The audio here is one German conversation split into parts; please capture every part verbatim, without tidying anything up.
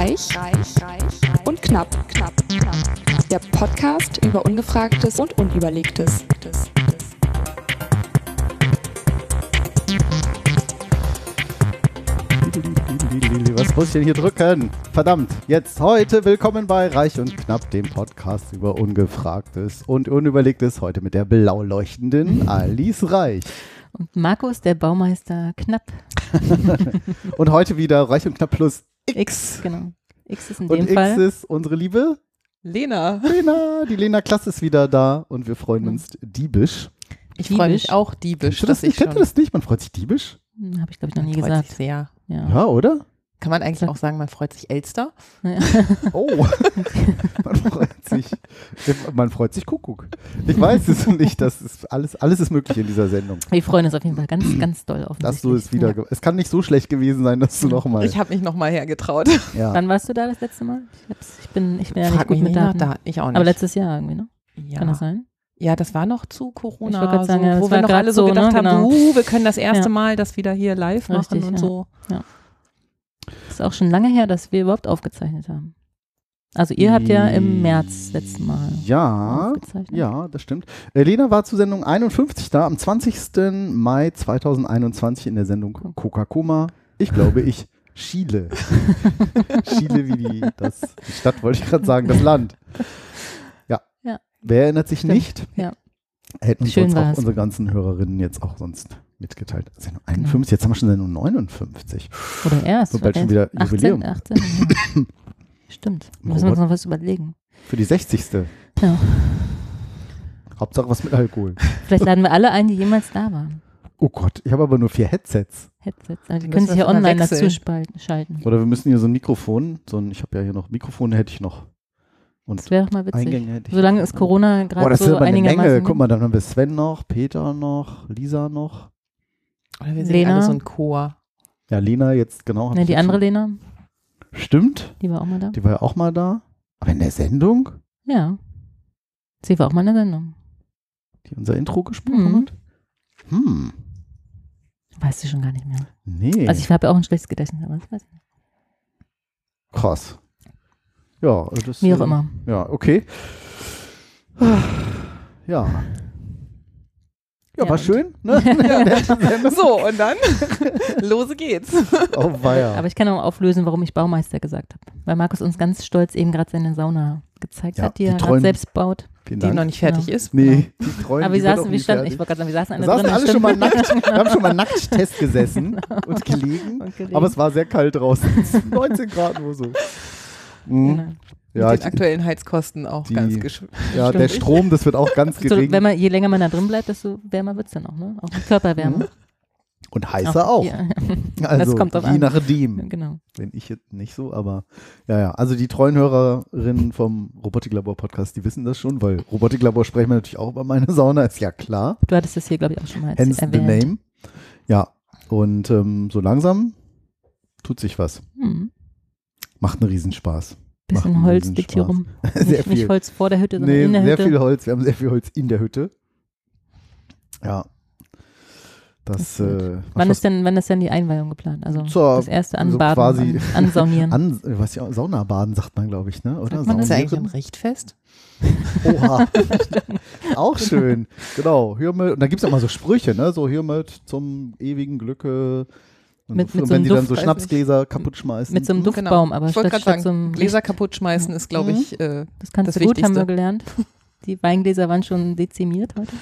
Reich, reich, reich und knapp, knapp, knapp. Der Podcast über Ungefragtes und Unüberlegtes. Was muss ich denn hier drücken? Verdammt, jetzt heute willkommen bei Reich und Knapp, dem Podcast über Ungefragtes und Unüberlegtes. Heute mit der blau leuchtenden Alice Reich. Und Markus, der Baumeister Knapp. Und heute wieder Reich und Knapp plus X. X, genau. X ist in und dem X Fall. ist unsere liebe Lena. Lena. Die Lena Klasse ist wieder da und wir freuen uns diebisch. Ich freue mich Diebisch. auch diebisch. Kennst du das, dass ich nicht? Kennst du schon- das nicht? Man freut sich diebisch? Hm, Habe ich, glaube ich, noch nie Man freut gesagt. sich sehr. Ja. Ja, oder? Kann man eigentlich auch sagen, man freut sich Elster? Ja. Oh, man freut sich. Man freut sich Kuckuck. Ich weiß es nicht. Das ist alles, alles ist möglich in dieser Sendung. Wir freuen uns auf jeden Fall ganz, ganz doll auf Dass du es wieder. Ge- Es kann nicht so schlecht gewesen sein, dass du nochmal. Ich habe mich nochmal hergetraut. Ja. Wann warst du da das letzte Mal? Ich, hab's, ich, bin, ich bin ja nicht Frag gut mich mit nicht nach, Daten. da, ich auch nicht. Aber letztes Jahr irgendwie, ne? ja. Kann das sein? Ja, das war noch zu Ich wollte Corona, grad sagen, so, ja, das wo war wir noch grad alle so so, gedacht ne? haben, Genau. uh, wir können das erste Ja. Mal das wieder hier live machen Richtig, und ja. so. Das ist auch schon lange her, dass wir überhaupt aufgezeichnet haben. Also ihr habt ja im März letzten Mal Ja, aufgezeichnet. ja, das stimmt. Äh, Lena war zu Sendung einundfünfzig da, am zwanzigsten Mai zweitausendeinundzwanzig in der Sendung Coca-Cola. Ich glaube, ich Chile. Chile wie die, das, die Stadt, wollte ich gerade sagen, das Land. Ja. Ja. Wer erinnert sich Stimmt. nicht? Ja. Hätten uns Schön sonst auch war's. unsere ganzen Hörerinnen jetzt auch sonst mitgeteilt. Sendung einundfünfzig, jetzt haben wir schon Sendung neunundfünfzig. Oder erst. So bald schon vielleicht wieder Jubiläum. achtzehn, achtzehn, ja. Stimmt. Da müssen wir uns noch was überlegen. Für die sechzigste. Ja. Hauptsache was mit Alkohol. Vielleicht laden wir alle ein, die jemals da waren. Oh Gott, ich habe aber nur vier Headsets. Headsets. Also die Die können müssen sich ja wir schon mal online wechseln. dazu spalten, schalten. Oder wir müssen hier so ein Mikrofon, so ein, ich habe ja hier noch Mikrofone, hätte ich noch. Und Das wäre doch mal witzig. Eingänge hätte ich Solange noch. ist Corona Boah, gerade das ist so aber eine Menge. einigermaßen. Guck mal, dann haben wir Sven noch, Peter noch, Lisa noch. Oder wir sind Lena. alle so ein Chor. Ja, Lena jetzt, genau. hab Ne, ich die jetzt andere schon- Lena, Stimmt, die war auch mal da. die war ja auch mal da. Aber in der Sendung, Ja. Sie war auch mal in der Sendung. die unser Intro gesprochen Mhm. hat. Hm, Weißt du schon gar nicht mehr. nee, Also ich habe ja auch ein schlechtes Gedächtnis, aber das weiß ich nicht. krass. Ja, das Wie auch äh, immer. Ja, okay. Ja. Ja, Ja, war und- schön, ne? So, und dann lose geht's. Oh, weia. Aber ich kann auch auflösen, warum ich Baumeister gesagt habe. Weil Markus uns ganz stolz eben gerade seine Sauna gezeigt Ja, hat, die, die er gerade treuen- selbst baut. Vielen Die Dank. noch nicht fertig Genau. ist. Nee, die treuen, Aber die wir wird auch saßen, nie wir standen, fertig. ich wollte gerade sagen, wir saßen an Wir der saßen drin. alle schon mal nackt, wir haben schon mal Nackttest gesessen und gelegen, Und gelegen. aber es war sehr kalt draußen. neunzehn Grad nur so. Mhm. Genau. Ja, Mit ich, den aktuellen Heizkosten auch die- ganz gesch- ja, der Strom, das wird auch ganz So, gering. wenn man, je länger man da drin bleibt, desto wärmer wird es dann auch, ne? Auch die Körperwärme. Und heißer auch. Ja. Also, das kommt drauf je an. nachdem. Genau. Wenn ich jetzt nicht so, aber ja, ja. Also die treuen Hörerinnen vom Robotiklabor-Podcast, die wissen das schon, weil Robotiklabor sprechen wir natürlich auch über meine Sauna, ist ja klar. Du hattest das hier, glaube ich, auch schon mal Hence the erwähnt. name. Ja, und ähm, so langsam tut sich was. Hm. Macht einen Riesenspaß. Macht Bisschen einen Holz liegt hier Riesenspaß. rum. Sehr nicht, viel. nicht Holz vor der Hütte, sondern Nee, in der sehr Hütte. viel Holz. Wir haben sehr viel Holz in der Hütte. Ja. Das, Das ist gut. äh, Wann was- ist denn, wann ist denn die Einweihung geplant? Also Zur- das erste also Anbaden, quasi- an, Ansaunieren. An, was ja, Saunabaden sagt man, glaube ich, ne? Oder? Sagt man das? Ist ja eigentlich Saunieren? ein Richtfest? Oha. Auch schön. Genau. Hiermit. Und da gibt es auch mal so Sprüche, ne? So hiermit zum ewigen Glücke. Und Mit- so, mit und so wenn einem die dann Duft, so weiß Schnapsgläser kaputt schmeißen. Mit so einem Hm? Duftbaum, aber Ich wollte statt, gerade statt so sagen, einem Gläser Licht- kaputt schmeißen ist, glaube Mhm. ich, äh, Das kannst das du gut, haben wir Wichtigste. gelernt. Die Weingläser waren schon dezimiert heute.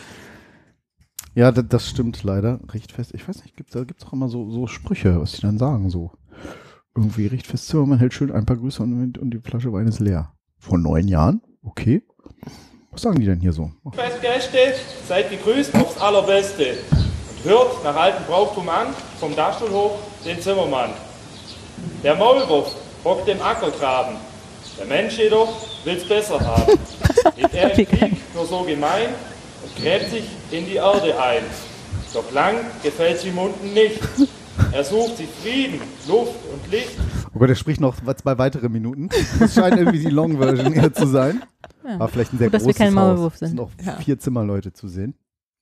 Ja, das, das stimmt leider. Richtfest. Ich weiß nicht, gibt's, da gibt es auch immer so, so Sprüche, was die dann sagen. So irgendwie Richtfest Zimmermann hält schön ein paar Grüße und, und die Flasche Wein ist leer. Vor neun Jahren? Okay. Was sagen die denn hier so? Festgäste, seid gegrüßt aufs Allerbeste und hört nach altem Brauchtum an, vom Dachstuhl hoch den Zimmermann. Der Maulwurf hockt im Ackergraben, der Mensch jedoch will's besser haben. Ist er im Krieg nur so gemein und gräbt sich in die Erde ein. Doch lang gefällt's ihm unten nicht. Er sucht sich Frieden, Luft und Licht. Oh Gott, er spricht noch zwei weitere Minuten. Das scheint irgendwie die Long-Version hier zu sein. Ja. War vielleicht ein sehr Gut, dass wir großes kein Haus. Maulwurf Es sind sind. auch Ja. vier Zimmerleute zu sehen.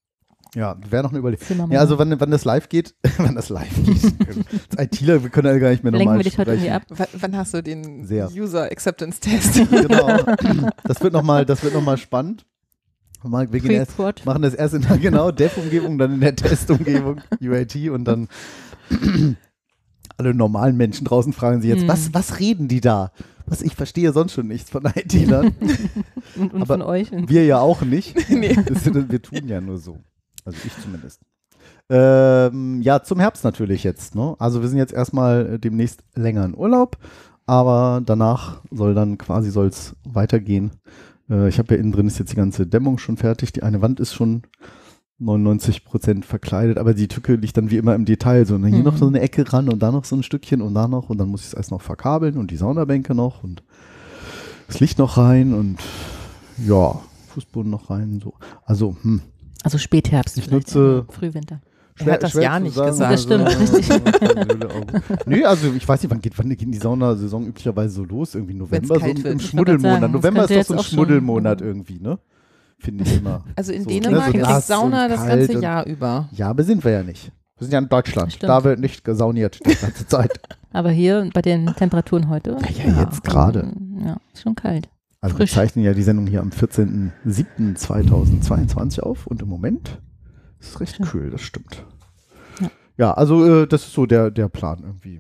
Ja, wäre noch eine Überlegung. Zimmermann. Ja, also wann, wann das live geht, wann das live geht. Als ITler, wir können ja gar nicht mehr Lenken normal wir dich heute irgendwie sprechen. ab. W wann hast du den Sehr. User Acceptance Test? Genau. Das wird nochmal noch spannend. Mal, wir gehen erst, Pre-Quad. machen das erst in der genau Dev-Umgebung, dann in der Test-Umgebung, U I T und dann alle normalen Menschen draußen fragen sich jetzt, Hm. was, was reden die da? Was, ich verstehe sonst schon nichts von ITlern. Und, und Aber von euch. Und Wir ja auch nicht. Nee. Das, wir tun ja nur so. Also ich zumindest. Ähm, ja, zum Herbst natürlich jetzt. Ne? Also wir sind jetzt erstmal äh, demnächst länger in Urlaub, aber danach soll dann quasi soll es weitergehen. Äh, ich habe ja innen drin ist jetzt die ganze Dämmung schon fertig. Die eine Wand ist schon neunundneunzig Prozent verkleidet, aber die Tücke liegt dann wie immer im Detail. So, und dann hier Mhm. noch so eine Ecke ran und da noch so ein Stückchen und da noch und dann muss ich es erst noch verkabeln und die Saunabänke noch und das Licht noch rein und ja, Fußboden noch rein. So. Also, hm. also Spätherbst. Ich vielleicht, nutze- ja. Frühwinter. Er hat das schwer ja zu nicht sagen. gesagt. Das stimmt, Also, richtig. Nö, also ich weiß nicht, wann geht, wann geht die Saunasaison üblicherweise so los? Irgendwie November, so kalt im, wird. im Ich wollte gerade Schmuddelmonat. sagen, das November ist könnte doch jetzt so ein auch schon- Schmuddelmonat irgendwie, ne? Finde ich immer. Also in So, Dänemark ne, so gibt nass es Sauna und das kalt ganze und- Jahr über. Ja, aber sind wir ja nicht. Wir sind ja in Deutschland. Stimmt. Da wird nicht gesauniert die ganze Zeit. Aber hier bei den Temperaturen heute. Ja, jetzt gerade. Ja, ist schon kalt. Also Frisch. wir zeichnen ja die Sendung hier am vierzehnten siebten zweitausendzweiundzwanzig auf und im Moment ist es recht Ja. kühl, das stimmt. Ja. Ja, also äh, das ist so der, der Plan irgendwie.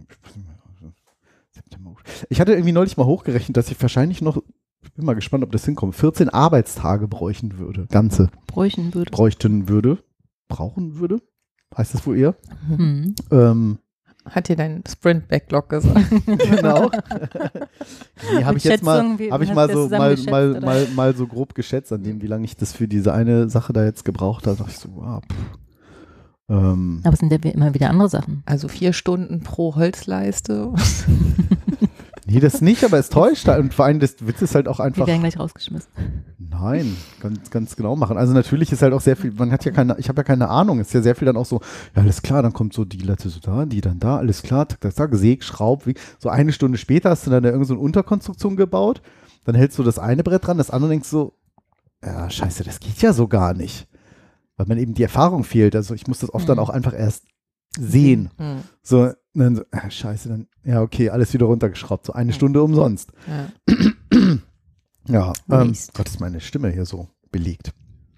Ich hatte irgendwie neulich mal hochgerechnet, dass ich wahrscheinlich noch, ich bin mal gespannt, ob das hinkommt, vierzehn Arbeitstage bräuchten würde. Ganze Bräuchen würde. bräuchten würde. Brauchen würde? Heißt das wohl eher? Hm. Ähm, Hat dir dein Sprint-Backlog gesagt? genau. Nee, habe Mit ich jetzt mal, Schätzungen, wie- habe ich hast mal du so das mal, zusammengeschätzt, mal, oder? mal, mal so grob geschätzt, an dem, wie lange ich das für diese eine Sache da jetzt gebraucht habe. Da dachte ich so, wow, pff. Ähm, Aber es sind ja wie- immer wieder andere Sachen. Also vier Stunden pro Holzleiste. nee, das nicht, aber es täuscht halt. Und vor allem, das Witz ist halt auch Die einfach, werden gleich rausgeschmissen. nein, ganz, ganz genau machen. Also natürlich ist halt auch sehr viel, man hat ja keine, ich habe ja keine Ahnung, es ist ja sehr viel dann auch so, ja alles klar, dann kommt so die Latte so da, die dann da, alles klar, tak, tak, tak, Säg, Schraub, wie, so eine Stunde später hast du dann da irgend so eine Unterkonstruktion gebaut, dann hältst du das eine Brett dran, das andere denkst so, ja scheiße, das geht ja so gar nicht. Weil man eben die Erfahrung fehlt, also ich muss das oft dann Mhm. auch einfach erst sehen. Hm, So, und dann so, ah, scheiße, dann, ja okay, alles wieder runtergeschraubt, so eine Stunde umsonst. ja. Ja, ähm, Waste. Gott, ist meine Stimme hier so belegt.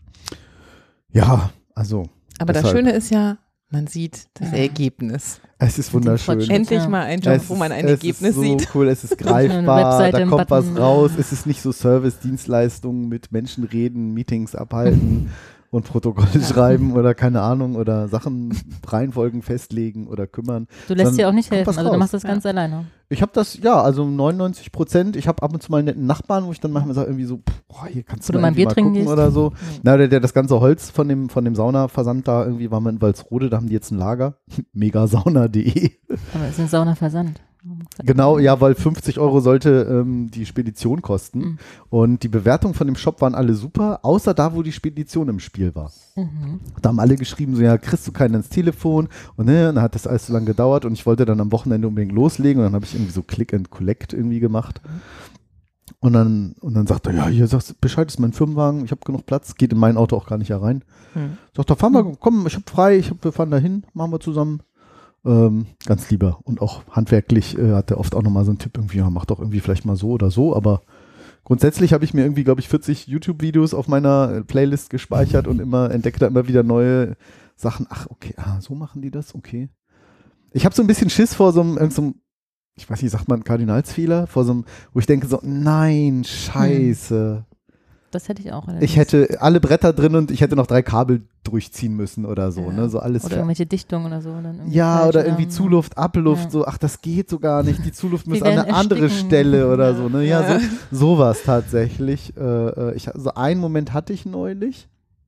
Ja, also, Aber das Deshalb. Schöne ist ja, man sieht das Ja. Ergebnis. es ist Mit dem wunderschön. Fortschritt. Endlich Ja. mal ein Job, Es wo man ist- ein es Ergebnis ist so sieht. cool, es ist Eine greifbar, Webseite, da ein kommt was Button, raus, ja. es ist nicht so Service, Dienstleistungen mit Menschen reden, Meetings abhalten und Protokolle schreiben oder keine Ahnung oder Sachen, Reihenfolgen festlegen oder kümmern. Du lässt Dann dir auch nicht kommt helfen, was also du raus. machst das Ja. ganz alleine. Ich habe das, ja, also neunundneunzig Prozent. Ich habe ab und zu mal einen netten Nachbarn, wo ich dann manchmal sage, irgendwie so, pff, boah, hier kannst Wo du du mal mal ein irgendwie Bier mal trinken gucken gehst. oder so. Mhm. Na, der, der das ganze Holz von dem, von dem Saunaversand da irgendwie war mal in Walsrode, da haben die jetzt ein Lager. megasauna punkt de. Aber es ist ein Saunaversand. Genau, ja, weil fünfzig Euro sollte ähm, die Spedition kosten. Mhm. Und die Bewertungen von dem Shop waren alle super, außer da, wo die Spedition im Spiel war. Mhm. Da haben alle geschrieben, so, ja, kriegst du keinen ins Telefon. Und ne, dann hat das alles so lange gedauert und ich wollte dann am Wochenende unbedingt loslegen und dann habe ich irgendwie so Click and Collect irgendwie gemacht. Und dann, und dann sagt er, ja, hier sagst du Bescheid, ist mein Firmenwagen, ich habe genug Platz, geht in mein Auto auch gar nicht herein. Hm. Sagt er, fahren wir, komm, ich habe frei, ich hab, wir fahren da hin, machen wir zusammen. Ähm, ganz lieber. Und auch handwerklich äh, hat er oft auch nochmal so einen Tipp, irgendwie, ja, mach doch irgendwie vielleicht mal so oder so, aber grundsätzlich habe ich mir irgendwie, glaube ich, vierzig YouTube-Videos auf meiner äh, Playlist gespeichert und immer entdecke da immer wieder neue Sachen. Ach, okay, ah, so machen die das, okay. Ich habe so ein bisschen Schiss vor so einem, irgend so einem, ich weiß nicht, sagt man Kardinalsfehler, vor so einem, wo ich denke so, nein, scheiße. Das hätte ich auch. Ich hätte alle Bretter drin und ich hätte noch drei Kabel durchziehen müssen oder so, Ja. ne, so alles. Oder fer- irgendwelche Dichtungen oder so. Dann irgendwie ja, falsch oder irgendwie ähm, Zuluft, Abluft, ja. so, ach, das geht so gar nicht, die Zuluft Wir muss an werden eine andere ersticken. Stelle oder so, ne, ja, Ja. so, sowas tatsächlich. Äh, äh, ich, so einen Moment hatte ich neulich,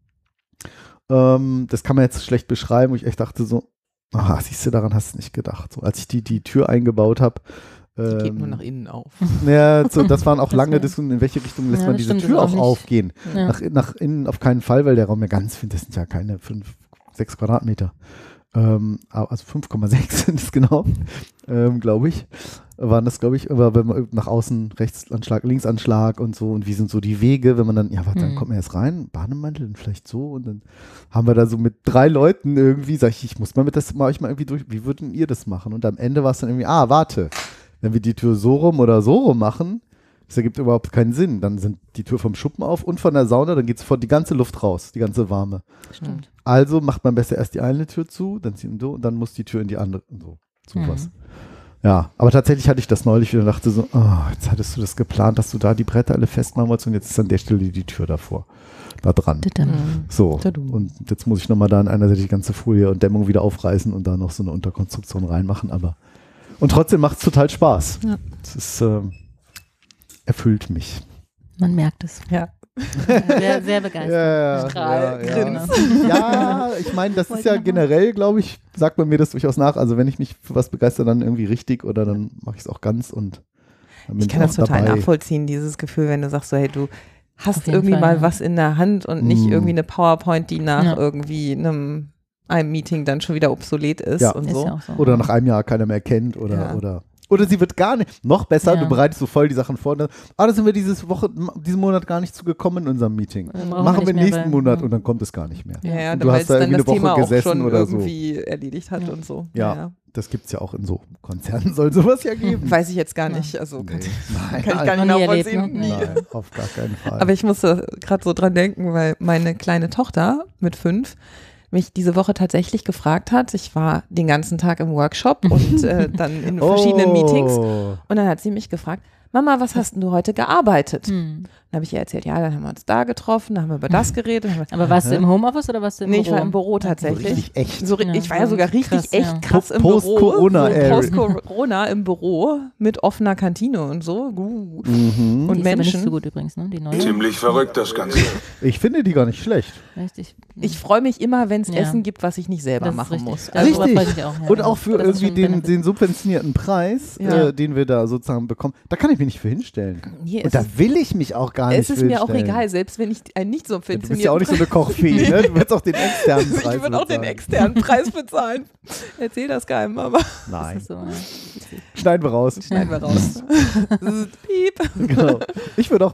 ähm, das kann man jetzt schlecht beschreiben, wo ich echt dachte so, aha, siehst du, daran hast du nicht gedacht, so, als ich die, die Tür eingebaut habe. Die geht ähm, nur nach innen auf. Ja, so, das waren auch Das lange wär- Diskussionen, in welche Richtung lässt Ja, man das diese stimmt, das Tür ist auch auch nicht- aufgehen. Ja. Nach, nach innen auf keinen Fall, weil der Raum ja ganz, das sind ja keine fünf, sechs Quadratmeter. Ähm, also fünf Komma sechs sind es genau, ähm, glaube ich. Waren das, glaube ich, aber wenn man nach außen Rechtsanschlag, Linksanschlag und so und wie sind so die Wege, wenn man dann, ja, warte, dann Mhm. kommt man erst rein, Bademantel und vielleicht so und dann haben wir da so mit drei Leuten irgendwie, sag ich, ich muss mal mit das mal euch mal irgendwie durch, wie würden ihr das machen? Und am Ende war es dann irgendwie, ah, warte, wenn wir die Tür so rum oder so rum machen, das ergibt überhaupt keinen Sinn. Dann sind die Tür vom Schuppen auf und von der Sauna, dann geht sofort die ganze Luft raus, die ganze warme. Stimmt. Also macht man besser erst die eine Tür zu, dann zieht man so und dann muss die Tür in die andere. So, sowas. Mhm. Ja, aber tatsächlich hatte ich das neulich wieder und dachte so, oh, jetzt hattest du das geplant, dass du da die Bretter alle festmachen wolltest und jetzt ist an der Stelle die Tür davor. Da dran. Tadam. So. Tadam. Und jetzt muss ich nochmal da an einer Seite die ganze Folie und Dämmung wieder aufreißen und da noch so eine Unterkonstruktion reinmachen, aber und trotzdem macht es total Spaß. Ja. Es ist, ähm, erfüllt mich. Man merkt es. Ja. Sehr, sehr begeistert. Ja, Strahl, ja, Grins. ja, ich meine, das ist ja generell, glaube ich, sagt man mir das durchaus nach. Also wenn ich mich für was begeister, dann irgendwie richtig oder dann mache ich es auch ganz und dann bin Ich kann auch das total dabei. nachvollziehen, dieses Gefühl, wenn du sagst so, hey, du hast Auf jeden irgendwie Fall, mal ja. was in der Hand und nicht Mm. irgendwie eine PowerPoint, die nach Ja. irgendwie einem, einem Meeting dann schon wieder obsolet ist Ja. und Ist so. ja auch so. Oder nach einem Jahr keiner mehr kennt oder, Ja. oder oder sie wird gar nicht, noch besser, Ja. du bereitest so voll die Sachen vor. und dann, Ah, da sind wir dieses Woche, diesen Monat gar nicht zugekommen in unserem Meeting. Dann brauchen Machen wir nicht mehr, nächsten weil- Monat ja. und dann kommt es gar nicht mehr. Ja, ja, Und du weil hast es da dann irgendwie das eine Thema Woche auch gesessen schon oder so. irgendwie erledigt hat Ja. und so. Ja, das gibt es ja auch in so Konzernen, soll sowas ja geben. Weiß ich jetzt gar Ja. nicht, also kann, Nee. kann Nein, ich gar nein, nicht Noch nie erlebt, nachvollziehen. ne? Nie. nein, auf gar keinen Fall. Aber ich musste gerade so dran denken, weil meine kleine Tochter mit fünf mich diese Woche tatsächlich gefragt hat. Ich war den ganzen Tag im Workshop und äh, dann in verschiedenen Meetings. Oh. Und dann hat sie mich gefragt, Mama, was hast denn du heute gearbeitet? Hm. Dann habe ich ihr erzählt, ja, dann haben wir uns da getroffen, dann haben wir über das geredet. Dann haben wir, Aber warst du im Homeoffice oder warst du im nee, Büro? ich war im Büro So tatsächlich. richtig echt. So, ri- Ja, ich war ja so sogar richtig krass, echt ja. krass im Post-Corona, Büro. ey. So Post-Corona im Büro mit offener Kantine und so. Uh. Mhm. Und Die ist aber nicht Menschen. so gut übrigens, ne? Die neue. Ziemlich verrückt das Ganze. Ich finde die gar nicht schlecht. Richtig. Ich freue mich immer, wenn es Ja. Essen gibt, was ich nicht selber Das ist machen richtig. muss. Also Richtig. darüber freue ich mich auch, ja, Und ja. auch für Das ist irgendwie schon ein den, Benefit. den subventionierten Preis, Ja. äh, den wir da sozusagen bekommen, da kann ich mich nicht für hinstellen. Nee, Und es da ist- will ich mich auch gar nicht Es ist für mir auch hinstellen. egal, selbst wenn ich einen nicht so Du bist ja auch nicht so eine funktioniert. Kochfee, ne? Du willst auch den externen Ich Preis würde auch den bezahlen. externen Preis bezahlen. Erzähl das keinem, aber Das Nein, ist so, ja. schneiden wir raus. schneiden wir raus. Piep. Genau. Ich würde auch.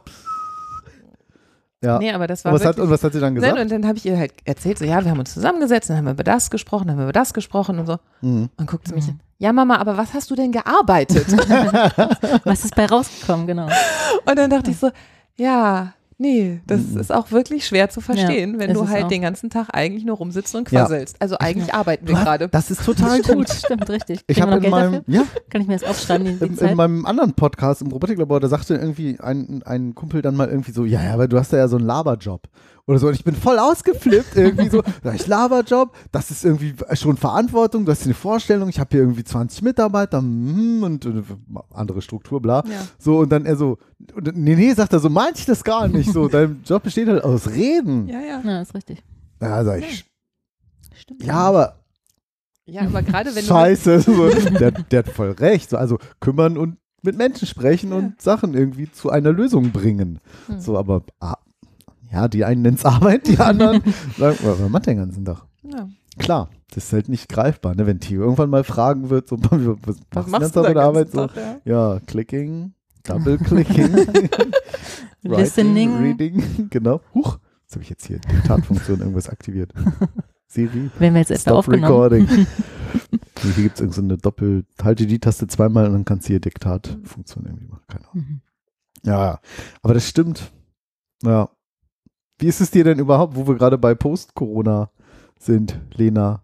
Ja. Nee, aber das war und, was hat, wirklich, und was hat sie dann gesagt? Nein, und dann habe ich ihr halt erzählt, so ja, wir haben uns zusammengesetzt, dann haben wir über das gesprochen, dann haben wir über das gesprochen und so. Mhm. Und guckt sie mich an. Ja, Mama, aber was hast du denn gearbeitet? Was ist bei rausgekommen, genau. Und dann dachte ich so, ja, nee, das Mhm. ist auch wirklich schwer zu verstehen, wenn ist du es halt auch. den ganzen Tag eigentlich nur rumsitzt und Ja. quasselst. Also eigentlich arbeiten wir Du hast- gerade. Das ist total gut. Stimmt, stimmt, richtig. Ich Kriegen wir habe noch in Geld meinem, dafür? ja, Kann ich mir das aufschreiben, die, die in, Zeit? in meinem anderen Podcast im Robotiklabor, da sagte irgendwie ein, ein Kumpel dann mal irgendwie so, ja, ja, aber du hast ja so einen Laberjob. Oder so. Und ich bin voll ausgeflippt irgendwie so, da ich Laberjob, das ist irgendwie schon Verantwortung, du hast hier eine Vorstellung, ich habe hier irgendwie zwanzig Mitarbeiter mm, und, und andere Struktur, bla. Ja. So, und dann er so, und, nee, nee, sagt er, so meinte ich das gar nicht. So, dein Job besteht halt aus Reden. Ja, ja. Ja, ist richtig. Ja, sag ich, Stimmt. ja, aber Ja, aber gerade wenn scheiße, so, der, der hat voll recht. So, also kümmern und mit Menschen sprechen Ja. und Sachen irgendwie zu einer Lösung bringen. Hm. So, aber ah, ja, die einen nennen es Arbeit, die anderen sagen, was was macht der den ganzen Tag? du. Ja. Klar, das ist halt nicht greifbar, ne? Wenn Theo irgendwann mal fragen wird, so, was, was, Was machst machst du du bei da der Arbeit? ganzen So, Tag, ja? ja, Clicking, Double-Clicking, Listening. Reading, genau. Huch, jetzt habe ich jetzt hier die Tatfunktion irgendwas aktiviert. Siri, Wenn wir jetzt etwa Stop aufgenommen. Recording. Nee, hier gibt es irgendeine so Doppel, halte die Taste zweimal und dann kannst du hier Diktatfunktion irgendwie machen. Keine Ahnung. Mhm. Ja, aber das stimmt. Ja. Wie ist es dir denn überhaupt, wo wir gerade bei Post-Corona sind, Lena?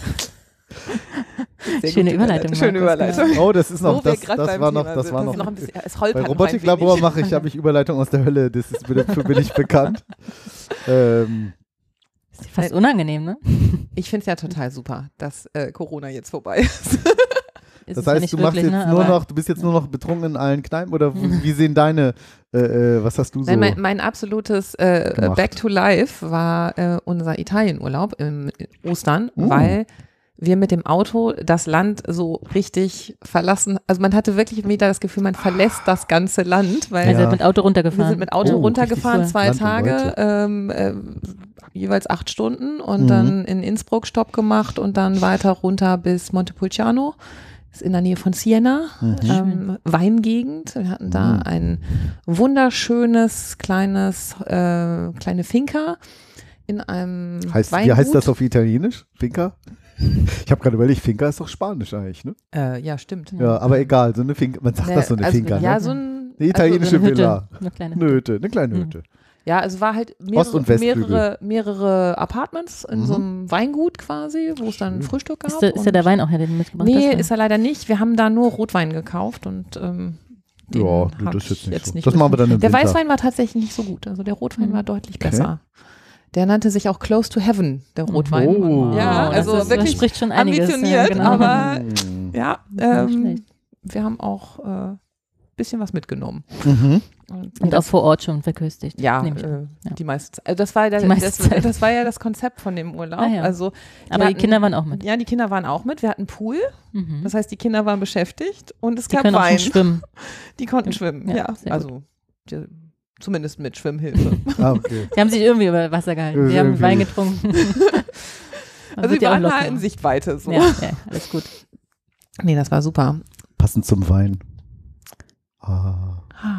Sehr Schöne gute Überleitung, Schöne Markus, Überleitung. Oh, das ist noch, Wo wir das, grad das beim war noch, Thema das sind. war ist noch. noch ein bisschen, es Bei holpert noch ein Robotiklabor wenig. mache ich, habe ich Überleitung aus der Hölle, das ist, dafür bin ich bekannt. ähm, Ist fast unangenehm, ne? Ich finde es ja total super, dass äh, Corona jetzt vorbei ist. Ist das es ja heißt, nicht du machst wirklich, jetzt ne? nur Aber noch, du bist jetzt nur noch betrunken in allen Kneipen oder wie, wie sehen deine, äh, äh, was hast du so? Nein, mein, mein absolutes äh, gemacht? Back to Life war äh, unser Italienurlaub im Ostern, Mm. weil wir mit dem Auto das Land so richtig verlassen. Also man hatte wirklich wieder das Gefühl, man verlässt das ganze Land, weil Also Ja. mit Auto runtergefahren. wir sind mit Auto Oh, runtergefahren, richtig zwei Land und Tage, Leute. ähm, äh, jeweils acht Stunden und Mhm. dann in Innsbruck Stopp gemacht und dann weiter runter bis Montepulciano. Ist in der Nähe von Siena, Mhm. ähm, Weingegend. Wir hatten da Mhm. ein wunderschönes kleines, äh, kleine Finca in einem Heißt, wie Weingut. heißt das auf Italienisch? Finca? Ich habe gerade überlegt, Finca ist doch Spanisch eigentlich, ne? Äh, ja, stimmt. Ja, aber egal, so eine Finca, man sagt Ne, das so eine also, Finca, ja, ne? so ein, Eine italienische Eine Hütte, Villa. eine kleine Eine Hütte, eine kleine Mhm. Hütte. ja, also war halt Ost- mehrere, und Westflügel. mehrere, mehrere Apartments in Mhm. so einem Weingut quasi, wo es dann Schön. Frühstück gab. Ist, der, ist ja und- der Wein auch her, den du mitgebracht Nee, hast? ist er leider nicht. Wir haben da nur Rotwein gekauft und ähm, den Ja, hab das ist ich jetzt nicht so. Das machen wir dann im Der Winter. Weißwein war tatsächlich nicht so gut. Also der Rotwein Mhm. war deutlich Okay. besser. Der nannte sich auch Close to Heaven, der Rotwein. Oh. Ja, das also ist, wirklich das spricht schon einiges. ambitioniert, ja, genau. aber Mhm. ja, Nicht ähm, schlecht. wir haben auch ein äh, bisschen was mitgenommen. Mhm. Und auch vor Ort schon verköstigt. Ja, nehme ich an. äh, Ja. die meiste Zeit. Also das war, ja Die meiste das, Zeit. das war ja das Konzept von dem Urlaub. Ah, ja. Also, Aber wir die Kinder waren auch mit. Ja, die Kinder waren auch mit. Wir hatten Pool, Mhm. das heißt, die Kinder waren beschäftigt und es Die gab können auch Wein. schon schwimmen. Die konnten schwimmen, Ja, ja. sehr gut. Also die, zumindest mit Schwimmhilfe. Ah, okay. Die haben sich irgendwie über Wasser gehalten. Die haben Irgendwie. Wein getrunken. Man also wird die ja auch waren locker. halt in Sichtweite so. Ja, ja, alles gut. Nee, das war super. Passend zum Wein. Ah.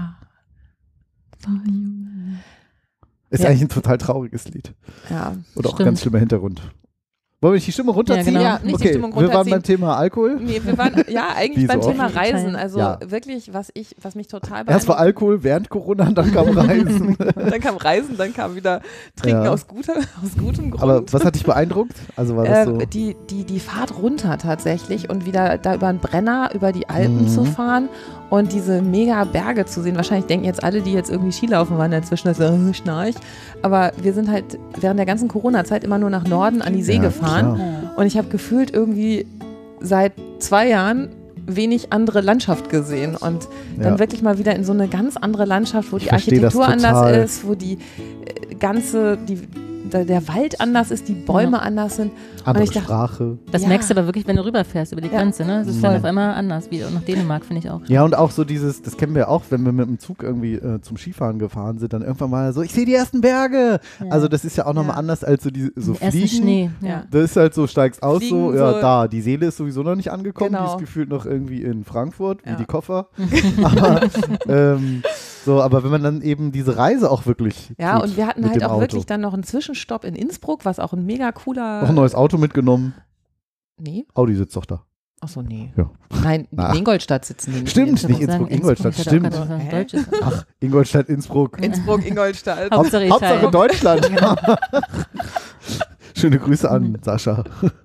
Ist Ja. eigentlich ein total trauriges Lied. Ja. Oder auch Stimmt. ganz schlimmer Hintergrund. Wollen wir nicht die Stimme runterziehen? genau. Ja, nicht die okay, Stimmung wir waren runterziehen. beim Thema Alkohol. Nee, wir waren ja Wie eigentlich so beim oft. Thema Reisen. Also Ja. wirklich, was ich, was mich total Erst war beeindruckt. Alkohol während Corona, dann kam Reisen. Dann kam Reisen, dann kam wieder Trinken Ja. aus, guter, aus gutem Grund. Aber was hat dich beeindruckt? Also war das Äh, so? die, die, die Fahrt runter tatsächlich und wieder da über einen Brenner, über die Alpen Mhm. zu fahren und diese mega Berge zu sehen. Wahrscheinlich denken jetzt alle, die jetzt irgendwie Skilaufen waren dazwischen, dass äh, Schnarch. Aber wir sind halt während der ganzen Corona-Zeit immer nur nach Norden an die See Ja, gefahren. klar. Und ich habe gefühlt irgendwie seit zwei Jahren wenig andere Landschaft gesehen und dann Ja. wirklich mal wieder in so eine ganz andere Landschaft, wo Ich die versteh das Architektur anders total. ist, wo die äh, ganze, die, der, der Wald anders ist, die Bäume anders sind. Andere ich dachte- Sprache. Das Ja. merkst du aber wirklich, wenn du rüberfährst über die Ja. Grenze. Ne? Das ist Mhm. dann auf einmal anders. Wie nach Dänemark, finde ich auch. Ja, und auch so dieses, das kennen wir auch, wenn wir mit dem Zug irgendwie äh, zum Skifahren gefahren sind, dann irgendwann mal so, ich sehe die ersten Berge. Ja. Also das ist ja auch nochmal Ja. anders als so, die, so Den ersten Fliegen. Schnee. Ja. Ja. Das ist halt so, steigst aus, so, Fliegen ja, so- da, die Seele ist sowieso noch nicht angekommen, die Genau. ist gefühlt noch irgendwie in Frankfurt, wie Ja. die Koffer. aber, ähm, so, aber wenn man dann eben diese Reise auch wirklich Ja, tut und wir hatten mit halt dem auch Auto. wirklich dann noch einen Zwischenstopp in Innsbruck, was auch ein mega cooler. Noch ein neues Auto mitgenommen. Nee? Audi sitzt doch da. Achso, nee. Ja. Nein, Na. in Ingolstadt sitzen die. Stimmt, in nicht Innsbruck. Innsbruck, Ingolstadt, Ich hatte auch stimmt. gerade was Hä? Deutsches. Ach, Ingolstadt, Innsbruck. Innsbruck, Ingolstadt. Hauptsache Hauptsache Italien. Deutschland. Genau. Schöne Grüße an Sascha.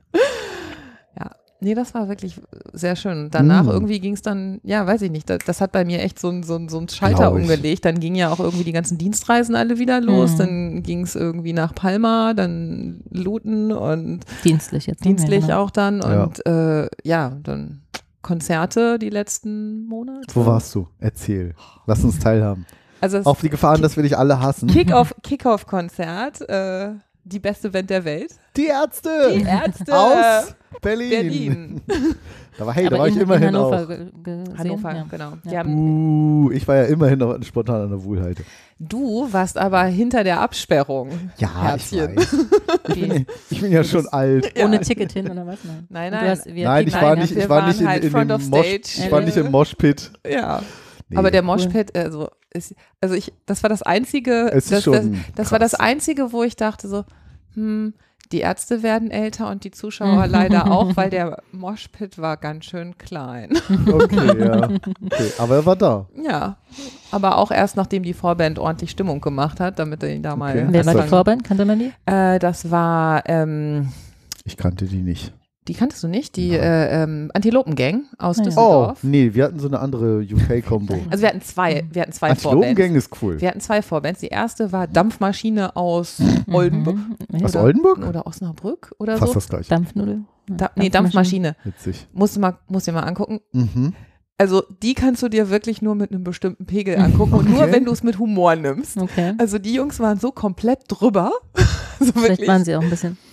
Nee, das war wirklich sehr schön. Danach Mm. irgendwie ging es dann, ja, weiß ich nicht, das, das hat bei mir echt so, ein- so, ein- so einen Schalter Glaub ich. umgelegt. Dann gingen ja auch irgendwie die ganzen Dienstreisen alle wieder los. Mm. Dann ging es irgendwie nach Palma, dann Luton und Dienstlich jetzt. ne? dienstlich Ja, genau. auch dann. Ja. Und äh, ja, dann Konzerte die letzten Monate. Wo warst du? Erzähl. Lass uns teilhaben. Also das Auf die Gefahren, dass wir dich alle hassen. Kick-Off- Kick-Off-Konzert, äh, die beste Band der Welt. Die Ärzte! Die Ärzte Aus Berlin. Berlin. Da war, hey, Aber da war in, ich immerhin in Hannover auch. ge- gesehen. Hannover, ja. genau. Die Ja. haben, Uh, ich war ja immerhin noch spontan an der Wohlheite. du warst aber hinter der Absperrung. Ja, Herzchen. ich weiß. Ich bin, ich bin ja schon alt. Ja. Ohne Ticket hin oder was? Nein, Nein, Und nein. Du hast, wir Nein, ich Nein, war ja, nicht, wir ich war waren nicht in, halt in front dem of Mosh, stage. ich war nicht im Moshpit. Ja. Nee. Aber der Cool. Moshpit, also, ist, also ich, das war das Einzige, Es ist das, schon das, das war das krass. Einzige, wo ich dachte so, hm, die Ärzte werden älter und die Zuschauer leider auch, weil der Moshpit war ganz schön klein. Okay, ja. Okay, aber er war da. Ja, aber auch erst nachdem die Vorband ordentlich Stimmung gemacht hat, damit er ihn da mal Okay. Wer war die anfangen- Vorband? Kannte man die? Äh, das war, ähm, Ich kannte die nicht. die kanntest du nicht, die Nein. äh, ähm, Antilopengang aus Ah, ja. Oh, Düsseldorf. nee, wir hatten so eine andere U K-Kombo. Also wir hatten zwei, wir hatten zwei Vorbands. Antilopengang ist cool. Wir hatten zwei Vorbands. Die erste war Dampfmaschine aus Oldenburg Mhm. Aus Ja. Oldenburg? oder Osnabrück oder Fast so. das gleiche. Dampfnudel? Ja, Da, nee, Dampfmaschine. Witzig. Musst du mal, musst dir mal angucken. Mhm. Also die kannst du dir wirklich nur mit einem bestimmten Pegel angucken und nur Okay. wenn du es mit Humor nimmst. Okay. Also die Jungs waren so komplett drüber. so Vielleicht wirklich. waren sie auch ein bisschen.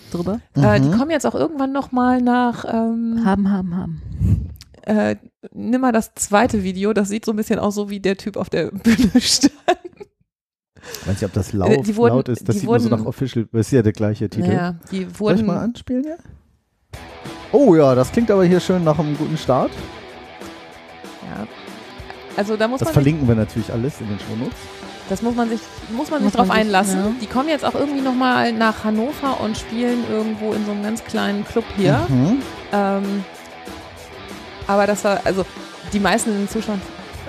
drüber. Äh, die Mhm. kommen jetzt auch irgendwann nochmal nach ähm, Haben, haben, haben. äh, nimm mal das zweite Video, das sieht so ein bisschen aus, so wie der Typ auf der Bühne stand. Ich weiß nicht, ob das Äh, laut, die wurden- laut ist. Das die sieht nur so wurden- nach Official. Das ist ja der gleiche Titel. Ja, die Soll ich mal wurden, anspielen hier? Oh ja, das klingt aber hier schön nach einem guten Start. ja. Also da muss Das man sich, verlinken wir natürlich alles in den Shownotes. das muss man sich, muss man Muss sich drauf man sich- einlassen. ja. Die kommen jetzt auch irgendwie nochmal nach Hannover und spielen irgendwo in so einem ganz kleinen Club hier. Mhm. Ähm, aber das war, also die meisten in den Zuschauern,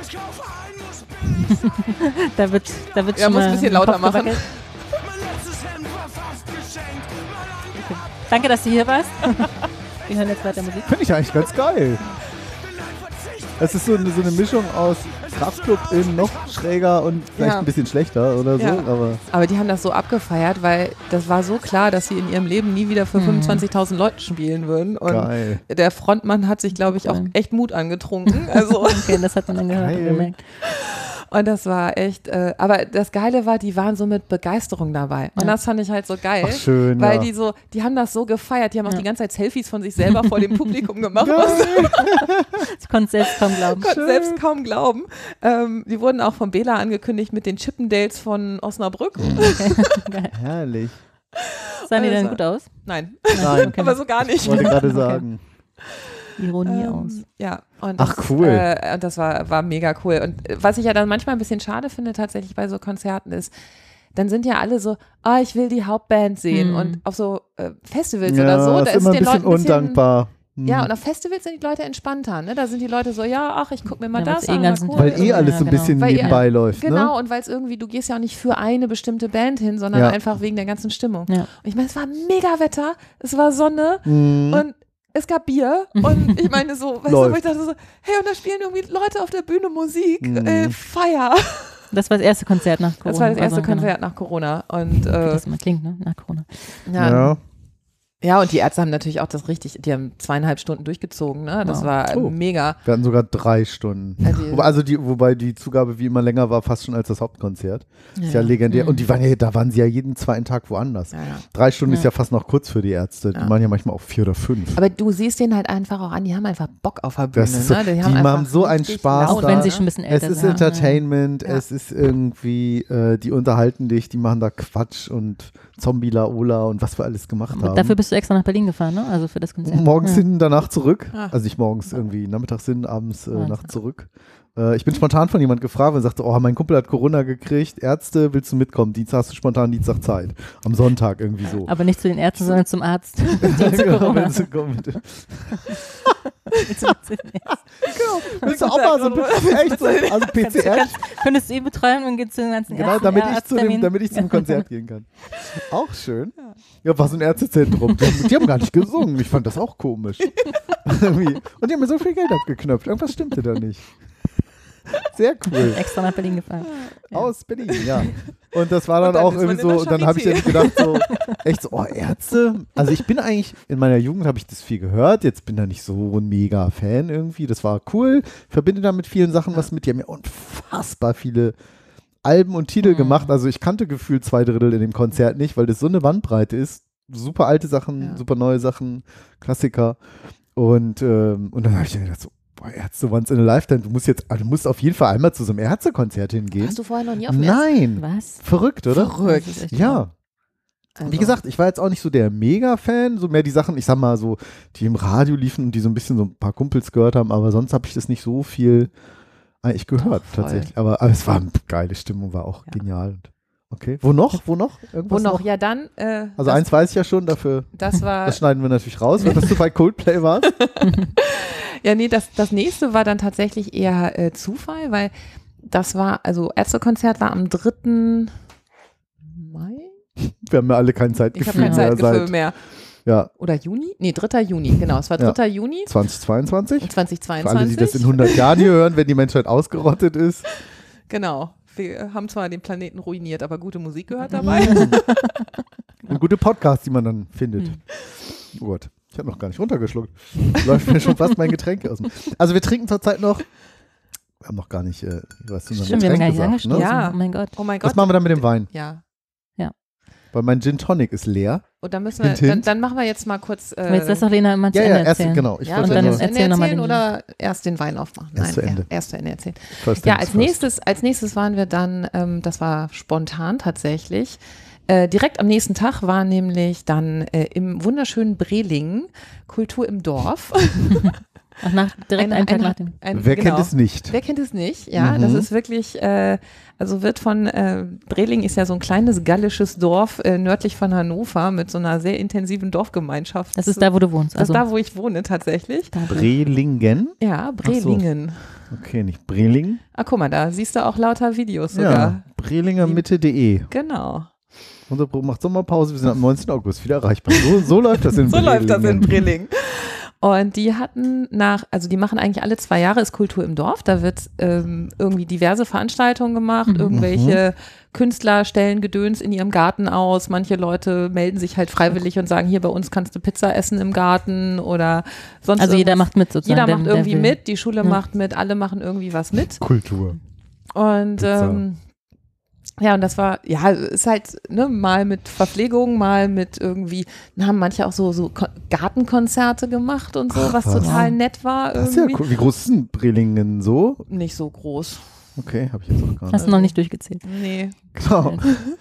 Da wird, da wird Ja, schon muss mal ein bisschen im lauter Kopf machen. gewackelt. Okay. Danke, dass du hier warst. Wir hören jetzt weiter Musik. Finde ich eigentlich ganz geil. Es ist so eine, so eine Mischung aus Kraftclub in noch schräger und vielleicht Ja. ein bisschen schlechter oder so. Ja. Aber aber die haben das so abgefeiert, weil das war so klar, dass sie in ihrem Leben nie wieder für Mhm. fünfundzwanzigtausend Leute spielen würden. Und geil. der Frontmann hat sich, glaube ich, auch Cool. echt Mut angetrunken. Also, Okay, das hat man dann gehört und Geil. gemerkt. und das war echt, äh, aber das Geile war, die waren so mit Begeisterung dabei. Und Ja. das fand ich halt so geil. Ach schön, Weil ja. die so, die haben das so gefeiert, die haben auch Ja. die ganze Zeit Selfies von sich selber vor dem Publikum gemacht. Geil. Ich konnte es selbst kaum glauben. Konnte selbst kaum glauben. Ähm, die wurden auch von Bela angekündigt mit den Chippendales von Osnabrück. Geil. Herrlich. Sahen die Also- denn gut aus? Nein, Nein, Okay. aber so gar nicht. ich wollte gerade Okay. sagen. Ironie Ähm, aus. Ja, und Ach, das, cool. Äh, und das war, war mega cool. Und äh, was ich ja dann manchmal ein bisschen schade finde tatsächlich bei so Konzerten ist, dann sind ja alle so, ah, ich will die Hauptband sehen. Hm. Und auf so äh, Festivals Ja, oder so, da ist ist immer ein den bisschen Leuten ein bisschen, undankbar. Hm. ja, und auf Festivals sind die Leute entspannter. Ne? Da sind die Leute so, ja, ach, ich guck mir mal Ja, weil's das eh an, ganz mal cool. Weil eh Ja, alles so ein genau. bisschen Weil ihr- nebenbei läuft, Genau, ne? und weil es irgendwie, du gehst ja auch nicht für eine bestimmte Band hin, sondern Ja. einfach wegen der ganzen Stimmung. Ja. Und ich meine, es war mega Wetter, es war Sonne Mhm. und es gab Bier und ich meine so, weißt du, Läuft. wo ich dachte so, hey, und da spielen irgendwie Leute auf der Bühne Musik, Mhm. äh, Feier. Das war das erste Konzert nach Corona. Das war das erste also, Konzert nach Corona und Genau. Wie äh, das immer klingt, ne? Nach Corona. ja, ja. ja, und die Ärzte haben natürlich auch das richtig, die haben zweieinhalb Stunden durchgezogen, ne? Das Wow. war Oh. mega. Wir hatten sogar drei Stunden. Also- Wobei- Also die, wobei die Zugabe wie immer länger war, fast schon als das Hauptkonzert. Ist ja Ja. legendär. Mhm. Und die waren ja, da waren sie ja jeden zweiten Tag woanders. Ja, ja. Drei Stunden Ja. ist ja fast noch kurz für die Ärzte. Die Ja. machen ja manchmal auch vier oder fünf. Aber du siehst denen halt einfach auch an, die haben einfach Bock auf der Bühne. Das ist so- ne? die einfach machen so einen richtig Spaß Laune, Auch wenn da. sie ne? schon ein bisschen Es älter ist sind. Entertainment, Ja. es ist irgendwie, äh, die unterhalten dich, die machen da Quatsch und Zombie Laola und was wir alles gemacht Ja. haben. Dafür bist du extra nach Berlin gefahren, ne? Also für das Konzert. Morgens ja. hin, danach zurück. Ah. Also nicht morgens irgendwie, nachmittags hin, abends äh, Wahnsinn. nachts zurück. Äh, ich bin spontan von jemand gefragt und sagte, oh, mein Kumpel hat Corona gekriegt, Ärzte, willst du mitkommen? Dienstag hast du spontan Dienstag Zeit. Am Sonntag irgendwie so. Aber nicht zu den Ärzten, sondern zum Arzt. Die zu Genau, Corona. willst du kommen? Bitte. Willst du zu den Ärzten? Willst du auch mal so, echt so, also P C R? Kannst, könntest du ihn betreuen und gehst zu den ganzen Genau, Ärzten. damit ja, ich, zu dem, Arzttermin. damit ich zum Konzert gehen kann. Auch schön. Ja, war so ein Ärztezentrum. Die, haben- die haben gar nicht gesungen. Ich fand das auch komisch. Irgendwie. Und die haben mir so viel Geld abgeknöpft. Irgendwas stimmte da nicht. Sehr cool. Extra nach Berlin gefahren. Ja. Aus Berlin, ja. Und das war dann, Und dann auch ist man irgendwie in der so, und dann habe ich dann Charité. gedacht, so, echt so, oh, Ärzte? Also ich bin eigentlich, in meiner Jugend habe ich das viel gehört, jetzt bin da nicht so ein mega Fan irgendwie, das war cool, verbinde da mit vielen Sachen was mit, die haben ja unfassbar viele Alben und Titel Mhm. gemacht, also ich kannte gefühlt zwei Drittel in dem Konzert nicht, weil das so eine Bandbreite ist, super alte Sachen, Ja. super neue Sachen, Klassiker und, ähm, und dann habe ich dann gedacht so, boah, Ärzte once in a lifetime, du musst jetzt, also du musst auf jeden Fall einmal zu so einem Ärztekonzert hingehen. Hast du vorher noch nie auf dem Ärzte- Nein, Was? verrückt, oder? Verrückt. Das ist echt Ja, Also, wie gesagt, ich war jetzt auch nicht so der Mega-Fan, so mehr die Sachen, ich sag mal so, die im Radio liefen und die so ein bisschen so ein paar Kumpels gehört haben, aber sonst habe ich das nicht so viel eigentlich gehört Doch, voll. tatsächlich. Aber, aber es war eine geile Stimmung, war auch Ja. genial. Okay, wo noch? Wo noch? Wo Irgendwas noch? Ja, dann. Äh, Also das, eins weiß ich ja schon, dafür, das war. das schneiden wir natürlich raus, weil das du bei Coldplay warst. Ja, nee, das, das nächste war dann tatsächlich eher äh, Zufall, weil das war, also Ärztekonzert war am dritten Mai? Wir haben ja alle kein Ich Zeitgefühl habe kein mehr Zeitgefühl seit mehr. ja, Oder Juni? Nee, dritter Juni, genau. Es war Ja. dritter Juni zweitausendzweiundzwanzig. Für alle, die zweitausendzweiundzwanzig. das in hundert Jahren hier hören, wenn die Menschheit ausgerottet ist. Genau. Wir haben zwar den Planeten ruiniert, aber gute Musik gehört dabei. Und gute Podcasts, die man dann findet. Hm. Oh Gott, ich habe noch gar nicht runtergeschluckt. Läuft mir schon fast mein Getränk aus dem. Also wir trinken zurzeit noch. Wir haben noch gar nicht äh, was zu unserem Stimmt, wir haben Getränk gar nicht gesagt. angestoßen. Ne? Ja. Oh mein Gott. Oh mein Gott. Was machen wir dann mit dem Wein? Ja. Weil mein Gin Tonic ist leer. Und dann müssen wir, Hint, hint. dann, dann machen wir jetzt mal kurz. Äh, Aber jetzt lass doch Lena immer zu Ja, Ende ja, erst, erzählen. genau. Ich ja, wollte und dann nur- zu Ende erzähl noch mal erzählen den- oder erst den Wein aufmachen? Erst Nein, zu Ende. er- erst zu Ende erzählen. First Ja, things als first. nächstes, als nächstes waren wir dann, ähm, das war spontan tatsächlich. Äh, direkt am nächsten Tag war nämlich dann äh, im wunderschönen Brelingen Kultur im Dorf. Ach, nach, direkt Eine- einen Tag eine- nach dem. ein- Wer genau. kennt es nicht? Wer kennt es nicht? Ja, Mhm. das ist wirklich, äh, also wird von, äh, Brelingen ist ja so ein kleines gallisches Dorf äh, nördlich von Hannover mit so einer sehr intensiven Dorfgemeinschaft. Das ist da, wo du wohnst. Das Also, ist da, wo ich wohne tatsächlich. da, wo- Brelingen? Ja, Brelingen. Okay, nicht Breling. Ah, guck mal, da siehst du auch lauter Videos sogar. Ja, brelingermitte punkt de. Genau. Unser Büro macht Sommerpause, wir sind am neunzehnten August wieder erreichbar. So, so läuft das in So Brelingen. läuft das in Brelingen. Und die hatten nach, also die machen eigentlich alle zwei Jahre ist Kultur im Dorf. Da wird ähm, irgendwie diverse Veranstaltungen gemacht, Mhm. irgendwelche Künstler stellen Gedöns in ihrem Garten aus. Manche Leute melden sich halt freiwillig und sagen, hier bei uns kannst du Pizza essen im Garten oder sonst also jeder irgendwas. macht mit sozusagen. Jeder der- macht der irgendwie will. mit, die Schule Ja. macht mit, alle machen irgendwie was mit. Kultur. Und Pizza. ähm, ja, und das war, ja, ist halt, ne, mal mit Verpflegung, mal mit irgendwie, dann haben manche auch so, so Ko- Gartenkonzerte gemacht und so, Ach, was was. total nett war. Das ist ja Irgendwie. cool. Wie groß ist denn Brelingen so? Nicht so groß. Okay, habe ich jetzt auch gar Hast nicht. du noch nicht durchgezählt. Nee. Genau.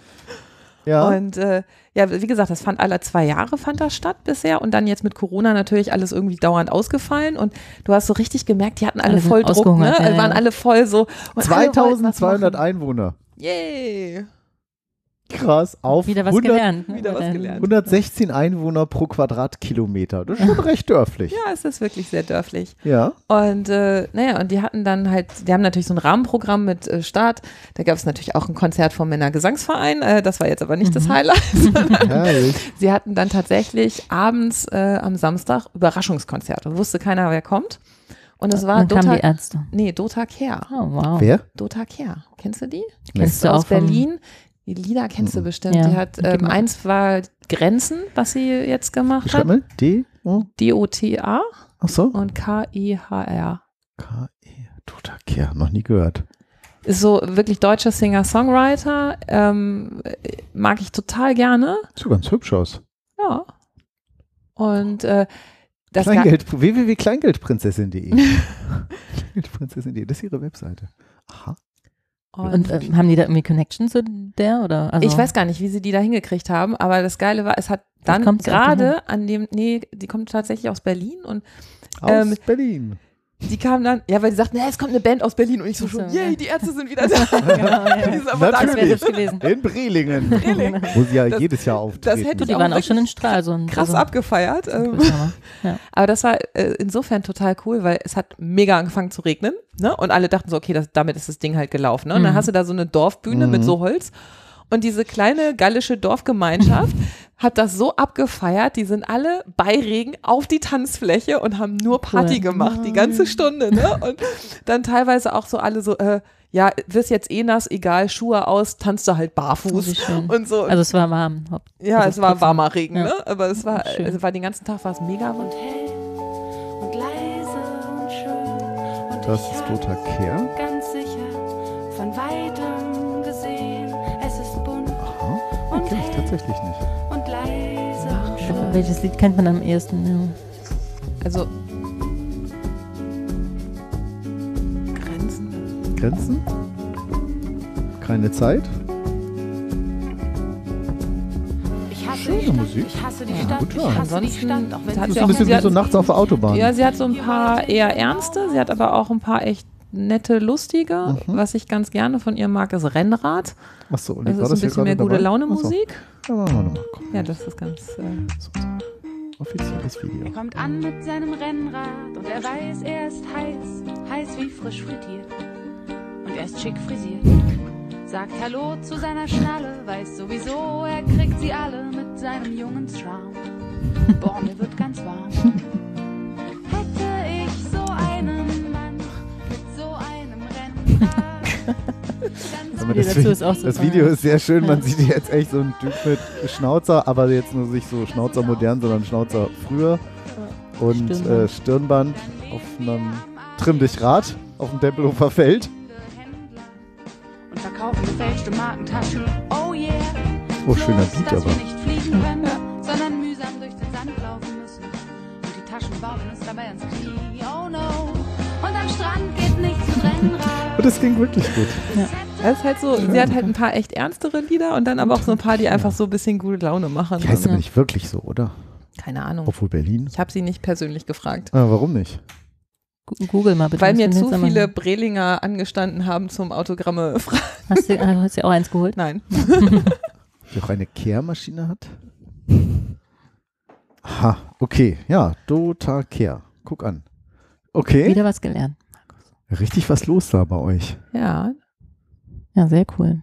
Ja. Und äh, ja, wie gesagt, das fand alle zwei Jahre fand das statt bisher und dann jetzt mit Corona natürlich alles irgendwie dauernd ausgefallen und du hast so richtig gemerkt, die hatten alle, Alle sind voll Druck, ne? ausgehungert, ja, waren ja. alle voll so. und alle wollten was zweitausendzweihundert machen. Einwohner. Yay. Krass. Auf Wieder was hundert, gelernt. Ne? wieder was Äh, gelernt. hundertsechzehn Einwohner pro Quadratkilometer. Das ist schon recht dörflich. Ja, es ist wirklich sehr dörflich. Ja. Und äh, naja, und die hatten dann halt, die haben natürlich so ein Rahmenprogramm mit äh, Start. Da gab es natürlich auch ein Konzert vom Männergesangsverein. Äh, das war jetzt aber nicht das Mhm. Highlight, sondern Herrlich. sie hatten dann tatsächlich abends äh, am Samstag Überraschungskonzerte. Wusste keiner, wer kommt. Und es war Dann kamen die Dota, Ärzte. nee, Dota Kehr. Oh, wow. Wer? Dota Kehr. Kennst du die? Kennst du Aus auch vom- Berlin. Die Lieder kennst du bestimmt. Ja, Die hat, gib ähm, mal. eins war Grenzen, was sie jetzt gemacht Schreib hat. mal. D. O. D O T A Ach so. und K I H R. K E. Dota Kehr. Noch nie gehört. Ist so wirklich deutscher Singer-Songwriter. Ähm, mag ich total gerne. Sieht so ganz hübsch aus. Ja. Und äh, das ga- Kleingeld, w w w punkt kleingeldprinzessin punkt de. kleingeldprinzessin punkt de. Das ist ihre Webseite. Aha. Und ähm, haben die da irgendwie Connection zu der? Oder? Also, ich weiß gar nicht, wie sie die da hingekriegt haben, aber das Geile war, es hat dann kommt sie einfach gerade an dem, nee, die kommt tatsächlich aus Berlin und Aus Ähm, Berlin. die kam dann, ja, weil die sagten, ja, es kommt eine Band aus Berlin und ich so Ach so, schon, ja. yay, die Ärzte sind wieder da. Genau, ja. Die sind aber da Das wäre Natürlich. hübsch gewesen. In Brelingen. Brelingen. Wo sie ja Das- jedes Jahr das auftreten. hätte Du, ich die auch waren auch schon in wirklich Strahl. So ein, krass so abgefeiert. Ähm, größerer. Ja. Aber das war äh, insofern total cool, weil es hat mega angefangen zu regnen, ne? Und alle dachten so, okay, das, damit ist das Ding halt gelaufen, ne? Und dann Mhm. hast du da so eine Dorfbühne Mhm. mit so Holz und diese kleine gallische Dorfgemeinschaft hat das so abgefeiert, die sind alle bei Regen auf die Tanzfläche und haben nur Party Cool. gemacht, die ganze Stunde, ne? Und dann teilweise auch so alle so, äh, ja, wirst jetzt eh nass, egal, Schuhe aus, tanzt du halt Oh, barfuß wie schön. und so. Also es war warm. Haupt- ja, also es war trotzdem- warmer Regen, ja. ne? Aber es war, Schön. es war den ganzen Tag war es mega warm. und hell und leise und schön. Und Das ich ist hab Dota Kehr. ganz sicher von weitem gesehen. Es ist bunt Aha. und Kenn ich hell tatsächlich nicht. und leise und schön. Welches Lied kennt man am ehesten? Ja. Also Grenzen. Grenzen? Keine Zeit? Ich hasse Schöne die Stadt, Musik. ich hasse die Ja, Stadt, gut, ich ja. hasse die Ansonsten Stadt, auch wenn hat Das sie ist sie ein auch- bisschen sie wie hat- so nachts auf der Autobahn. Ja, sie hat so ein paar eher ernste, sie hat aber auch ein paar echt nette, lustige. Mhm. Was ich ganz gerne von ihr mag, ist Rennrad. Achso, und Das war ist ein das hier bisschen mehr gerade gute dabei? Laune Achso. Musik. Ja, machen wir nochmal. Komm. Ja, das ist ganz. Äh, So, so. Offizielles Video. Er kommt an mit seinem Rennrad und er weiß, er ist heiß, heiß wie frisch frittiert. Und er ist schick frisiert. Sagt Hallo zu seiner Schnalle, weiß sowieso, er kriegt sie alle mit seinem jungen Charme. Boah, mir wird ganz warm. Hätte ich so einen Mann mit so einem Rennrad. Ganz Aber Video das, dazu Vi- ist auch super. das Video ist sehr schön. Man Ja. sieht hier jetzt echt so einen Typ mit Schnauzer, aber jetzt nur nicht so Schnauzer modern, sondern Schnauzer früher. Und Stirnband. äh, Stirnband auf einem Trimm dich Rad auf dem Tempelhofer Feld. und verkaufen gefälschte Markentaschen. Oh yeah. Oh, schöner Bloß, Beat dass aber. wir nicht fliegen können, sondern Taschenbaumeln ist dabei ans Knie. Oh no. Und am Strand geht nichts mit Rennrad. Und das klingt wirklich gut. Es ist halt so, sie hat halt ein paar echt ernstere Lieder und dann aber auch so ein paar, die einfach so ein bisschen gute Laune machen. Die heißt Und, aber nicht wirklich so, oder? keine Ahnung. Obwohl Berlin. Ich habe sie nicht persönlich gefragt. Ah, warum nicht? Gu- Google mal bitte. Weil was mir wir zu jetzt einmal- viele Brelinger angestanden haben zum Autogramme fragen. Hast du, äh, hast du auch eins geholt? Nein. Die auch eine Kehrmaschine hat? Aha, okay. Ja, Dota Kehr. Guck an. Okay. Wieder was gelernt. Richtig was los da bei euch. Ja. Ja, sehr cool.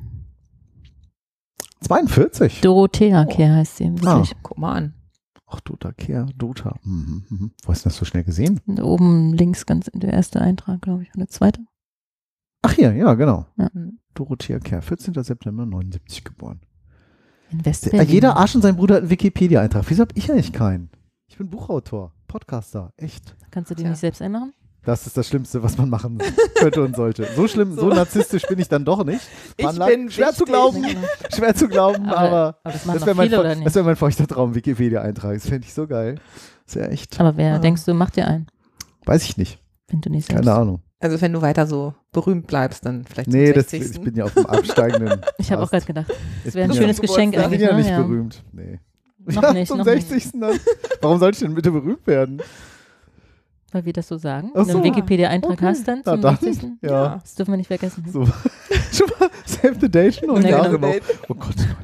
zweiundvierzig. Dorothea Kehr heißt sie. Wirklich. Guck mal an. Ach, Dota Kehr, Dota. Mhm, mhm. Wo hast du das so schnell gesehen? Und oben links ganz der erste Eintrag, glaube ich. Und der zweite. Ach hier, ja, genau. Ja. Dorothea Kehr, vierzehnten September neunundsiebzig geboren. In Der, Westberlin. jeder Arsch und sein Bruder hat einen Wikipedia-Eintrag. Wieso hab ich eigentlich keinen? Ich bin Buchautor, Podcaster, echt. Kannst du die Tja. nicht selbst einmachen? Das ist das Schlimmste, was man machen könnte und sollte. So schlimm, so, So. narzisstisch bin ich dann doch nicht. Ich Man lag- bin schwer zu wichtig. glauben, schwer zu glauben, Aber, aber, aber das machen das wäre noch mein, viele, feu- oder nicht? das wär mein feuchter Traum, Wikipedia-Eintrag. Das fände ich so geil. Das wäre echt, Aber wer Ah. denkst du, macht dir einen, weiß ich nicht, wenn du nicht selbst? keine Ahnung. Also wenn du weiter so berühmt bleibst, dann vielleicht zum Nee, das, sechzigsten. ich bin ja auf dem absteigenden. Ich habe auch Ast. gerade gedacht, Ich wäre ein bin schönes ja, Geschenk Ich bin eigentlich, ja ne? nicht Ja. berühmt. Nee. Noch ja, nicht, zum noch sechzigsten dann. Warum sollte ich denn bitte berühmt werden? weil wir das so sagen. Ach Wenn du so. einen Wikipedia-Eintrag Okay. hast dann Na zum dann. sechzigsten Ja. Das dürfen wir nicht vergessen. So. Schon mal Save the Date schon noch Ja, Jahre genau. noch. Oh Gott, Gott.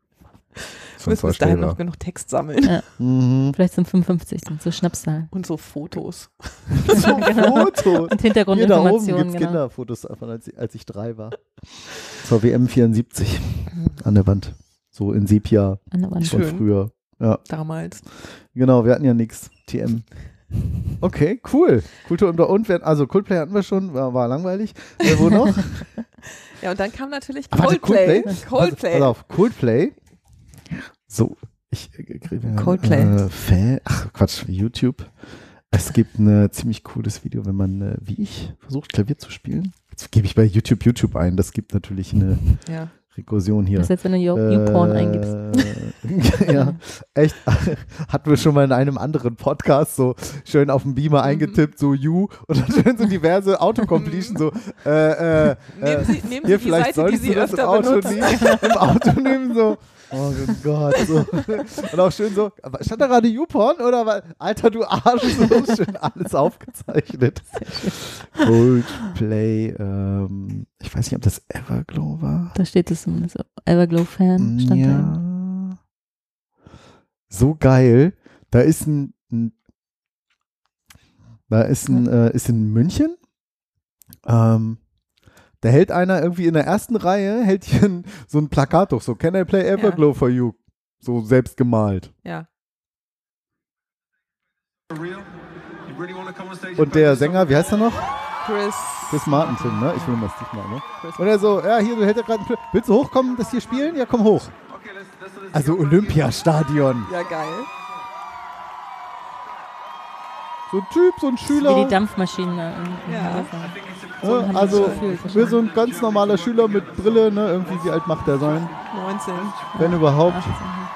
Du musst bis dahin noch genug Text sammeln. Ja. Mhm. Vielleicht zum fünfundfünfzigsten So Schnapszahlen. Und so Fotos. So Genau. Fotos. Und Hier da oben Hintergrundinformationen. gibt es Genau. Kinderfotos davon, als ich, als ich drei war. Zur W M vierundsiebzig an der Wand. So in Sepia An der Wand. von Schön. früher. Ja, Damals. genau, wir hatten ja nichts. T M. Okay, cool. Kultur und, und wir, also Coldplay hatten wir schon, war, war langweilig. Äh, wo noch? Ja, und dann kam natürlich Ah, warte, Coldplay. Coldplay? Coldplay. Pass auf, Coldplay. So, ich äh, kriege Coldplay. Äh, Fan, ach Quatsch, YouTube. Es gibt ein ziemlich cooles Video, wenn man, äh, wie ich, versucht Klavier zu spielen. Jetzt gebe ich bei YouTube YouTube ein. Das gibt natürlich eine Ja. Rekursion hier. Das ist jetzt, wenn du YouPorn eingibst. Äh, ja, echt. Hatten wir schon mal in einem anderen Podcast so schön auf dem Beamer eingetippt, so You und dann schön so diverse Autocompletion, so äh, äh, Nehmen äh, Sie, nehmen hier Sie die vielleicht Seite, die solltest Sie du das im öfter Auto, benutzen. nehmen, im Auto nehmen, so. Oh Gott, so. Und auch schön so, aber stand da gerade YouPorn oder war, Alter, du Arsch, so schön alles aufgezeichnet. Coldplay, ähm, ich weiß nicht, ob das Everglow war. Da steht es zumindest. Everglow-Fan stand da. Ja. So geil. Da ist ein, ein da ist ein, äh, ist in München. Ähm, da hält einer irgendwie in der ersten Reihe, hält hier ein, so ein Plakat durch, so Can I play Everglow for you? So selbst gemalt. Ja. Und der Sänger, wie heißt er noch? Chris. Chris Martin, ne? Ich will mal Steve mal, ne? Und er so, ja, hier, du hältst ja gerade, willst du hochkommen, das hier spielen? Ja, komm hoch. Also Olympiastadion. Ja, geil. So ein Typ, so ein Das ist wie Schüler. die Dampfmaschinen. da im- im Ja. Wasser. Ne? haben Also, das gefühlt, ich will so ein ganz normaler Schüler mit Brille, ne? Irgendwie, wie alt macht der sein? neunzehn. Wenn überhaupt. achtzehn.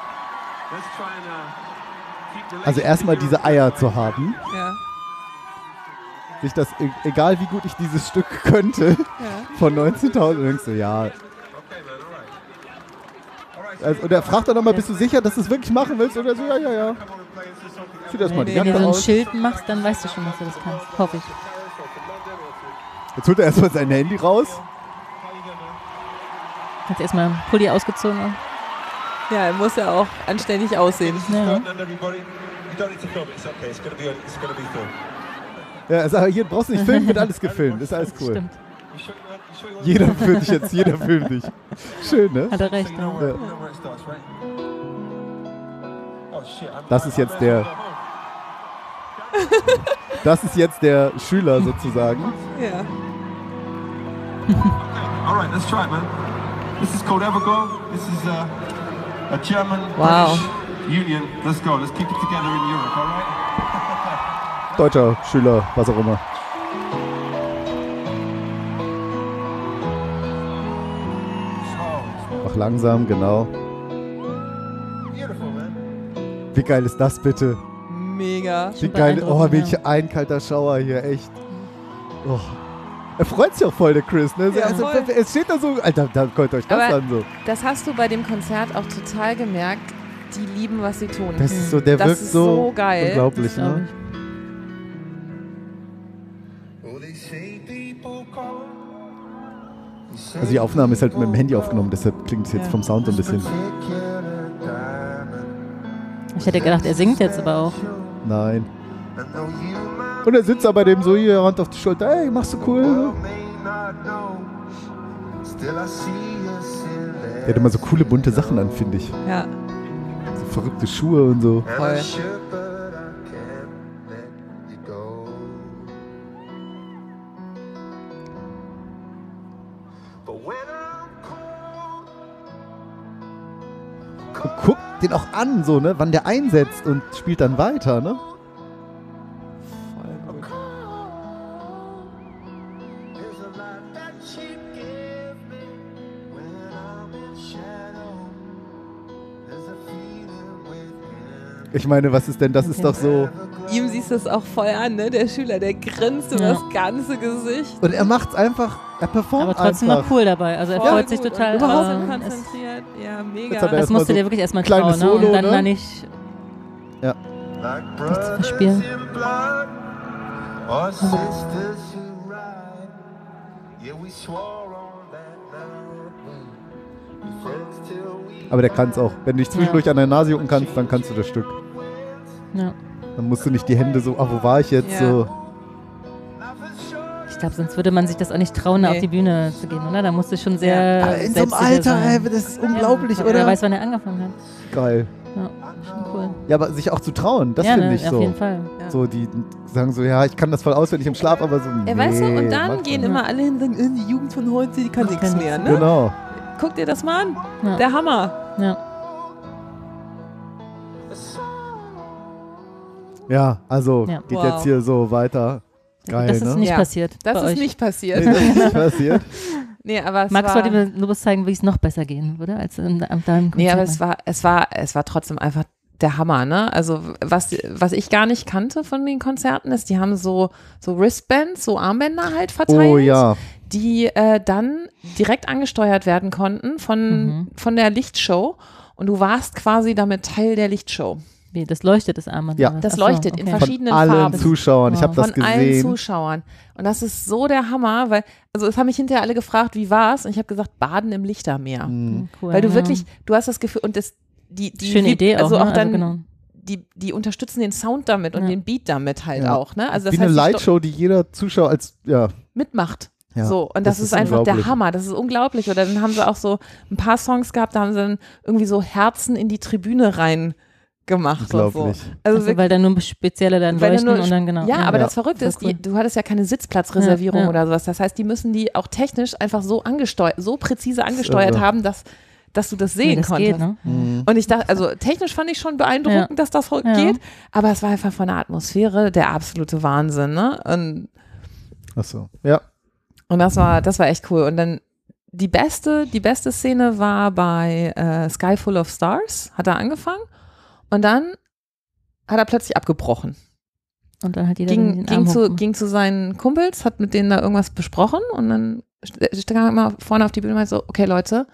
Also erstmal diese Eier zu haben. Ja. Sich das, e- egal wie gut ich dieses Stück könnte, Ja. von neunzehntausend, denkst du, ja. Also, und er fragt dann nochmal, bist du sicher, dass du es wirklich machen willst? Und er so, ja, ja, ja. Zieh das mal die Nee, Wenn du Jacke so ein aus. Schild machst, dann weißt du schon, dass du das kannst. Hoffe ich. Jetzt holt er erstmal sein Handy raus. Hat erstmal einen Pulli ausgezogen. Ja, er muss ja auch anständig aussehen. Ja. Ja, er sagt, hier brauchst du nicht filmen, wird alles gefilmt. Ist alles cool. Stimmt. Jeder filmt dich jetzt, jeder filmt dich. Schön, ne? Hat er recht. Ja. Ja. Das ist jetzt der. Das ist jetzt der Schüler sozusagen. Ja. All right, let's try it, man. This is called Everglow. This is uh, a German Wow. British union. Let's go. Let's keep it together in Europe, all right? Deutscher Schüler, was auch immer. Mach langsam, genau. Beautiful, man. Wie geil ist das bitte? Mega. Wie geil. Oh, beeindruckend, welch ja. ein kalter Schauer hier, echt. Oh. Er freut sich auch voll, der Chris. Ne? Ja, also, voll. es steht da so, Alter, da könnt ihr euch das Aber an so. Das hast du bei dem Konzert auch total gemerkt. Die lieben, was sie tun. Das ist so, der Das wirkt ist so, so geil. unglaublich. Glaub Ne? Also die Aufnahme ist halt mit dem Handy aufgenommen, deshalb klingt es jetzt Ja. vom Sound so ein bisschen. Ich hätte gedacht, er singt jetzt aber auch. Nein. Und er sitzt da bei dem so hier, Hand auf die Schulter, ey, machst du cool. Der hat immer so coole bunte Sachen an, finde ich. Ja, So verrückte Schuhe und so. voll. Und guck den auch an, so, ne, wann der einsetzt und spielt dann weiter, ne? Voll gut. Ich meine, was ist denn, das ist doch so. Ihm siehst du es auch voll an, ne? Der Schüler, der grinst über Ja. das ganze Gesicht. Und er macht's einfach, er performt Aber trotzdem einfach. noch cool dabei. Also er Voll freut sich gut total. und überhaupt ähm, es, konzentriert. Ja, mega. Jetzt hat er das erstmal musst du so dir wirklich erstmal kleines trauen, ne? Solo, Und dann ne? da nicht Ja. nicht zu verspielen. Aber der kann's auch. Wenn du dich zwischendurch Ja. an der Nase jucken kannst, dann kannst du das Stück. Ja. Dann musst du nicht die Hände so, ah, wo war ich jetzt? Ja. So. Ich glaube, sonst würde man sich das auch nicht trauen, Nee. auf die Bühne zu gehen, oder? Da musst du schon sehr Aber in so einem selbstsicher Alter, ey, sein. das ist unglaublich, Ja, oder? Wer weiß, wann er angefangen hat. Geil. Ja, schon cool. Ja, aber sich auch zu trauen, das ja, finde ne, ich auf so. jeden Fall. Ja. So, die sagen so, ja, ich kann das voll auswendig im Schlaf, aber so, Ja, nee, weißt du, und dann mach gehen doch. immer alle hin und sagen, äh, die Jugend von heute, die kann Die nichts kann mehr, nichts ne? Genau. Guck dir das mal an. Ja. Der Hammer. Ja. Ja, also Ja. geht Wow. jetzt hier so weiter. Geil, das ist ne? nicht Ja. passiert. Das bei ist euch. nicht passiert. Nee, das ist nicht passiert. Nee, aber es Max war, wollte mir nur was zeigen, wie es noch besser gehen würde, als in, an deinem Konzert. Nee, aber es war, es war, es war trotzdem einfach der Hammer, ne? Also was, was ich gar nicht kannte von den Konzerten ist, die haben so, so Wristbands, so Armbänder halt verteilt, Oh ja. die äh, dann direkt angesteuert werden konnten von, Mhm. von der Lichtshow und du warst quasi damit Teil der Lichtshow. Wie, das leuchtet das Armband. Ja. oder was? Das Ach so, leuchtet in okay. Von verschiedenen allen Farben. Zuschauern. Ich Wow. habe das Von allen gesehen. Zuschauern. Und das ist so der Hammer, weil, also es haben mich hinterher alle gefragt, wie war's? Und ich habe gesagt, Baden im Lichtermeer. Mhm. Cool, Weil du ja. wirklich, du hast das Gefühl, und das, die, die, Schöne Idee also auch, auch ne? dann, Also genau. die, die unterstützen den Sound damit und Ja. den Beat damit halt Ja. auch, ne? Also das Wie eine heißt, die Sto- Lightshow, die jeder Zuschauer als, ja, mitmacht. Ja, so, und das das, ist, ist einfach der unglaublich. Hammer, das ist unglaublich. Oder dann haben sie auch so ein paar Songs gehabt, da haben sie dann irgendwie so Herzen in die Tribüne rein gemacht und so. unglaublich. Also, Also, wirklich, weil dann nur spezielle dann weil leuchten dann nur- und dann genau. ja, aber Ja. das Verrückte Voll ist, cool. die, du hattest ja keine Sitzplatzreservierung Ja, ja. oder sowas. Das heißt, die müssen die auch technisch einfach so angesteuert, so präzise angesteuert irre. haben, dass, dass du das Wie sehen das konntest. geht, ne? Mhm. Und ich dachte, also technisch fand ich schon beeindruckend, Ja. dass das so Ja. geht, aber es war einfach von der Atmosphäre der absolute Wahnsinn, ne? Und, Achso. Ja. und das war, das war echt cool. Und dann die beste, die beste Szene war bei äh, Sky Full of Stars, hat er angefangen und dann hat er plötzlich abgebrochen. Und dann hat jeder Ging, den ging, Arm zu, hochgemacht. ging zu seinen Kumpels, hat mit denen da irgendwas besprochen und dann st- kam er immer vorne auf die Bühne und meinte so, okay Leute,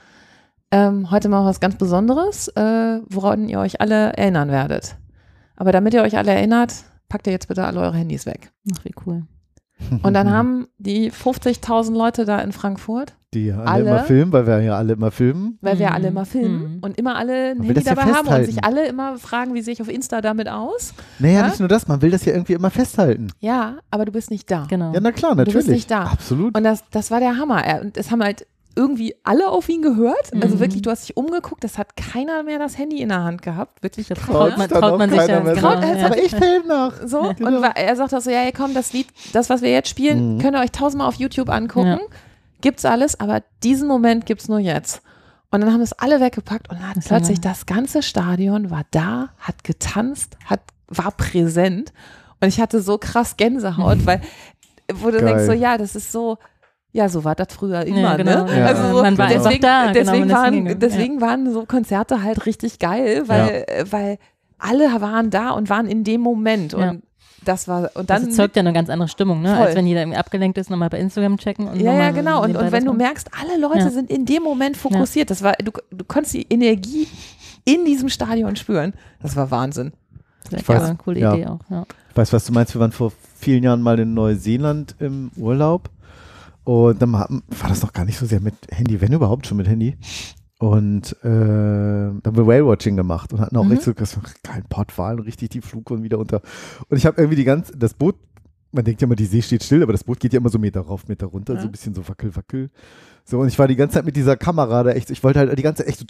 ähm, heute machen wir was ganz Besonderes, äh, woran ihr euch alle erinnern werdet. Aber damit ihr euch alle erinnert, packt ihr jetzt bitte alle eure Handys weg. Ach, wie cool. Und dann haben die fünfzigtausend Leute da in Frankfurt, Die ja alle, Alle- immer filmen, weil wir ja alle immer filmen. weil wir Mhm. alle immer filmen Mhm. und immer alle ein Man will Handy das ja dabei haben und festhalten. sich alle immer fragen, wie sehe ich auf Insta damit aus. Naja, Ja? nicht nur das, man will das ja irgendwie immer festhalten. Ja, aber du bist nicht da. Genau. Ja, na klar, Du bist natürlich. nicht da. Absolut. Und das, das war der Hammer. Er- Und es haben halt irgendwie alle auf ihn gehört. Also Mhm. wirklich, du hast dich umgeguckt, es hat keiner mehr das Handy in der Hand gehabt. Wirklich Da keiner. traut man, Dann traut auch man sich keiner ja. mehr Genau, so, Traut- ja. Aber ich film nach. So, Genau. und wa- er sagt auch so, ja, ey, komm, das Lied, das, was wir jetzt spielen, Mhm. könnt ihr euch tausendmal auf YouTube angucken. Ja. Gibt's alles, aber diesen Moment gibt's nur jetzt. Und dann haben es alle weggepackt und dann hat Das ist plötzlich Hammer. das ganze Stadion war da, hat getanzt, hat, war präsent. Und ich hatte so krass Gänsehaut, weil, wo du Geil. denkst so, ja, das ist so, ja, so war das früher immer, genau, ne? ja. Also so, Man war deswegen, einfach da, genau, deswegen, man ist waren, hingegangen, deswegen waren so Konzerte halt richtig geil, weil, weil alle waren da und waren in dem Moment Ja. und das war, und dann. Das erzeugt ja eine ganz andere Stimmung, ne? Voll. Als wenn jeder irgendwie abgelenkt ist, nochmal bei Instagram checken. Und Ja, nochmal ja, genau. Und, nebenbei und wenn was du machen. merkst, alle Leute Ja. sind in dem Moment fokussiert, das war, du, du konntest die Energie in diesem Stadion spüren. Das war Wahnsinn. Das Ich war weiß, eine coole ja. Idee auch, ja. Ich weiß, was du meinst. Wir waren vor vielen Jahren mal in Neuseeland im Urlaub und dann haben, war das noch gar nicht so sehr mit Handy, wenn überhaupt schon mit Handy. Und äh, da haben wir Whale-Watching gemacht und hatten auch Mhm. richtig so kein Pottwal und richtig die Flugkurven wieder unter. Und ich habe irgendwie die ganze, das Boot, man denkt ja immer, die See steht still, aber das Boot geht ja immer so Meter rauf, Meter runter, Ja. so ein bisschen so wackel, wackel. So, und ich war die ganze Zeit mit dieser Kamera da echt, ich wollte halt die ganze Zeit echt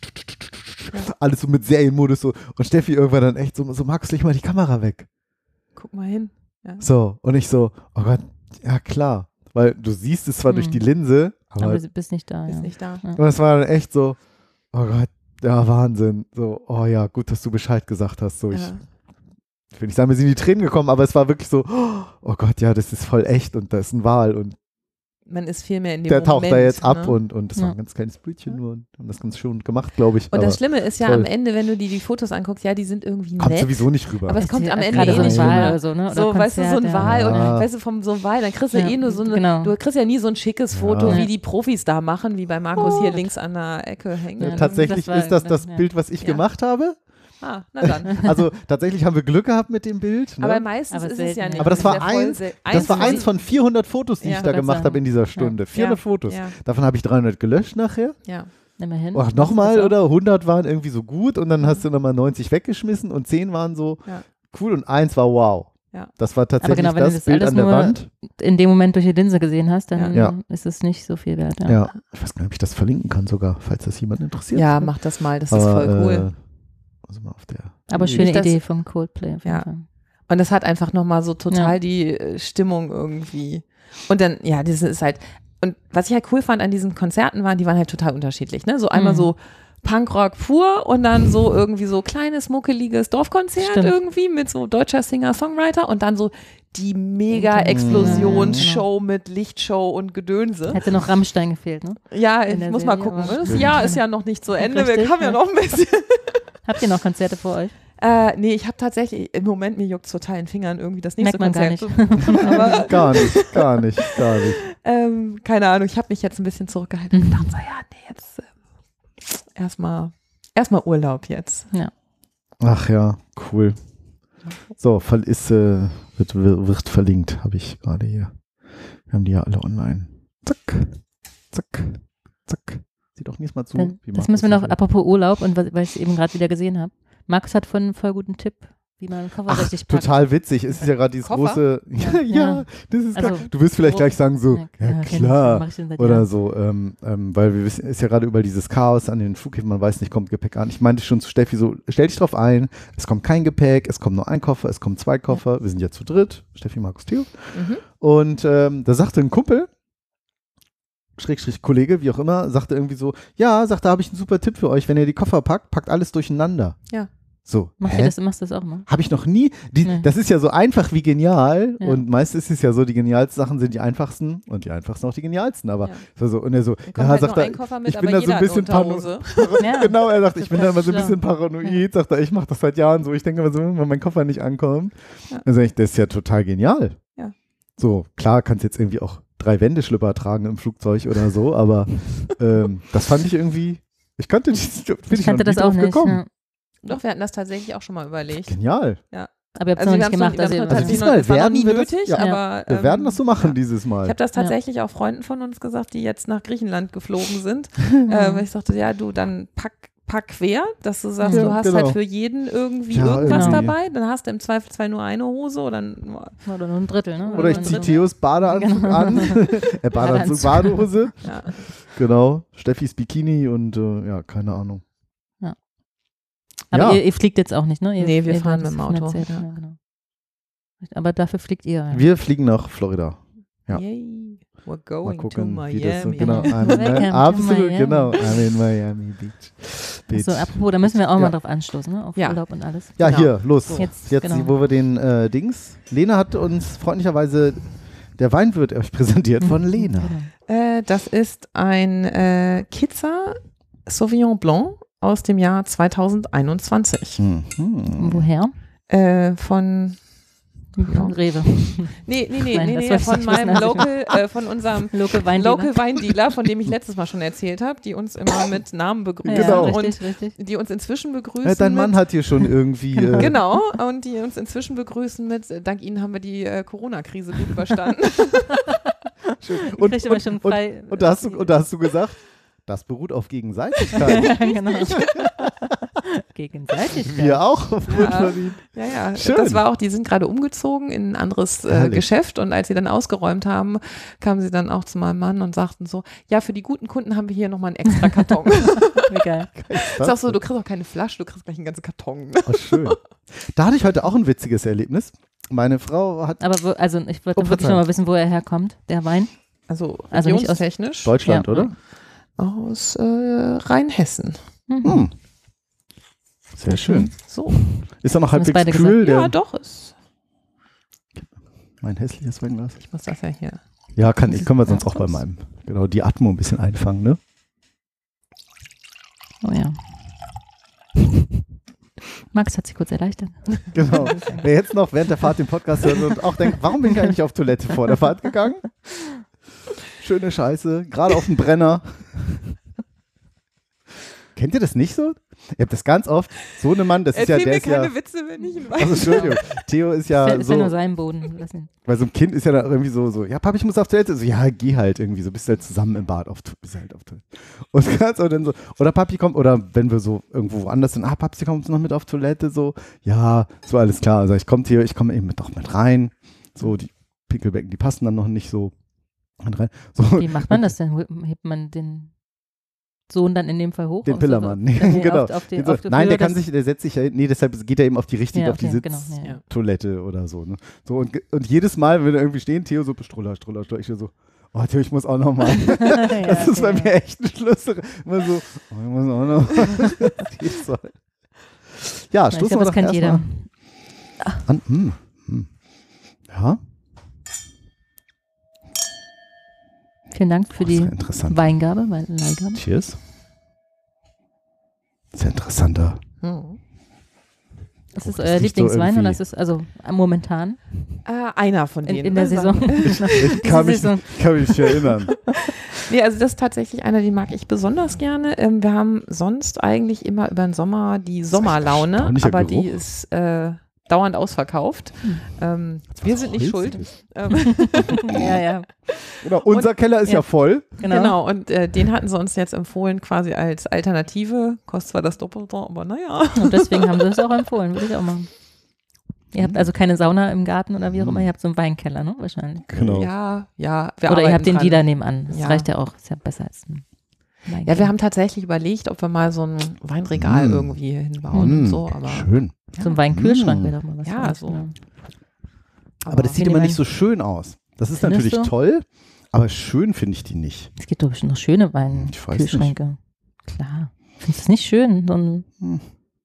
so alles so mit Serienmodus so. Und Steffi irgendwann dann echt so, so Markus, leg mal die Kamera weg. Guck mal hin. Ja. So, und ich so, oh Gott, ja klar. Weil du siehst es zwar Mhm. durch die Linse, aber, Aber du bist nicht da, Ist ja. nicht da. und es war dann echt so, oh Gott, ja, Wahnsinn. So, oh ja, gut, dass du Bescheid gesagt hast. So, ich, Ja. ich will nicht sagen, mir sind die Tränen gekommen, aber es war wirklich so, oh Gott, ja, das ist voll echt und da ist ein Wal und Man ist viel mehr in dem der Moment. taucht da jetzt ab ne? und, und das war Ja. ein ganz kleines Bildchen nur und haben das ganz schön gemacht, glaube ich. Und aber das Schlimme ist ja toll. am Ende, wenn du dir die Fotos anguckst, ja, die sind irgendwie kommt nett. sowieso nicht rüber. Aber es kommt am Ende Gerade eh so ein nicht Wal rüber. oder so, ne? Oder So, weißt du, so ein Konzert, Wal ja. und Ja. weißt du, vom so einem Wal, dann kriegst du Ja, eh nur so eine, genau. du kriegst ja nie so ein schickes Foto, Ja. wie die Profis da machen, wie bei Markus hier links an der Ecke hängen. Ja, Äh, das- tatsächlich das war- ist das das ja. Bild, was ich Ja. gemacht habe. Ah, na dann. Also tatsächlich haben wir Glück gehabt mit dem Bild. Ne? Aber meistens Aber ist es selten, ja ja. nicht. Aber das ist war ja voll eins, sel- das war eins von von vierhundert Fotos, die Ja, ich da wollte gemacht sagen. habe in dieser Stunde. vierhundert Ja. Fotos. Ja. Davon habe ich dreihundert gelöscht nachher. Ja. Immerhin. Ach, nochmal oder hundert waren irgendwie so gut und dann hast du nochmal neunzig weggeschmissen und zehn waren so Ja. cool und eins war wow. Ja. Das war tatsächlich genau, wenn du das das Bild alles an der nur Wand. In dem Moment durch die Linse gesehen hast, dann Ja. ist es nicht so viel wert. Ja. Ja. Ich weiß gar nicht, ob ich das verlinken kann sogar, falls das jemand interessiert. Ja, mach das mal, das ist Aber, voll cool. Äh, also mal auf der Aber Nee, schöne das- Idee vom Coldplay. Auf jeden Ja. Fall. Und das hat einfach nochmal so total Ja. die äh, Stimmung irgendwie. Und dann, ja, das ist halt, und was ich halt cool fand an diesen Konzerten waren, die waren halt total unterschiedlich, ne? So einmal Mhm. so Punkrock pur und dann so irgendwie so kleines, muckeliges Dorfkonzert Stimmt. irgendwie mit so deutscher Singer-Songwriter und dann so die Mega-Explosionsshow mit Lichtshow und Gedönse. Hätte noch Rammstein gefehlt, ne? Ja, in ich der muss mal Serie, gucken. aber- Das Jahr ist ja noch nicht zu Ende, wir Richtig, haben ja ja. noch ein bisschen. Habt ihr noch Konzerte vor euch? Äh, nee, ich habe tatsächlich, im Moment, mir juckt total in den Fingern irgendwie das nächste Merkt man gar Konzert. Aber Gar nicht, gar nicht, gar nicht. ähm, keine Ahnung, ich habe mich jetzt ein bisschen zurückgehalten und gedacht so, ja, nee, jetzt äh, erstmal erstmal Urlaub jetzt. Ach ja, cool. So, Fall ist, äh, wird, wird verlinkt, habe ich gerade hier. Wir haben die ja alle online. Zack, zack, zack. Sieht doch nächstes Mal zu. Dann, wie das Markus müssen wir noch, will. apropos Urlaub und was, weil ich es eben gerade wieder gesehen habe. Markus hat von einen voll guten Tipp, wie man einen Koffer Ach, richtig packt. total witzig. Es ist ja gerade dieses Koffer? große. Ja, ja, das ist Also, klar. Du wirst vielleicht wo- gleich sagen so, Ja, ja, ja, kenn ich, klar. mach ich schon seit Oder Jahren. so, ähm, ähm, weil wir wissen, ist ja gerade überall dieses Chaos an den Flughäfen, man weiß nicht, kommt Gepäck an. Ich meinte schon zu Steffi so, stell dich drauf ein, es kommt kein Gepäck, es kommt nur ein Koffer, es kommen zwei Koffer, wir sind ja zu dritt, Steffi, Markus, Theo. Mhm. Und ähm, da sagte ein Kumpel, Schrägstrich Kollege, wie auch immer, sagte irgendwie so, ja, sagt, da habe ich einen super Tipp für euch, wenn ihr die Koffer packt, packt alles durcheinander. Ja. So, Machst du hä? das, machst du das auch immer? Habe ich noch nie. Die, Nee. Das ist ja so einfach wie genial. Ja. Und meist ist es ja so, die genialsten Sachen sind die einfachsten und die einfachsten auch die genialsten. Aber Ja. so, so, und er so, Dann kommt ja, halt sagt nur er, ein Koffer mit, ich bin aber da so jeder ein bisschen hat eine parano Unterhose. Ja. Genau, er sagt, ich bin da immer so ein Total bisschen paranoid. Sagt er, ich mache das seit Jahren so. Ich denke immer so, wenn mein Koffer nicht ankommt. Ja. Dann sage ich, das ist ja total genial. Ja. So, klar, kannst jetzt irgendwie auch drei Wendeschlipper tragen im Flugzeug oder so, aber ähm, das fand ich irgendwie, ich kannte, das, bin ich Ich kannte noch nie das auch drauf nicht. gekommen. Ja. Doch, wir hatten das tatsächlich auch schon mal überlegt. Genial. Aber ihr habt es Also noch wir nicht haben's gemacht. noch, Also, wir ihr- haben's noch Also tatsächlich diesmal noch, es war noch werden nie wir das- nötig, ja. aber Wir ähm, werden das so machen ja. dieses Mal. Ich habe das tatsächlich auch Freunden von uns gesagt, die jetzt nach Griechenland geflogen sind. äh, weil ich sagte, ja, du, dann pack, pack quer, dass du sagst, Ja, du hast genau. halt für jeden irgendwie Ja, irgendwas irgendwie. dabei. Dann hast du im Zweifelsfall nur eine Hose oder nur, Oder nur ein Drittel, ne? Oder ich ein ziehe Drittel. Theos Badeanzug Genau. an. äh, Badeanzug, Badehose. ja. Genau. Steffis Bikini und äh, ja, keine Ahnung. Aber Ja. ihr, ihr fliegt jetzt auch nicht, ne? Ihr, Nee, wir ihr fahren habt mit dem es Auto. erzählt, Ja. ja, genau. Aber dafür fliegt ihr. Ja. Wir fliegen nach Florida. Ja. Yay, we're Mal going to gucken, wie das so, Miami. genau. I'm in, Welcome to absolut, Miami. genau. I'm in Miami Beach. Beach. So, apropos, da müssen wir auch Ja. mal drauf anstoßen, ne? Auf Ja. Urlaub und alles. Ja, genau. hier, los. So. Jetzt, Jetzt, genau. wo wir den äh, Dings. Lena hat uns freundlicherweise der Wein wird euch präsentiert von Lena. Genau. Äh, das ist ein äh, Kizza Sauvignon Blanc aus dem Jahr zweitausendeinundzwanzig. Mhm. Woher? Äh, von Von Rewe. Nee, nee, nee, Nein, nee, das nee wollte ich von nicht meinem wissen, also Local, äh, von unserem Local Weindealer. Local Weindealer, von dem ich letztes Mal schon erzählt habe, die uns immer mit Namen begrüßen Ja, Genau. richtig, und richtig. die uns inzwischen begrüßen Ja, dein Mann mit, hat hier schon irgendwie. Äh, genau, und die uns inzwischen begrüßen mit, äh, dank Ihnen haben wir die äh, Corona-Krise gut überstanden. schön. Ich Und, krieg immer und, schon und, frei. und, da hast du, und da hast du gesagt, das beruht auf Gegenseitigkeit. Ja, genau. Gegenseitig. Wir auch auf Ja. Wohlverdienen. Ja, ja, Schön. das war auch, die sind gerade umgezogen in ein anderes äh, Herrlich. Geschäft und als sie dann ausgeräumt haben, kamen sie dann auch zu meinem Mann und sagten so, ja, für die guten Kunden haben wir hier nochmal einen extra Karton. Wie geil. Ich sag so, du kriegst auch keine Flasche, du kriegst gleich einen ganzen Karton. Oh, schön. Da hatte ich heute auch ein witziges Erlebnis. Meine Frau hat Aber wo, also ich Oh, wollte wirklich Verzeihung. noch mal wissen, wo er herkommt, der Wein. Also, Also nicht aus regionstechnisch Deutschland, Ja. oder? aus äh, Rheinhessen. Mhm. Hm. Sehr schön. So. Ist er noch Haben wir's halbwegs beide kühl? gesagt? Der, Ja, doch, ist, mein hässliches Weinglas. ich muss das ja hier. Ja, kann ich. Können wir sonst auch bei Raus. meinem. Genau, die Atmo ein bisschen einfangen, ne? Oh ja. Max hat sich kurz erleichtert. Genau. Wer jetzt noch während der Fahrt den Podcast hört und auch denkt, warum bin ich eigentlich auf Toilette vor der Fahrt gegangen? Schöne Scheiße, gerade auf dem Brenner. Kennt ihr das nicht so? Ihr habt das ganz oft. So eine Mann, das ist ja, Erzähl der mir ist ja. keine Witze, wenn ich ihn weiß. Also Entschuldigung, Theo ist ja Ist ja nur so, sein Boden. Lass ihn. bei so einem Kind ist ja da irgendwie so, so, ja, Papi, ich muss auf Toilette. So, ja, geh halt irgendwie so, bist halt zusammen im Bad auf, bist halt auf Toilette. Und ganz und dann so, oder Papi kommt, oder wenn wir so irgendwo woanders sind, ah, Papi, kommst du noch mit auf Toilette? So, ja, so alles klar. Also ich komme hier, ich komme eben mit, doch mit rein. So, die Pickelbecken, die passen dann noch nicht so rein. So, Wie macht man das denn? Hebt man den Sohn dann in dem Fall hoch? Den auf Pillermann, So, nee, genau. Auf, auf die, Den so, auf die nein, der Höhe kann des- sich, der setzt sich ja, nee, deshalb geht er eben auf die richtige, Ja, auf die okay, genau, ja, ja. Sitztoilette oder so. Ne? So und, ge- und jedes Mal, wenn wir irgendwie stehen, Theo so, Struller, Struller, Struller, ich so, oh Theo, ich muss auch noch mal. Ja, Das ist bei okay. mir echt ein Schluss. Immer so, oh, ich muss auch noch mal. Jedes Mal. Ja, Ja, ich stoßen glaube, wir das doch kennt erst jeder. mal an. Hm, hm. Ja, Vielen Dank für oh, ist die ja interessant. Weingabe, Wein- Leihgabe. Cheers. Sehr interessanter. Hm. Ist es das euer riecht so Lieblingswein irgendwie- oder ist es also äh, momentan Äh, einer von in, denen. in der ne, Saison? sagen wir. Ich kann mich, Saison. ich kann mich nicht erinnern. Nee, also das ist tatsächlich einer, den mag ich besonders gerne. Ähm, wir haben sonst eigentlich immer über den Sommer die Sommerlaune, erstaunlicher aber die Geruch. ist äh, dauernd ausverkauft. Ähm, wir was sind nicht schuld. Holziges. Ähm, Ja, ja. Genau, unser Keller ist ja, ja. voll. Genau. genau, und äh, den hatten sie uns jetzt empfohlen quasi als Alternative. Kostet zwar das Doppelte, aber naja. Und deswegen haben sie es auch empfohlen, würde ich auch machen. Ihr habt also keine Sauna im Garten oder wie auch immer, ihr habt so einen Weinkeller, ne? Wahrscheinlich. Genau. Ja, ja. Wir Oder ihr arbeiten habt den dran. Dealer nebenan. Das Ja. reicht ja auch. Ist ja besser als ein Weinkeller. Ja, wir haben tatsächlich überlegt, ob wir mal so ein Weinregal Mm. irgendwie hinbauen und Mm, so, aber schön. so ein Weinkühlschrank Mm. wäre doch mal was. Ja, für uns, so. genau. Aber das sieht Miniwein. immer nicht so schön aus. Das ist Findest natürlich du? toll, aber schön finde ich die nicht. Es gibt doch bestimmt noch schöne Ich weiß nicht. Weinkühlschränke. Klar. Findest du es nicht schön? So ein, Hm.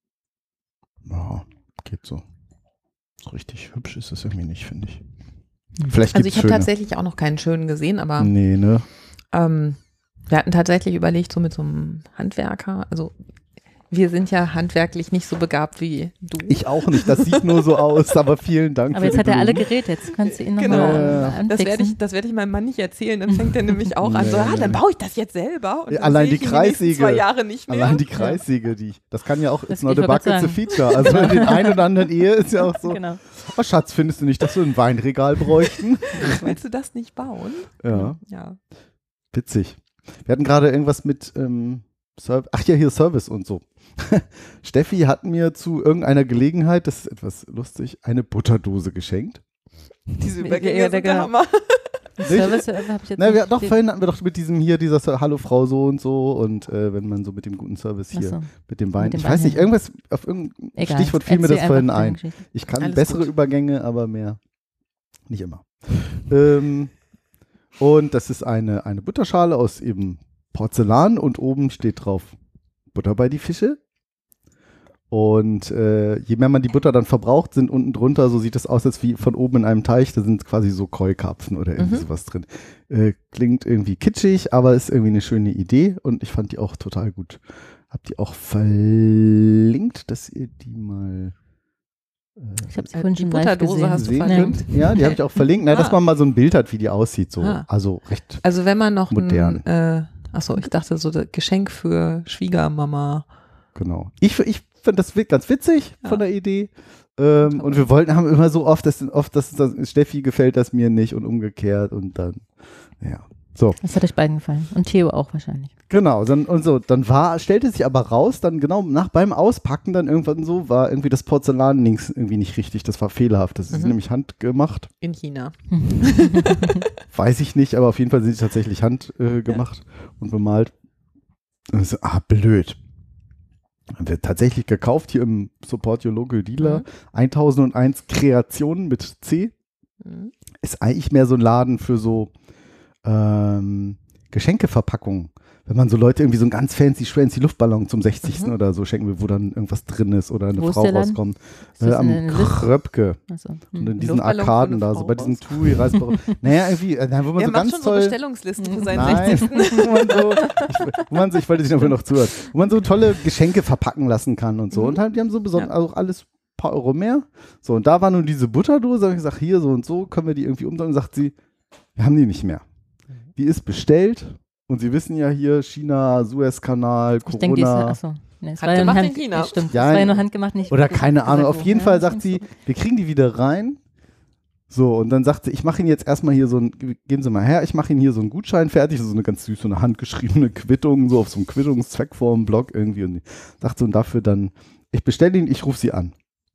Ja, geht so. So richtig hübsch ist das irgendwie nicht, finde ich. Vielleicht Also gibt's ich habe schöne. tatsächlich auch noch keinen schönen gesehen, aber Nee, ne? ähm, wir hatten tatsächlich überlegt, so mit so einem Handwerker, also wir sind ja handwerklich nicht so begabt wie du. Ich auch nicht. Das sieht nur so aus, aber vielen Dank. aber für jetzt die hat er alle Blumen. Geräte. Jetzt kannst du ihn Genau. nochmal Das werde ich, anfixen. das werde ich meinem Mann nicht erzählen, dann fängt er nämlich auch an, so, Nee. ah, dann baue ich das jetzt selber. Und Ja, dann allein sehe die ich ihn nächsten Kreissäge. zwei Jahre nicht mehr. Allein die Kreissäge, die ich, das kann ja auch, Das- it's not ich a wollte bucket, grad it's a sagen. feature. Also in den ein oder anderen Ehe ist ja auch so, Genau. oh Schatz, findest du nicht, dass wir ein Weinregal bräuchten? Willst du das nicht bauen? Ja, Ja. witzig. Wir hatten gerade irgendwas mit, ähm, Serv- ach ja, hier Service und so. Steffi hat mir zu irgendeiner Gelegenheit, das ist etwas lustig, eine Butterdose geschenkt. Diese Ja, Übergänge ja, sind der genau. Hammer. Service äh, hab ich jetzt Na, wir, nicht doch, stehen. vorhin hatten wir doch mit diesem hier, dieser Ser- Hallo Frau so und so und äh, wenn man so mit dem guten Service hier, Achso. mit dem Wein, Mit dem ich Wein, weiß nicht, ja. irgendwas, auf irgendein Egal. Stichwort fiel mir Erzähl das vorhin einfach deine ein. Geschichte. Ich kann Alles bessere gut. Übergänge, aber mehr nicht immer. ähm, und das ist eine, eine Butterschale aus eben Porzellan und oben steht drauf Butter bei die Fische. Und äh, je mehr man die Butter dann verbraucht, sind unten drunter, so sieht es aus, als wie von oben in einem Teich, da sind quasi so Keukarpfen oder irgendwie Mhm. sowas drin. Äh, klingt irgendwie kitschig, aber ist irgendwie eine schöne Idee und ich fand die auch total gut. Hab die auch verlinkt, dass ihr die mal Ich habe sie Äh, vorhin die schon live Butterdose gesehen. hast du sehen verlinkt? könnt. Ja, die habe ich auch verlinkt. Na, dass Ah. man mal so ein Bild hat, wie die aussieht. So. Ah. Also recht Also wenn man noch modern. ein, äh, achso, ich dachte so das Geschenk für Schwiegermama. Genau. Ich, ich finde das wi- ganz witzig Ja. von der Idee. Ähm, und wir wollten, haben immer so oft, dass, oft, dass das Steffi gefällt das mir nicht und umgekehrt und dann, ja. So, Das hat euch beiden gefallen. Und Theo auch wahrscheinlich. genau. Dann, und so, dann war, stellte sich aber raus, dann genau nach beim Auspacken dann irgendwann so, war irgendwie das Porzellan links irgendwie nicht richtig. Das war fehlerhaft. Das ist Mhm. nämlich handgemacht. In China. Weiß ich nicht, aber auf jeden Fall sind sie tatsächlich handgemacht äh, gemacht und bemalt. Und so, ah, blöd. Haben wir tatsächlich gekauft hier im Support Your Local Dealer. Mhm. eintausendeins Kreationen mit C. Mhm. Ist eigentlich mehr so ein Laden für so ähm, Geschenkeverpackungen. Wenn man so Leute irgendwie so einen ganz fancy, schwancy Luftballon zum sechzigsten Mhm. oder so schenken will, wo dann irgendwas drin ist oder eine Wo ist Frau der Laden? rauskommt. Ist das Äh, am in der Liste? Kröpke. Achso. Und Hm. in diesen Luftballon für Arkaden eine da, Frau so bei diesen raus. Touri-Reisebüro. Naja, irgendwie, äh, wo man Er so macht ganz schon so toll. Bestellungslisten für seinen Nein, sechzigsten wo man so, ich, wo man so, ich wollte dich dafür noch zuhören, wo man so tolle Geschenke verpacken lassen kann und so. Mhm. Und halt, die haben so besonders, Ja. also alles ein paar Euro mehr. So, und da war nun diese Butterdose, habe ich gesagt, hier so und so, können wir die irgendwie umdrehen? Und sagt sie, wir haben die nicht mehr. Die ist bestellt und Sie wissen ja hier, China, Suezkanal, Ich denke, die ist, Corona. achso. Nee, es war ja Handgemacht nur in Hand, China. ja, stimmt. Ja, das war ja nur handgemacht, nicht. Oder keine Ahnung, auf jeden Ja, Fall das sagt ist sie, so. wir kriegen die wieder rein. So, und dann sagt sie, ich mache Ihnen jetzt erstmal hier so ein, geben Sie mal her, ich mache Ihnen hier so einen Gutschein fertig, so eine ganz süße, so eine handgeschriebene Quittung, so auf so einem Quittungszweckform-Blog irgendwie. Und die sagt so, und dafür dann, ich bestelle ihn, ich rufe Sie an.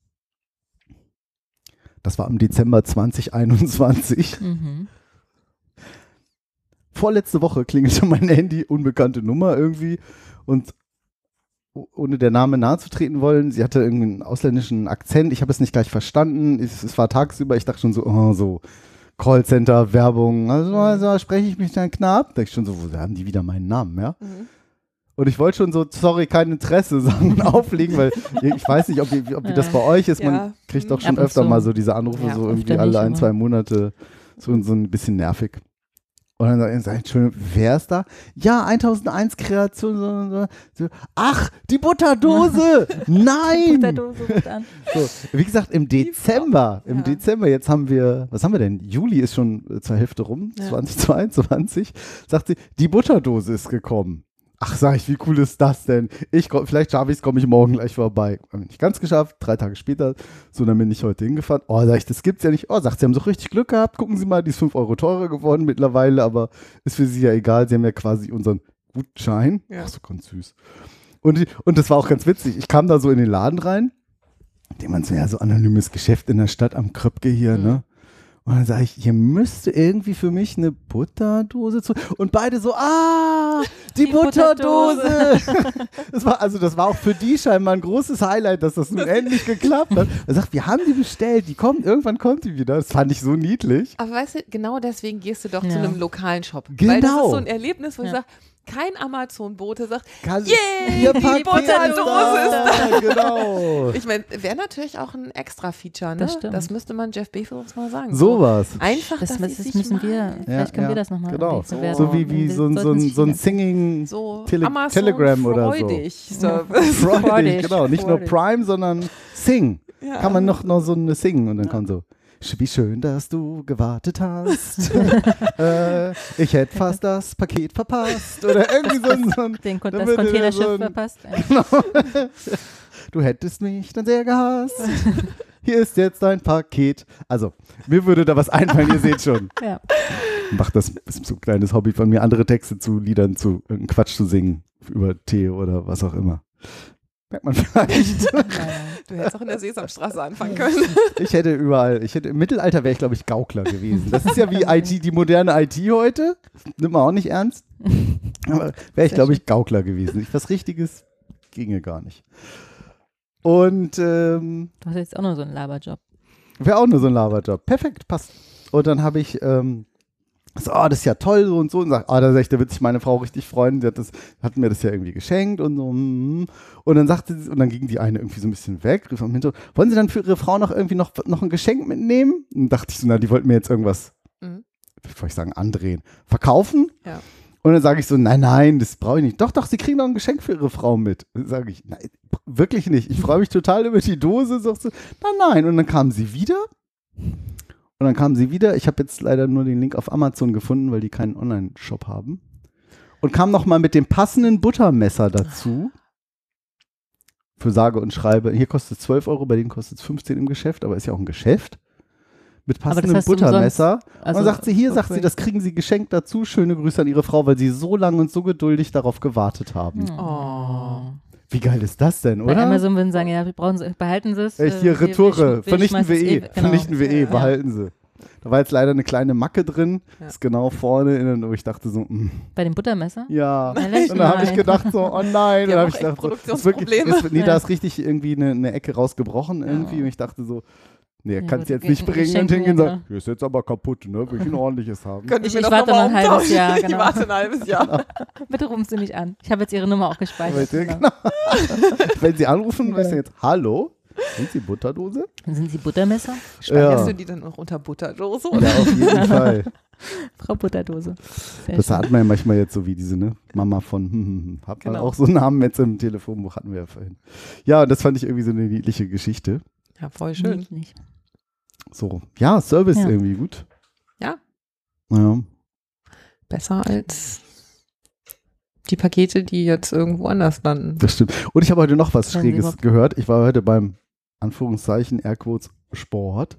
Das war im Dezember zwanzig einundzwanzig. Mhm. Vorletzte Woche klingelte mein Handy, unbekannte Nummer irgendwie und o- ohne der Name nahezutreten wollen, sie hatte irgendwie einen ausländischen Akzent, ich habe es nicht gleich verstanden, es, es war tagsüber, ich dachte schon so, oh, so Callcenter, Werbung, also, also spreche ich mich dann knapp, da ich schon so, wo haben die wieder meinen Namen, ja? Mhm. Und ich wollte schon so, sorry, kein Interesse sagen und auflegen, weil ich weiß nicht, ob, wie, ob wie das bei euch ist, Ja. man kriegt doch Ab schon und öfter zu. mal so diese Anrufe, Ja, so öfter irgendwie alle nicht, ein, aber- zwei Monate, so, so ein bisschen nervig. Und dann sage ich, Entschuldigung, wer ist da? Ja, eintausendeins Kreation. So, so, so. Ach, die Butterdose! Nein! Butterdose ruft an. So, wie gesagt, im Dezember, im Ja. Dezember, jetzt haben wir, was haben wir denn? Juli ist schon äh, zur Hälfte rum, Ja. zweitausendzweiundzwanzig, sagt sie, die Butterdose ist gekommen. Ach, sag ich, wie cool ist das denn? Ich komm, vielleicht schaffe ich es, komme ich morgen gleich vorbei. Hab ich nicht ganz geschafft, drei Tage später, so, dann bin ich heute hingefahren. Oh, sag ich, das gibt's ja nicht. Oh, sagt sie, haben so richtig Glück gehabt. Gucken Sie mal, die ist fünf Euro teurer geworden mittlerweile, aber ist für Sie ja egal. Sie haben ja quasi unseren Gutschein. Ja. Ach, so ganz süß. Und, die- und das war auch ganz witzig. Ich kam da so in den Laden rein. Dem man so, ja, so anonymes Geschäft in der Stadt am Kröpke hier, Mhm. ne? Und dann sage ich, hier müsste irgendwie für mich eine Butterdose zu. Und beide so, ah, die, Die Butterdose. das war, also das war auch für die scheinbar ein großes Highlight, dass das nun endlich geklappt hat. Er sagt, wir haben die bestellt, die kommt, irgendwann kommt die wieder. Das fand ich so niedlich. Aber weißt du, genau deswegen gehst du doch zu Ja. einem lokalen Shop. Genau. Weil das ist so ein Erlebnis, wo ich Ja. sage, kein Amazon-Bote sagt, Kann, Yay, ihr die Paket Butterdose ist da. Genau. ich meine, wäre natürlich auch ein Extra-Feature, ne? Das stimmt. müsste man Jeff Bezos mal sagen. Sowas. Einfach, Das, dass das, sie das sich müssen mal wir, vielleicht können ja, wir das nochmal genau. bewerten. So wie, wie so, ein- so, ein- so ein Singing so Tele Amazon Telegram oder so. freudig Service. Freudig, Freudig, genau. Nicht freudig. nur Prime, sondern Sing. Ja. Kann man noch, noch so eine Singen und dann kommt so, sch- wie schön, dass du gewartet hast. äh, ich hätte fast das Paket verpasst. Oder irgendwie so ein, so ein Den, Kon- Dann das würde Containerschiff so ein- verpasst. du hättest mich dann sehr gehasst. Hier ist jetzt dein Paket. Also, mir würde da was einfallen, ihr seht schon. Ja. Macht das, das ist so ein kleines Hobby von mir, andere Texte zu Liedern, zu irgendeinem Quatsch zu singen. Über Tee oder was auch immer. Merkt man vielleicht. Du hättest auch in der Sesamstraße anfangen können. Ich hätte überall, ich hätte, im Mittelalter wäre ich, glaube ich, Gaukler gewesen. Das ist ja wie I T, die moderne I T heute. Nimmt man auch nicht ernst. Aber wäre ich, glaube ich, Gaukler gewesen. Was Richtiges ginge gar nicht. Und ähm, Du hast jetzt auch noch so einen Laberjob. wäre auch nur so ein Laberjob. Perfekt, passt. Und dann habe ich ähm, so, oh, das ist ja toll, so und so. Und sagt, ah, da, sag ich, da wird sich meine Frau richtig freuen. Sie hat, das, hat mir das ja irgendwie geschenkt und so. mm. Und dann sagte sie, und dann ging die eine irgendwie so ein bisschen weg, rief am Hintergrund, wollen Sie dann für Ihre Frau noch irgendwie noch, noch ein Geschenk mitnehmen? Und dachte ich so, na, die wollten mir jetzt irgendwas, Mhm. wie soll ich sagen, andrehen. Verkaufen? Ja. Und dann sage ich so, nein, nein, das brauche ich nicht. Doch, doch, Sie kriegen doch ein Geschenk für Ihre Frau mit. Dann sage ich, nein, wirklich nicht. Ich freue mich total über die Dose. Sagst du, nein, nein. Und dann kam sie wieder. Und dann kam sie wieder. Ich habe jetzt leider nur den Link auf Amazon gefunden, weil die keinen Online-Shop haben. Und kam nochmal mit dem passenden Buttermesser dazu. Für sage und schreibe. Hier kostet es zwölf Euro, bei denen kostet es fünfzehn im Geschäft, aber ist ja auch ein Geschäft. Mit passendem das heißt Buttermesser. Also, und dann sagt sie, hier, okay. sagt sie, das kriegen Sie geschenkt dazu. Schöne Grüße an Ihre Frau, weil Sie so lange und so geduldig darauf gewartet haben. Oh. Wie geil ist das denn, Bei oder? Amazon würden sagen, ja, wir brauchen Sie, behalten Sie es. Echt, hier, äh, wir- Retoure, wir- vernichten wir schmeißen es eh, genau. vernichten wir eh, Ja. behalten Sie. Da war jetzt leider eine kleine Macke drin, Ja. ist genau vorne, in, wo ich dachte so, mh, Bei dem Buttermesser? ja. Ja, lass Und dann habe ich mal. gedacht so, oh nein. Die Dann haben habe auch ich echt gedacht, so, ist wirklich, Produktionsprobleme. ist, nee, da Ja. ist richtig irgendwie eine, eine Ecke rausgebrochen irgendwie und ich dachte so, nee, Ja, kannst gut, du jetzt okay, nicht ein bringen und Geschenk, hingehen und ja, sagen, hier ist jetzt aber kaputt, ne, will ich ein ordentliches haben. Können Ich- wir ich das warte noch mal noch ein halbes umtauschen? Jahr, Ich genau. warte ein halbes Jahr. Bitte rufen Sie mich an. Ich habe jetzt Ihre Nummer auch gespeichert. Weißt du, Genau. genau. Wenn Sie anrufen, weißt du jetzt, hallo, sind Sie Butterdose? Sind Sie Buttermesser? Speicherst Ja. du die dann noch unter Butterdose? Ja, auf jeden Fall. Frau Butterdose. Sehr Das schön. hat man ja manchmal jetzt so wie diese, ne? Mama von, hm, hm, hm. Hat man Genau. auch so einen Namen jetzt im Telefonbuch, hatten wir ja vorhin. Ja, und das fand ich irgendwie so eine niedliche Geschichte. Ja, voll schön. Niedlich. So, ja, Service Ja. irgendwie gut. Ja. Ja. Besser als die Pakete, die jetzt irgendwo anders landen. Das stimmt. Und ich habe heute noch was Wenn Sie Schräges überhaupt- gehört. Ich war heute beim, Anführungszeichen, Airquotes Sport.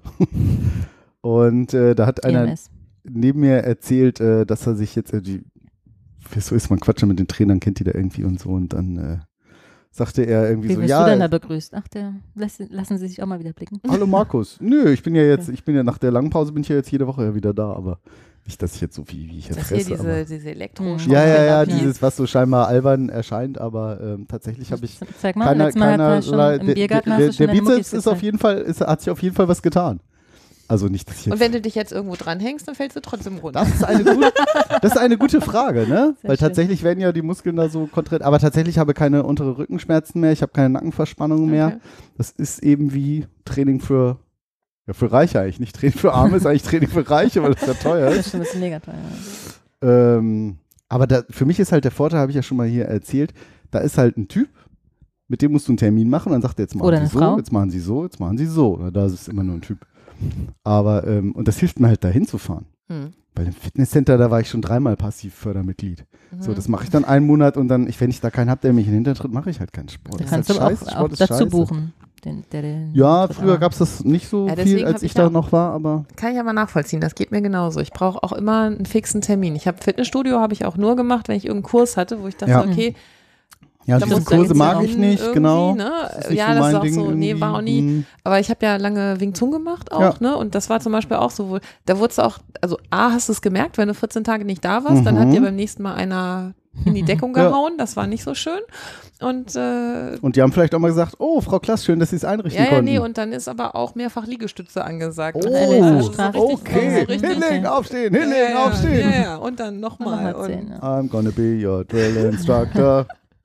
Und äh, da hat einer T M S. neben mir erzählt, äh, dass er sich jetzt irgendwie, wie so ist, man quatscht ja mit den Trainern, kennt die da irgendwie und so. Und dann äh, sagte er irgendwie Wie so, wirst ja, du denn da begrüßt? Ach, der, lassen, lassen Sie sich auch mal wieder blicken. hallo Markus. Nö, ich bin ja jetzt, ich bin ja nach der langen Pause bin ich ja jetzt jede Woche ja wieder da, aber nicht, dass ich jetzt so viel wie ich jetzt Das hier fresse. diese, aber diese Mhm. elektro ja, ja, ja, Therapie. dieses, was so scheinbar albern erscheint, aber ähm, tatsächlich habe ich Zeig mal, keiner, letztes Mal hat er keiner, schon im Biergarten hast der, du schon der deine Muckis Bizeps ist auf gezeigt. jeden Fall, ist, hat sich auf jeden Fall was getan. Also nicht, dass ich Und jetzt, wenn du dich jetzt irgendwo dranhängst, dann fällst du trotzdem runter. das ist eine gute, das ist eine gute Frage, ne? Sehr Weil schön. tatsächlich werden ja die Muskeln da so kontrahiert, aber tatsächlich habe ich keine untere Rückenschmerzen mehr, ich habe keine Nackenverspannung mehr. Okay. Das ist eben wie Training für, ja, für Reiche eigentlich. Nicht Training für Arme, ist eigentlich Training für Reiche, weil das ja teuer Das ist. ist schon ein bisschen mega teuer. Ja. Ähm, aber da, für mich ist halt der Vorteil, habe ich ja schon mal hier erzählt, da ist halt ein Typ, mit dem musst du einen Termin machen, dann sagt er, jetzt machen Oder Sie eine so, Frau. jetzt machen Sie so, jetzt machen Sie so. Na, da ist es immer nur ein Typ. Aber, ähm, und das hilft mir halt, da hinzufahren. Hm. Bei dem Fitnesscenter, da war ich schon dreimal Passiv-Fördermitglied. So, Mhm. das mache ich dann einen Monat und dann, ich, wenn ich da keinen habe, der mich in den Hintern tritt, mache ich halt keinen Sport. Da Das kannst ist du halt aber scheiße, auch, auch Sport ist dazu scheiße. buchen. Den, der, den Ja, Tritt, früher aber- gab es das nicht so Ja, viel, deswegen als hab ich ich da ja- noch war, aber Kann ich aber nachvollziehen, das geht mir genauso. Ich brauche auch immer einen fixen Termin. Ich habe Fitnessstudio, habe ich auch nur gemacht, wenn ich irgendeinen Kurs hatte, wo ich dachte, Ja. okay, ja, da diese musst du Kurse jetzt mag hin ich nicht, irgendwie, genau. Ne? Das ist nicht Ja, so das mein ist auch Ding so, nee, war auch nie. irgendwie. Aber ich habe ja lange Wing Chun gemacht auch, Ja. ne? Und das war zum Beispiel auch so, wo, da wurdest du auch, also A, hast du es gemerkt, wenn du vierzehn Tage nicht da warst, dann hat Mhm. dir beim nächsten Mal einer in die Deckung Ja. gehauen, das war nicht so schön. Und äh, Und die haben vielleicht auch mal gesagt, oh, Frau Klass, schön, dass Sie es einrichten ja, ja, konnten. nee, und dann ist aber auch mehrfach Liegestütze angesagt. oh, Und Eine also so Strafe. richtig- okay, so richtig- hinlegen, aufstehen, Ja, hinlegen, ja, aufstehen. Ja, ja, und dann nochmal. Nochmal Und zehn, ja. I'm gonna be your drill instructor.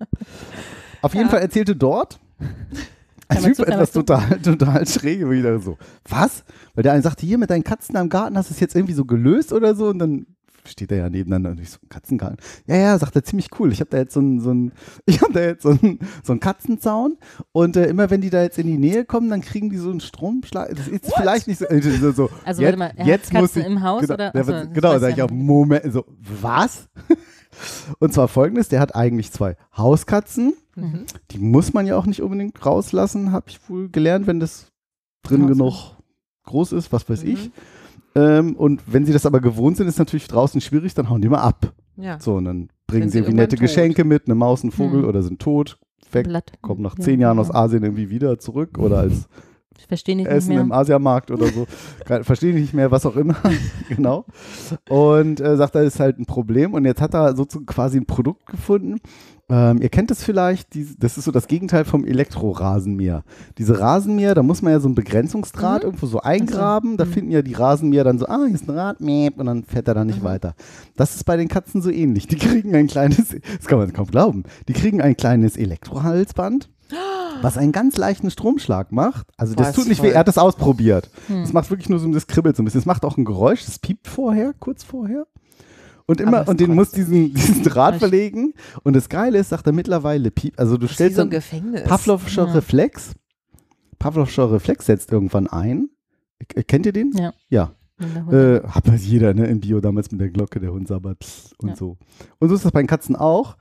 Auf jeden Ja. Fall erzählte dort ein Kann man Typ zu, kann etwas man zu. total, total schräge, wieder so, was? Weil der eine sagte, hier mit deinen Katzen am Garten, hast du es jetzt irgendwie so gelöst oder so? Und dann steht er ja nebeneinander und ich so, Katzengarten. Ja, ja, sagt er, ziemlich cool. Ich habe da jetzt so einen, so einen, ich habe da jetzt so einen, so einen Katzenzaun und äh, immer wenn die da jetzt in die Nähe kommen, dann kriegen die so einen Stromschlag. Das ist vielleicht nicht so, äh, so, so Also jetzt, warte mal, er jetzt hat muss Katzen ich, im Haus genau, oder? der, Achso, das genau, weiß sag ich ich ja auf nicht. Moment, so, was? Und zwar folgendes, der hat eigentlich zwei Hauskatzen, Mhm. die muss man ja auch nicht unbedingt rauslassen, habe ich wohl gelernt, wenn das drin Draußen. genug groß ist, was weiß Mhm. ich. Ähm, und wenn sie das aber gewohnt sind, ist natürlich draußen schwierig, dann hauen die mal ab. Ja. So, und dann bringen Sind sie sie irgendwie nette irgendwann tot. Geschenke mit, eine Maus, ein Vogel Hm. oder sind tot, weg, Blatt. kommen nach Ja, zehn Jahren aus genau. Asien irgendwie wieder zurück oder als Ich verstehe nicht Essen mehr. im Asiamarkt oder so. Keine- Verstehe ich nicht mehr, was auch immer. Genau. Und äh, sagt, das ist halt ein Problem. Und jetzt hat er sozusagen quasi ein Produkt gefunden. Ähm, ihr kennt es vielleicht, die, das ist so das Gegenteil vom Elektrorasenmäher. Diese Rasenmäher, da muss man ja so einen Begrenzungsdraht Mhm. irgendwo so eingraben. Da Mhm. finden ja die Rasenmäher dann so, ah, hier ist ein Rad, mäh, und dann fährt er da nicht Mhm. weiter. Das ist bei den Katzen so ähnlich. Die kriegen ein kleines, das kann man kaum glauben, die kriegen ein kleines Elektrohalsband, was einen ganz leichten Stromschlag macht. Also das Was tut nicht voll. weh, er hat das ausprobiert. Hm. Das macht wirklich nur so, das kribbelt so ein bisschen. Es macht auch ein Geräusch, das piept vorher, kurz vorher. Und immer, Aber es und den trotzdem. muss diesen, diesen Draht verlegen. Und das Geile ist, sagt er mittlerweile, piep, also du Das ist wie stellst so ein dann Gefängnis. Pavlovscher Ja. Reflex. Pavlovscher Reflex setzt irgendwann ein. K- Kennt ihr den? Ja. Ja. Wenn der Hund- Äh, hat das jeder, ne? Im Bio damals mit der Glocke, der Hund sabbert pss und Ja. so. Und so ist das bei den Katzen auch.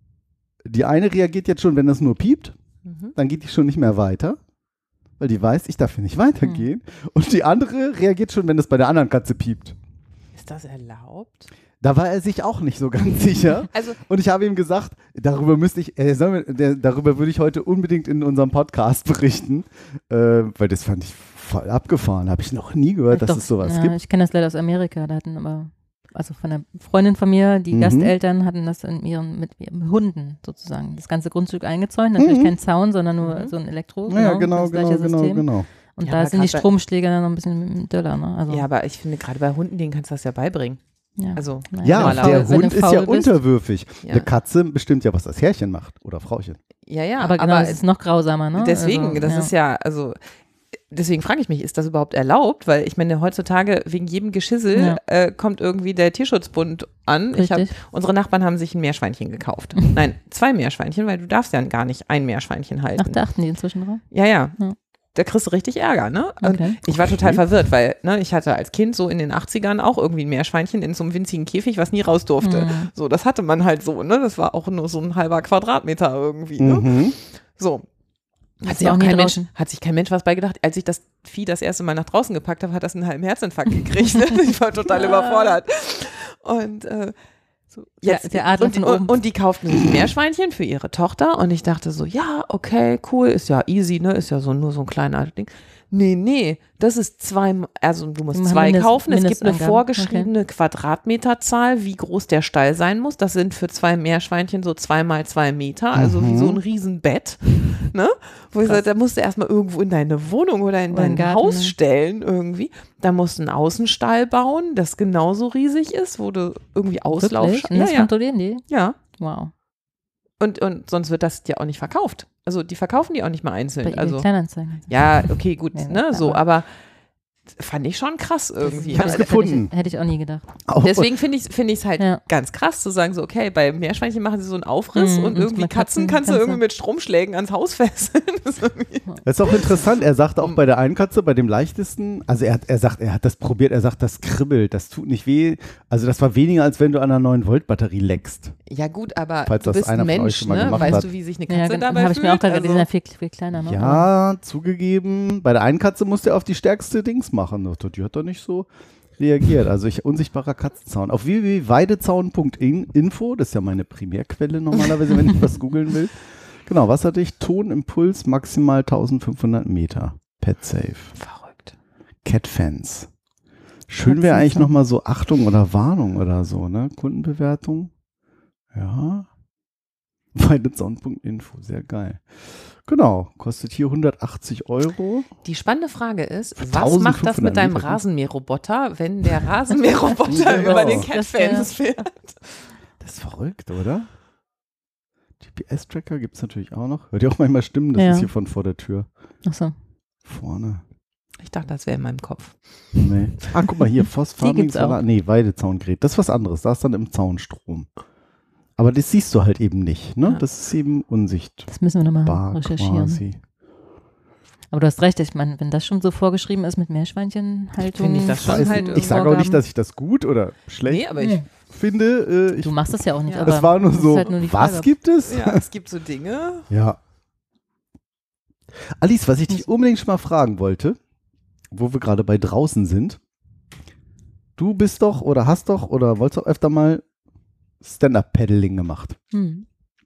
Die eine reagiert jetzt schon, wenn das nur piept, Mhm. dann geht die schon nicht mehr weiter, weil die weiß, ich darf hier nicht weitergehen. Und die andere reagiert schon, wenn es bei der anderen Katze piept. Ist das erlaubt? Da war er sich auch nicht so ganz sicher. Also, Und ich habe ihm gesagt, darüber müsste ich, äh, sollen wir, der, darüber würde ich heute unbedingt in unserem Podcast berichten, äh, weil das fand ich voll abgefahren. Habe ich noch nie gehört, dass Doch, es sowas ja, gibt. Ich kenne das leider aus Amerika. Da hatten aber, also von einer Freundin von mir, die Mhm. Gasteltern hatten das in ihren, mit ihren Hunden sozusagen, das ganze Grundstück eingezäunt. Natürlich Mhm. kein Zaun, sondern nur Mhm. so ein Elektro. Ja, genau, das gleiche genau, genau, System. genau. Und Ja, da aber sind die grad bei- Stromschläge dann noch ein bisschen döller. Ne? Also, ja, aber ich finde, gerade bei Hunden, denen kannst du das ja beibringen. ja. Also, Naja, Ja, wenn du der faul- wenn Hund du ist ja faul bist. unterwürfig. Ja. Eine Katze bestimmt ja, was das Herrchen macht oder Frauchen. ja, ja. Aber genau, das ist noch grausamer. Ne? deswegen, also, das ja. ist ja, also, deswegen frage ich mich, ist das überhaupt erlaubt? Weil ich meine, heutzutage wegen jedem Geschissel Ja. äh, kommt irgendwie der Tierschutzbund an. Ich hab, Richtig. unsere Nachbarn haben sich ein Meerschweinchen gekauft. Nein, zwei Meerschweinchen, weil du darfst ja gar nicht ein Meerschweinchen halten. Ach, da achten die inzwischen drauf? Ja, ja. Ja. Da kriegst du richtig Ärger, ne? Und Okay. ich war total verwirrt, weil ne, ich hatte als Kind so in den achtzigern auch irgendwie ein Meerschweinchen in so einem winzigen Käfig, was nie raus durfte. Mhm. So, das hatte man halt so, ne? Das war auch nur so ein halber Quadratmeter irgendwie, ne? Mhm. So. Hat Hast sich du auch auch nie kein Mensch, draußen? hat sich kein Mensch was beigedacht. Als ich das Vieh das erste Mal nach draußen gepackt habe, hat das einen halben Herzinfarkt gekriegt. Ne? Ich war total überfordert. Und äh, so, Der- der Adler und, die- von oben. und, und die kauften sich ein Meerschweinchen für ihre Tochter und ich dachte so, ja, okay, cool, ist ja easy, ne? Ist ja so nur so ein kleiner Ding. Nee, nee, das ist zwei, also du musst Die machen zwei Mindest- kaufen. Es gibt eine Mindestangaben. vorgeschriebene Quadratmeterzahl, wie groß der Stall sein muss. Das sind für zwei Meerschweinchen so zwei mal zwei Meter, also wie Mhm. so ein Riesenbett. Ne? Wo ich sage, da musst du erstmal irgendwo in deine Wohnung oder in Oder dein in den Garten, Haus ne? stellen irgendwie. Da musst du einen Außenstall bauen, das genauso riesig ist, wo du irgendwie Auslauf Wirklich? Und ja, das ja, kontrollieren die? ja. Wow. Und, und sonst wird das ja auch nicht verkauft. Also die verkaufen die auch nicht mal Bei einzeln. eBay Also Kleinanzeigen. ja, okay, gut, Ja, ne, so, aber- aber fand ich schon krass irgendwie. Ich hab's Also, gefunden. Hätte ich, hätte ich auch nie gedacht. Auch- Deswegen finde ich es find ich's halt Ja. ganz krass zu sagen, so, okay, bei Meerschweinchen machen sie so einen Aufriss Mhm, und und irgendwie bei Katzen, Katzen kannst du kannst irgendwie du- mit Stromschlägen ans Haus fesseln. Das ist irgendwie- Das ist auch interessant. Er sagt auch bei der einen Katze, bei dem leichtesten, also er, hat, er sagt, er hat das probiert, er sagt, das kribbelt, das tut nicht weh. Also das war weniger, als wenn du an einer neun Volt Batterie leckst. ja gut, aber Falls du das bist einer ein von euch Mensch, schon mal ne? gemacht Weißt hat. du, wie sich eine Ja, Katze genau, dabei habe ich mir auch fühlt? gerade gesehen, die Also, sind ja viel, viel kleiner. Ne? Ja, zugegeben, bei der einen Katze musste er auf die stärkste Dings machen. Die hat da nicht so reagiert. Also ich, unsichtbarer Katzenzaun. Auf w w w punkt weidezaun punkt info, das ist ja meine Primärquelle normalerweise, wenn ich was googeln will. Genau, wasserdicht, Tonimpuls, maximal eintausendfünfhundert Meter. Pet safe. verrückt. Cat Fans. Schön wäre eigentlich Katzenzaun. nochmal so Achtung oder Warnung oder so, ne? Kundenbewertung. Ja. weidezaun punkt info, sehr geil. Genau, kostet hier hundertachtzig Euro. Die spannende Frage ist, was eintausendfünfhundert macht das mit deinem Meter. Rasenmäherroboter, wenn der Rasenmäherroboter Genau. über den Das Catfans fährt? Das ist verrückt, oder? G P S-Tracker gibt es natürlich auch noch. Hört ihr auch manchmal Stimmen? Das Ja. ist hier von vor der Tür. Achso. Vorne. Ich dachte, das wäre in meinem Kopf. Nee. Ah, guck mal hier, Phosphat. Die gibt's auch. Nee, Weidezaungerät. Das ist was anderes. Da ist dann im Zaun Strom. Aber das siehst du halt eben nicht. Ne? Ja. Das ist eben unsichtbar Das müssen wir nochmal recherchieren. quasi. Aber du hast recht, ich meine, wenn das schon so vorgeschrieben ist mit Meerschweinchenhaltung. Finde ich das schon Weiß halt nicht. Ich sage auch nicht, Vorgaben. dass ich das gut oder schlecht Nee, aber ich, finde. Äh, ich, Du machst das ja auch nicht, Ja. aber das war nur ist so, halt nur die was Frage, gibt es? ja, es gibt so Dinge. Ja. Alice, was ich dich unbedingt schon mal fragen wollte, wo wir gerade bei draußen sind. Du bist doch oder hast doch oder wolltest doch öfter mal Stand-Up-Paddling gemacht. Hm.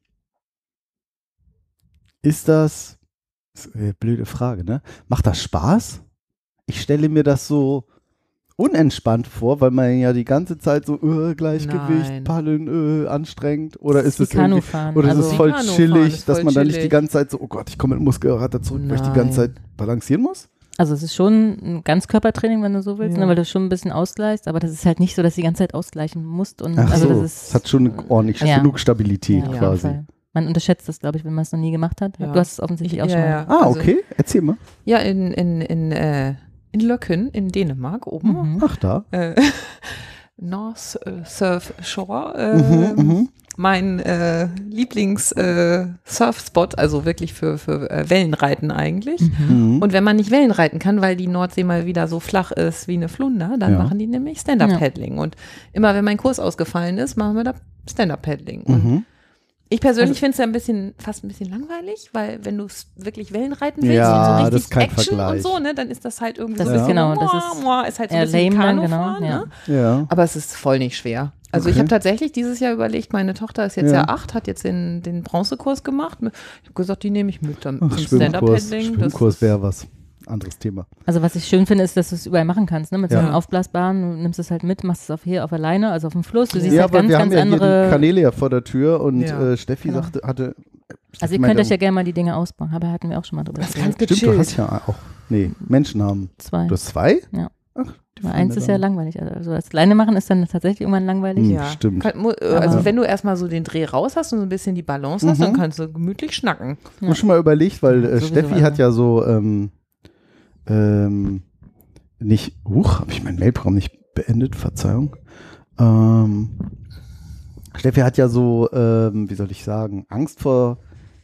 Ist das, das ist eine blöde Frage, ne? Macht das Spaß? Ich stelle mir das so unentspannt vor, weil man ja die ganze Zeit so äh, Gleichgewicht, Nein. paddeln, äh, anstrengend oder ist wie es irgendwie Kanufahren. oder ist also, es voll Kanufahren chillig, ist dass voll man dann nicht die chillig. ganze Zeit so, oh Gott, ich komme mit Muskelkater zurück, weil ich die ganze Nein. Zeit balancieren muss? also es ist schon ein Ganzkörpertraining, wenn du so willst, Ja. ne, weil du schon ein bisschen ausgleichst, aber das ist halt nicht so, dass du die ganze Zeit ausgleichen musst. Und Ach also so, das es ist, hat schon ordentlich Ja. genug Stabilität ja, auf jeden quasi. Fall. Man unterschätzt das, glaube ich, wenn man es noch nie gemacht hat. Ja. Du hast es offensichtlich Ich- auch schon ja, mal. ja. Ah, Also- okay, erzähl mal. Ja, in, in, in, äh, in Löcken, in Dänemark oben. Mhm. Ach da. Äh, North äh, Surf Shore. Äh, Mhm, mhm. Mein äh, Lieblings-Surfspot, also wirklich für, für äh, Wellenreiten eigentlich. Mhm. Und wenn man nicht Wellen reiten kann, weil die Nordsee mal wieder so flach ist wie eine Flunder, dann Ja. machen die nämlich Stand-Up-Paddling. Und immer wenn mein Kurs ausgefallen ist, machen wir da Stand-Up-Paddling. Und Mhm. ich persönlich finde es ja ein bisschen, fast ein bisschen langweilig, weil wenn du wirklich Wellen reiten willst Ja, und so das richtig ist kein Action Vergleich. und so, ne, dann ist das halt irgendwie Das so ist ein genau, bisschen, das muah, ist muah, ist halt so ein eher bisschen lame dann, Kanufahren, genau, ne? ja. Ja. Aber es ist voll nicht schwer. Also ich Okay. habe tatsächlich dieses Jahr überlegt, meine Tochter ist jetzt Ja. ja, acht, hat jetzt den, den Bronzekurs gemacht. Ich habe gesagt, die nehme ich mit dann Ach, zum Schwimmkurs, Stand-Up-Paddling. Schwimmkurs wäre was. Anderes Thema. Also was ich schön finde, ist, dass du es überall machen kannst, ne? Mit so Ja. einem aufblasbaren, du nimmst es halt mit, machst es auf hier auf alleine, also auf dem Fluss, du siehst Ja, halt aber ganz, wir ganz haben ja hier andere. die Kanäle ja vor der Tür und Ja. äh, Steffi Genau. sagte, hatte. Also ihr meinte, könnt euch ja gerne mal die Dinge ausbauen, aber hatten wir auch schon mal drüber Das ist geredet. ganz Stimmt, du gechillt. hast ja auch. Nee, Menschen haben. Zwei. Du hast zwei? Ja. Ach, die Weil eins Freunde ist ja dann. langweilig. Also das Kleine machen ist dann tatsächlich irgendwann langweilig. Hm, Ja. stimmt. Kann, mu- äh, also Aber- wenn du erstmal so den Dreh raus hast und so ein bisschen die Balance hast, Mhm. dann kannst du gemütlich schnacken. Ich habe schon mal überlegt, weil Ja, äh, sowieso, Steffi also. hat ja so ähm, ähm, nicht, huch, habe ich mein Mailprogramm nicht beendet, Verzeihung. Ähm, Steffi hat ja so, ähm, wie soll ich sagen, Angst vor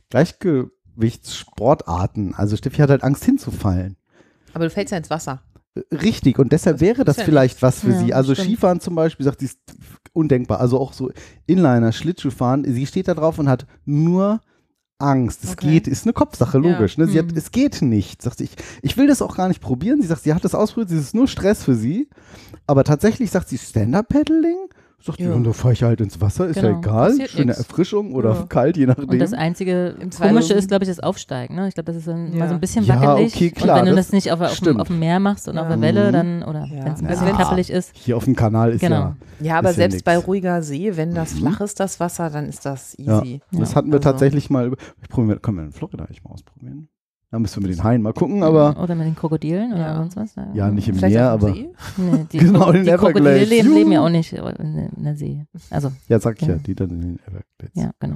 Gleichgewichtssportarten. Also Steffi hat halt Angst hinzufallen. Aber du fällst ja ins Wasser. Richtig, und deshalb Das wäre ist das ja vielleicht was für Ja, sie. Also stimmt. Skifahren zum Beispiel, sagt sie, ist undenkbar. Also auch so Inliner, Schlittschuhfahren, sie steht da drauf und hat nur Angst. Es Okay. geht, ist eine Kopfsache, Ja. logisch. Ne? Sie hat, Mhm. es geht nicht. Sagt sie, ich, ich will das auch gar nicht probieren. Sie sagt, sie hat das ausprobiert, es ist nur Stress für sie. Aber tatsächlich sagt sie, Stand-Up-Paddling? Sagt, ja, Ja. und da fahre ich halt ins Wasser, ist ja Genau. egal. Passiert Schöne nix. Erfrischung oder Ja. kalt, je nachdem. Und das einzige Im Zweifel- Komische ist, glaube ich, das Aufsteigen. Ne? Ich glaube, das ist dann Ja. mal so ein bisschen Ja, wackelig. okay, klar, und wenn du das das nicht auf, auf, dem, stimmt. auf dem Meer machst und auf Ja. der Welle, Mhm. dann, oder Ja. wenn es ein Also bisschen wenn's- kappelig ist. Hier auf dem Kanal ist Genau. ja. Ja, aber Ist ja selbst nix. bei ruhiger See, wenn das Mhm. flach ist, das Wasser, dann ist das Ja. easy. Das Ja. hatten wir Also- tatsächlich mal. über- Ich probiere, können wir in Florida eigentlich mal ausprobieren? Da müssen wir mit den Haien mal gucken, aber Oder mit den Krokodilen oder Ja. sonst was. ja, nicht im Vielleicht Meer, auf dem aber See? Nee, die, Genau, in die Krokodile Everglades. leben, leben ja Juhu. auch nicht in in der See. Also, ja, sag ich ja, Ja. die dann in den Everglades. ja, genau.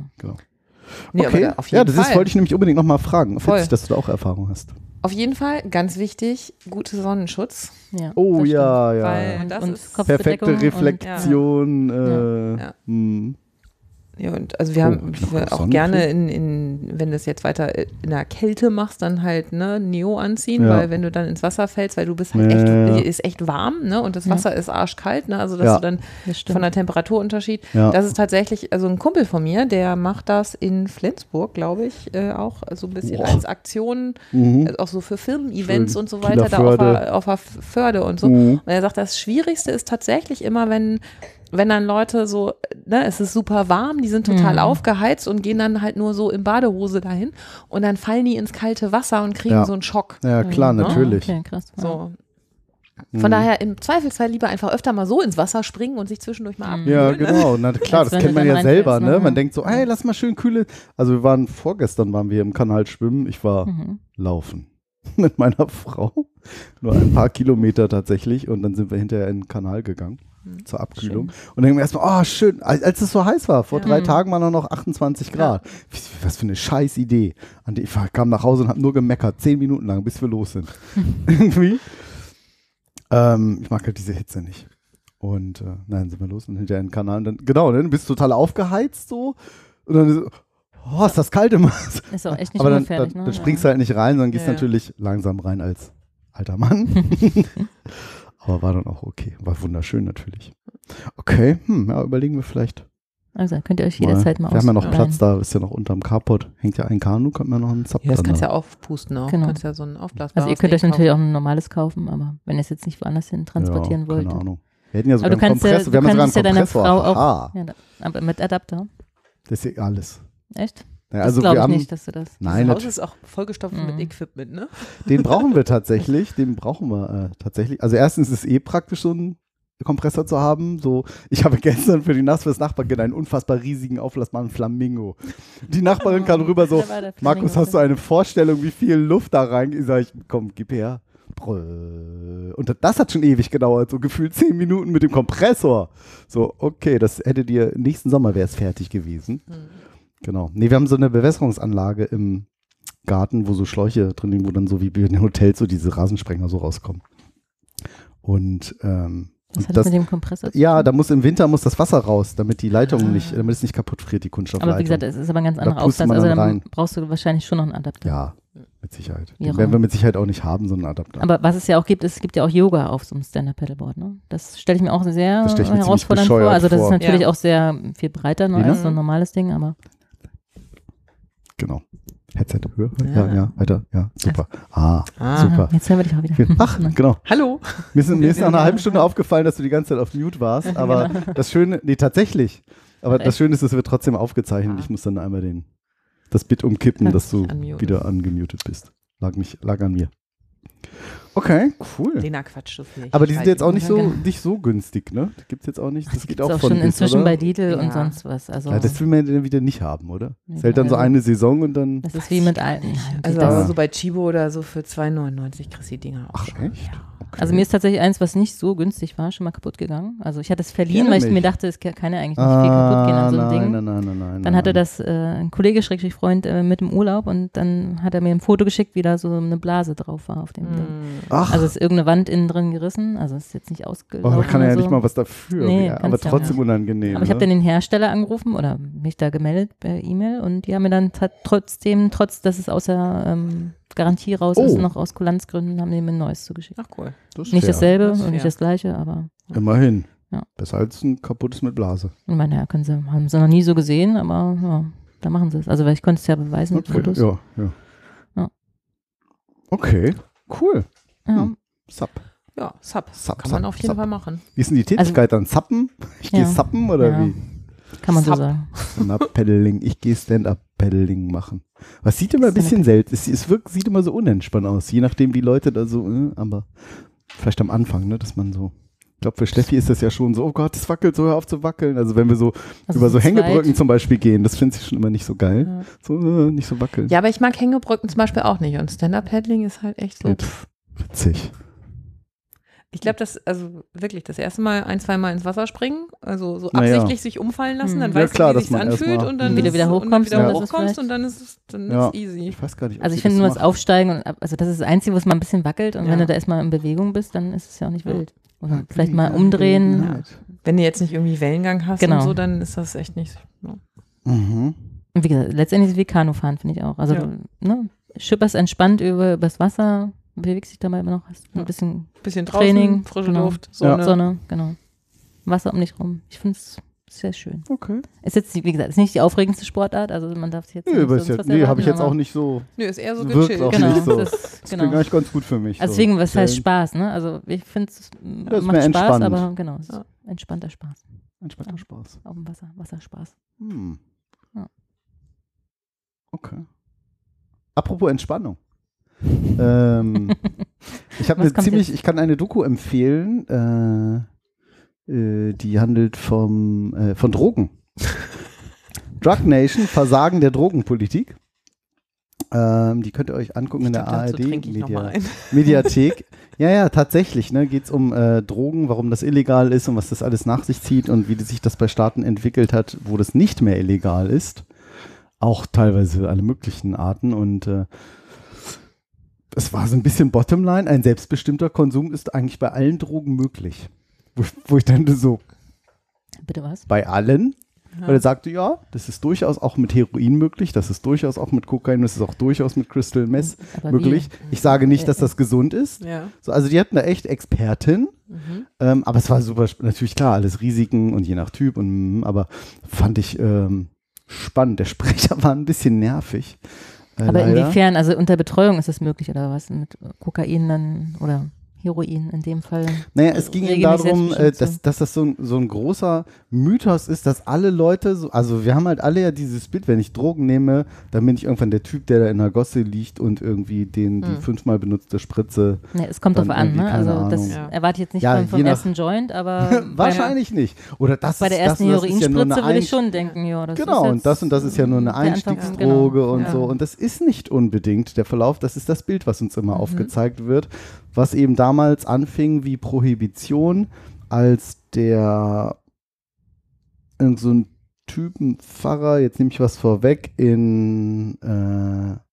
Nee, okay, aber auf jeden ja, das Fall. ist, wollte ich nämlich unbedingt nochmal fragen. Voll. Witzig, dass du da auch Erfahrung hast. Auf jeden Fall, ganz wichtig, guter Sonnenschutz. Ja, Oh das ja, ja. Weil Und, das und ist Kopfbedeckung Perfekte Reflexion. äh, Ja. hm. Ja, und also wir Oh, haben hab ich noch wir was auch Sonnencreme? gerne in, in, wenn du es jetzt weiter in der Kälte machst, dann halt ne, Neo anziehen, Ja. weil wenn du dann ins Wasser fällst, weil du bist halt Ja, echt, ja, ja. ist echt warm, ne? Und das Ja. Wasser ist arschkalt, ne? Also dass Ja. du dann Das stimmt. von der Temperaturunterschied. Ja. Das ist tatsächlich, also ein Kumpel von mir, der macht das in Flensburg, glaube ich, äh, auch so ein bisschen Boah. als Aktion, Mhm. äh, auch so für Firmen-Events Schön. und so weiter, da auf Kieler der, auf der Förde und so. Mhm. Und er sagt, das Schwierigste ist tatsächlich immer, wenn, wenn dann Leute so, ne, es ist super warm, die sind total Mhm. aufgeheizt und gehen dann halt nur so in Badehose dahin und dann fallen die ins kalte Wasser und kriegen Ja. so einen Schock. Ja, klar, Mhm. natürlich. Okay, krass. Ja. So. Mhm. Von daher im Zweifelsfall lieber einfach öfter mal so ins Wasser springen und sich zwischendurch mal Mhm. abkühlen. Ja, ne? genau. Na klar, Als das wenn kennt du man dann ja selber, reinfällst, ne? ne? Man denkt so, hey, lass mal schön kühle. Also wir waren vorgestern waren wir im Kanal schwimmen. Ich war Mhm. laufen mit meiner Frau. Nur ein paar Kilometer tatsächlich. Und dann sind wir hinterher in den Kanal gegangen zur Abkühlung. Und dann denken wir erstmal, oh, schön, als als es so heiß war. Vor Ja. drei Mhm. Tagen waren noch achtundzwanzig Grad. Wie- Was für eine scheiß Idee. Und ich war- kam nach Hause und habe nur gemeckert, zehn Minuten lang, bis wir los sind. Irgendwie. Ähm, ich mag halt diese Hitze nicht. Und äh, nein, sind wir los und hinterher in den Kanal. Und dann, genau, ne, du bist total aufgeheizt so. Und dann so, oh, ist das kalt im Wasser. Ist auch echt nicht Aber dann, ungefährlich, dann, ne? dann springst du halt nicht rein, sondern gehst Ja, ja. natürlich langsam rein als alter Mann. Aber war dann auch okay. War wunderschön natürlich. Okay, hm, ja, überlegen wir vielleicht. Also könnt ihr euch Mal. jederzeit mal Wir haben ja noch ausleihen. Platz da, ist ja noch unterm Carport. Hängt ja ein Kanu, könnte man noch einen Zap Ja, das dran kannst du ja haben. aufpusten auch. Genau. Kannst ja so ein aufblasbares Also ihr könnt euch Ding natürlich auch kaufen. ein normales kaufen, aber wenn ihr es jetzt nicht woanders hin transportieren ja, wollt. Keine Ahnung. Wir hätten ja sogar Aber du einen kannst ja, Kompressor. du Wir haben ja sogar kannst ja einen deiner Kompressor. Frau auch, Aha, ja, da- aber mit Adapter. das ist ja alles. Echt? Ja, Das also glaube wir ich haben, nicht, dass du das. nein, Das Haus nat- ist auch vollgestopft Mhm. mit Equipment, ne? den brauchen wir tatsächlich. Den brauchen wir äh, tatsächlich. Also erstens ist es eh praktisch, so einen Kompressor zu haben. So, ich habe gestern für die Nacht fürs Nachbarkind einen unfassbar riesigen, auflassbaren Flamingo. Die Nachbarin kam rüber so, Da war der Markus, Flamingo hast du eine Vorstellung, wie viel Luft da rein? Ich sage, komm, gib her. Brrr. Und das hat schon ewig gedauert, so gefühlt zehn Minuten mit dem Kompressor. So, okay, das hättet ihr, nächsten Sommer wäre es fertig gewesen. Genau. Nee, wir haben so eine Bewässerungsanlage im Garten, wo so Schläuche drin liegen, wo dann so wie in den Hotels so diese Rasensprenger so rauskommen. Und ähm, Was Und hat das das- mit dem Kompressor zu Ja, tun? da muss im Winter muss das Wasser raus, damit die Leitung nicht, damit es nicht kaputt friert, die Kunststoffleitung. Aber wie gesagt, es ist aber ein ganz Da anderer pustet Aufsatz. man Also dann dann rein. brauchst du wahrscheinlich schon noch einen Adapter. Ja, mit Sicherheit. Wie Den auch werden wir immer. mit Sicherheit auch nicht haben, so einen Adapter. Aber was es ja auch gibt, ist, es gibt ja auch Yoga auf so einem Stand-Up-Paddleboard. Ne? Das stelle ich mir auch sehr Das stell ich mir ziemlich herausfordernd vor. bescheuert Also das vor. ist natürlich Ja. auch sehr viel breiter ne, Lina? als so ein normales Ding, aber Genau. Headset höher? Ja, Ja. ja, weiter. Ja, super. Ah, Ah. super. jetzt hören wir dich auch wieder. Ach, genau. Hallo. Mir ist, mir ist nach einer halben Stunde aufgefallen, dass du die ganze Zeit auf Mute warst, aber das Schöne, nee, tatsächlich. Aber das Echt? Schöne ist, es wird trotzdem aufgezeichnet. Ich muss dann einmal den, das Bit umkippen, Kannst dass du dich unmuten. wieder angemutet bist. Lag, mich, lag an mir. Okay, cool. Lena quatscht so viel. Aber die sind jetzt auch nicht so, Ja, genau. nicht so günstig, ne? Die gibt es jetzt auch nicht. Das Das geht gibt's auch auch von schon bis, inzwischen oder? bei Lidl Ja. und sonst was. Also Ja, das will man ja dann wieder nicht haben, oder? Nee, Es hält dann so also- eine Saison und dann. das ist wie mit allen. Ja, Also das- aber so bei Chibo oder so für zwei neunundneunzig kriegst du die Dinger auch Ach, schon. echt? Ja. Okay. Also mir ist tatsächlich eins, was nicht so günstig war, schon mal kaputt gegangen. Also ich hatte es verliehen, Erinnere weil ich mich. mir dachte, es kann ja eigentlich nicht viel kaputt gehen an so einem Ah, nein, Ding. Nein, nein, nein, nein. Dann nein, hatte nein. das äh, ein Kollege, Schrägstrich Freund, äh, mit im Urlaub und dann hat er mir ein Foto geschickt, wie da so eine Blase drauf war auf dem Ding. Ach, Also ist irgendeine Wand innen drin gerissen, also ist jetzt nicht oh, ausgelaufen. da kann er ja oder nicht so. mal was dafür. Nee, ja, aber kannst ja trotzdem nicht. unangenehm. Aber ich habe ne? dann den Hersteller angerufen oder mich da gemeldet per E-Mail und die haben mir dann ta- trotzdem, trotz dass es außer ähm, Garantie raus Oh. ist, noch aus Kulanzgründen, haben die mir ein neues zugeschickt. Ach cool. Das ist Nicht fair. dasselbe Das ist und nicht fair. das gleiche, aber Immerhin. Ja. Besser als ein kaputtes mit Blase. ich meine, ja, können sie, haben sie noch nie so gesehen, aber ja, da machen sie es. Also weil ich konnte es ja beweisen mit Okay, Fotos. ja, ja. Ja. Okay, cool. Ja. Hm. Sub. Ja, Sub. Sub, Kann Sub, man auf jeden Sub. Fall machen. Wie ist denn die Tätigkeit dann? Zappen? Ich gehe Ja. zappen oder Ja. wie? Kann man so Sub. sagen. Stand-Up-Paddling. Ich gehe Stand-Up-Paddling machen. Was sieht immer ein bisschen selten. Es, es wirkt, sieht immer so unentspannt aus, je nachdem, wie Leute da so, äh, aber vielleicht am Anfang, ne, dass man so. Ich glaube, für Steffi ist das ja schon so, oh Gott, es wackelt, so hör auf zu wackeln. Also wenn wir so Also über so zu Hängebrücken zweit. zum Beispiel gehen, das finde ich schon immer nicht so geil. Ja. So, äh, nicht so wackeln. Ja, aber ich mag Hängebrücken zum Beispiel auch nicht. Und Stand-Up-Paddling ist halt echt so. Oh, pff, witzig. Ich glaube, das, also wirklich, das erste Mal ein, zwei Mal ins Wasser springen, also so Na ja. sich sich umfallen lassen, dann Hm. Ja, weißt klar, du, wie dass sich's man anfühlt erstmal- und dann Wie du ist- wieder und dann hochkommst, wieder dann ist es hochkommst vielleicht- und dann ist es dann Ja. ist easy. Ich weiß gar nicht, ob Also sie ich finde das nur das macht. Aufsteigen, und, ab- also das ist das Einzige, wo es mal ein bisschen wackelt und Ja. wenn du da erstmal in Bewegung bist, dann ist es ja auch nicht wild. Oder Ja, vielleicht mal ja, umdrehen. ja. Wenn du jetzt nicht irgendwie Wellengang hast Genau. und so, dann ist das echt nicht. Ja. Mhm. Und wie gesagt, letztendlich ist es wie Kanufahren, finde ich auch. Also Ja. du ne, schipperst entspannt über das Wasser, bewegst dich dabei immer noch, hast ein Ja. bisschen Bisschen draußen, Training, frische genau. Luft, Sonne. Sonne, genau. Wasser um dich rum. Ich finde es sehr schön. Okay. Ist jetzt, wie gesagt, ist nicht die aufregendste Sportart, also man darf sich jetzt Nee, nicht aber so ist ja, was nee erwarten, habe ich jetzt aber- auch nicht so. Nö, ist eher so Wirkt gechillt. auch Genau, nicht so. das, Das genau. klingt eigentlich ganz gut für mich. Also so. deswegen, was heißt Chillen. Spaß, ne? Also ich finde es Ja, ist macht mehr Spaß, entspannt. aber genau, es ist Ja. entspannter Spaß. Entspannter Ja. Spaß. Auf dem Wasser, Wasserspaß. Hm. Ja. Okay. Apropos Entspannung. ähm, ich habe Was eine kommt ziemlich, jetzt? ich kann eine Doku empfehlen, äh, äh, die handelt vom, äh, von Drogen. Drug Nation, Versagen der Drogenpolitik. Ähm, die könnt ihr euch angucken in der Dazu A R trinke ich noch mal D-Media. ein. Mediathek. Ja, ja, tatsächlich. Ne, geht es um äh, Drogen, warum das illegal ist und was das alles nach sich zieht und wie sich das bei Staaten entwickelt hat, wo das nicht mehr illegal ist. Auch teilweise alle möglichen Arten. Und äh, es war so ein bisschen Bottomline. Ein selbstbestimmter Konsum ist eigentlich bei allen Drogen möglich. Wo, wo ich dann so, Bitte was? bei allen? Ja. Weil er sagte, ja, das ist durchaus auch mit Heroin möglich, das ist durchaus auch mit Kokain, das ist auch durchaus mit Crystal Meth Aber möglich. Ich sage nicht, dass das gesund ist. Ja. So, also die hatten da echt Expertin, Mhm. ähm, aber es war super, sp- natürlich klar, alles Risiken und je nach Typ, und mm, aber fand ich ähm, spannend. Der Sprecher war ein bisschen nervig. Äh, Aber leider. inwiefern, also unter Betreuung ist das möglich oder was? Mit Kokain dann oder Heroin in dem Fall? Naja, es ging ihm regelmäßig darum, äh, selbstbestimmt dass, dass das so ein, so ein großer Mythos ist, dass alle Leute, so, also wir haben halt alle ja dieses Bild, wenn ich Drogen nehme, dann bin ich irgendwann der Typ, der da in der Gosse liegt und irgendwie den, die Hm. fünfmal benutzte Spritze. Ne, es kommt Dann drauf an, irgendwie, ne? keine Also das Ahnung. Ja. erwarte ich jetzt nicht Ja, beim, vom je nach- ersten Joint, aber Wahrscheinlich nicht. Oder das bei der ist, das, ersten und das ist ja nur eine Heroinspritze würde ich Ein- schon denken, ja, das Genau, ist und jetzt das und das ist ja nur eine der Anfang, Einstiegsdroge genau. und Ja. so. Und das ist nicht unbedingt der Verlauf, das ist das Bild, was uns immer Mhm. aufgezeigt wird, was eben damals anfing wie Prohibition, als der irgend so ein Typen Pfarrer, jetzt nehme ich was vorweg, in äh,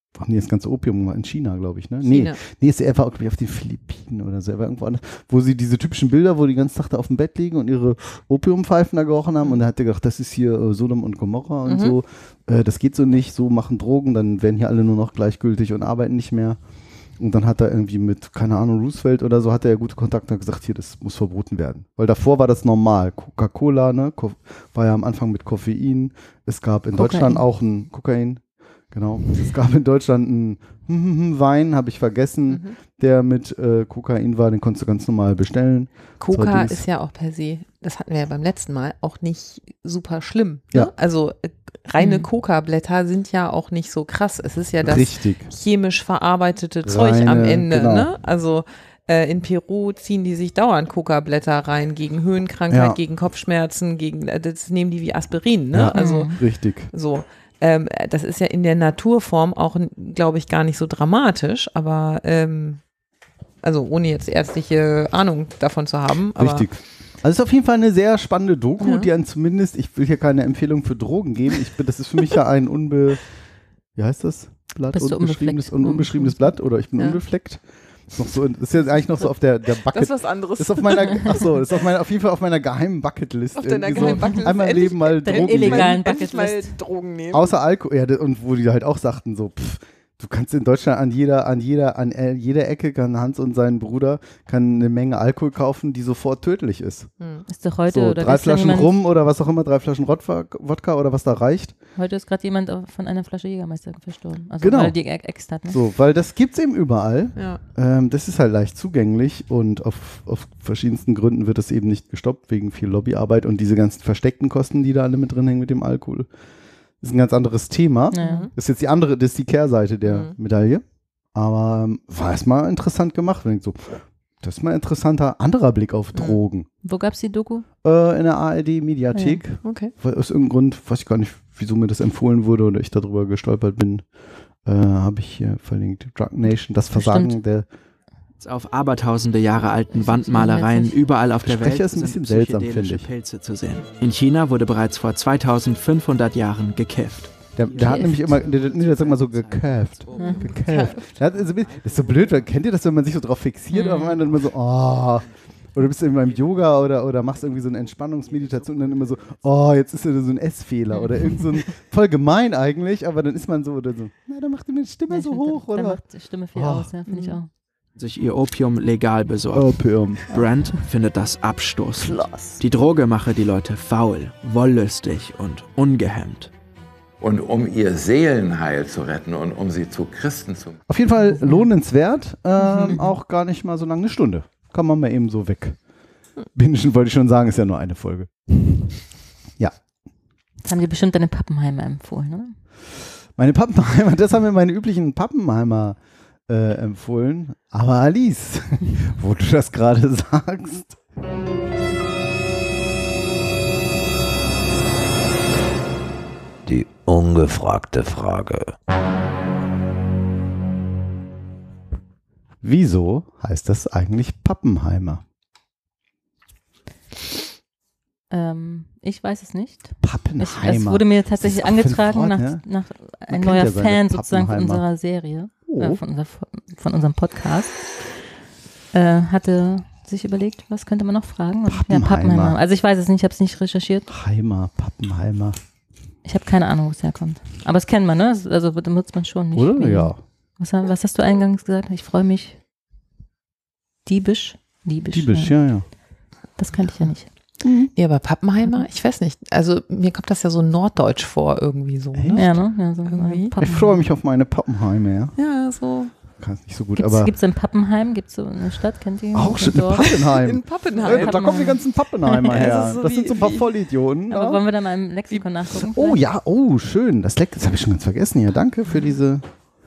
Ach nee, das ganze Opium war in China, glaube ich, ne? Nee, China. nee, ist er war auch glaub ich, auf den Philippinen oder so, er war irgendwo anders, wo sie diese typischen Bilder, wo die ganze Tag da auf dem Bett liegen und ihre Opiumpfeifen da gerochen haben und er hat er gedacht, das ist hier äh, Sodom und Gomorra und Mhm. so, äh, das geht so nicht, so machen Drogen, dann werden hier alle nur noch gleichgültig und arbeiten nicht mehr. Und dann hat er irgendwie mit, keine Ahnung, Roosevelt oder so, hat er ja gute Kontakte und gesagt, hier, das muss verboten werden. Weil davor war das normal. Coca-Cola, ne, Ko- war ja am Anfang mit Koffein. Es gab in Kokain. Deutschland auch ein Kokain, genau. Es gab in Deutschland einen Wein, habe ich vergessen, Mhm. der mit äh, Kokain war, den konntest du ganz normal bestellen. Coca Allerdings- ist ja auch per se, das hatten wir ja beim letzten Mal, auch nicht super schlimm. Ja. Ne? Also äh, reine Mhm. Coca-Blätter sind ja auch nicht so krass. Es ist ja das Richtig. chemisch verarbeitete Zeug Reine, am Ende. genau. Ne? Also äh, in Peru ziehen die sich dauernd Coca-Blätter rein gegen Höhenkrankheit, Ja. gegen Kopfschmerzen, gegen äh, das nehmen die wie Aspirin. Ne? Ja. Also Richtig. so. Ähm, das ist ja in der Naturform auch, glaube ich, gar nicht so dramatisch, aber ähm, also ohne jetzt ärztliche Ahnung davon zu haben. Aber Richtig. Also es ist auf jeden Fall eine sehr spannende Doku, Ja. die einen zumindest, ich will hier keine Empfehlung für Drogen geben, ich bin, das ist für mich ja ein unbe, wie heißt das? Blatt, Bist du unbeschriebenes, unbefleckt? un, unbeschriebenes Blatt oder ich bin Ja. unbefleckt. Ist noch so, ist jetzt eigentlich noch so auf der, der das Bucket. ist was anderes. Ist auf meiner, ach so, ist auf meiner, auf jeden Fall auf meiner geheimen Bucketlist. Auf deiner irgendwie geheimen so, Bucketlist. Einmal im Endlich- Leben mal deine Drogen illegalen nehmen. Endlich mal Bucketlist. Drogen nehmen. Außer Alkohol, ja, und wo die halt auch sagten so, pff, du kannst in Deutschland an jeder, an jeder, an äh, jeder Ecke kann Hans und sein Bruder kann eine Menge Alkohol kaufen, die sofort tödlich ist. Hm. Ist doch heute So, oder drei gestern Flaschen jemand, Rum oder was auch immer, drei Flaschen Wodka, Wodka oder was da reicht. Heute ist gerade jemand auf- von einer Flasche Jägermeister verstorben. Also Genau. weil die ge- Ex hat, ne? So, weil das gibt's eben überall. Ja. Ähm, das ist halt leicht zugänglich und auf, auf verschiedensten Gründen wird das eben nicht gestoppt, wegen viel Lobbyarbeit und diese ganzen versteckten Kosten, die da alle mit drin hängen mit dem Alkohol. Das ist ein ganz anderes Thema. Ja. Das ist jetzt die andere, das ist die Kehrseite der Mhm. Medaille. Aber ähm, war erstmal interessant gemacht. Wenn ich so, das ist mal ein interessanter anderer Blick auf Drogen. Wo gab es die Doku? Äh, in der A R D-Mediathek. Okay. Weil aus irgendeinem Grund, weiß ich gar nicht, wieso mir das empfohlen wurde oder ich darüber gestolpert bin, äh, habe ich hier verlinkt. Drug Nation, das Versagen Stimmt. der. Auf abertausende Jahre alten Wandmalereien witzig. überall auf der Sprecher Welt ist ein sind bisschen seltsam, psychedelische finde ich. Pilze zu sehen. In China wurde bereits vor zweitausendfünfhundert Jahren gekifft. Der, der hat Gekauft. nämlich immer, der, nee, der sagt mal so gekauft. Gekauft. Der hat, also, das ist so blöd, weil kennt ihr das, wenn man sich so drauf fixiert Mhm. und man dann immer so, oh. Oder bist du irgendwie beim Yoga oder, oder machst irgendwie so eine Entspannungsmeditation und dann immer so, oh, jetzt ist ja so ein Essfehler oder irgend so ein, voll gemein eigentlich, aber dann ist man so oder so, na, dann macht die Stimme Ja, so ich find, hoch da, da oder. macht die Stimme viel Oh. aus, ja, finde ich auch. Sich ihr Opium legal besorgt. Opium. Brand findet das abstoßend. Die Droge mache die Leute faul, wollüstig und ungehemmt. Und um ihr Seelenheil zu retten und um sie zu Christen zu machen. Auf jeden Fall lohnenswert, ähm, auch gar nicht mal so lange, eine Stunde. Kann man mal eben so weg. Bingen wollte ich schon sagen, ist ja nur eine Folge. Das haben dir bestimmt deine Pappenheimer empfohlen, oder? Meine Pappenheimer, das haben mir meine üblichen Pappenheimer äh, empfohlen. Aber Alice, wo du das gerade sagst. Die ungefragte Frage. Wieso heißt das eigentlich Pappenheimer? Ähm, ich weiß es nicht. Ich, Pappenheimer. es wurde mir tatsächlich Das ist auch für ein angetragen Wort, nach, ne? nach ein kennt neuer ja seine Fan sozusagen von Pappenheimer. unserer Serie, Oh. äh, von, unser, von unserem Podcast. Äh, hatte sich überlegt, was könnte man noch fragen? Und, ja, Pappenheimer. Pappenheimer. Also ich weiß es nicht, ich habe es nicht recherchiert. Heimer, Pappenheimer. Ich habe keine Ahnung, wo es herkommt. Aber es kennt man, ne? Also benutzt man schon nicht. Oder? Wie- Ja. Was, was hast du eingangs gesagt? Ich freue mich. Diebisch? Diebisch. Diebisch, ja, ja. Das kannte ich ja nicht. Ja, aber Pappenheimer, ich weiß nicht. Also mir kommt das ja so norddeutsch vor irgendwie so. Ne? Ja, ne? Ja, so Irgendwie. Ich freue mich auf meine Pappenheime, ja. Ja, so. Kann es nicht so gut, Gibt aber es in Pappenheim, gibt es so eine Stadt, kennt ihr? auch ein schon in Dorf? Pappenheim. In Pappenheim. Äh, da kommen die ganzen Pappenheimer Ja, her. das ist so das sind wie- so ein paar wie- Vollidioten. Aber da. wollen wir da mal im Lexikon nachgucken? Oh vielleicht? ja, oh schön. Das, Leck- das habe ich schon ganz vergessen hier. Danke für diese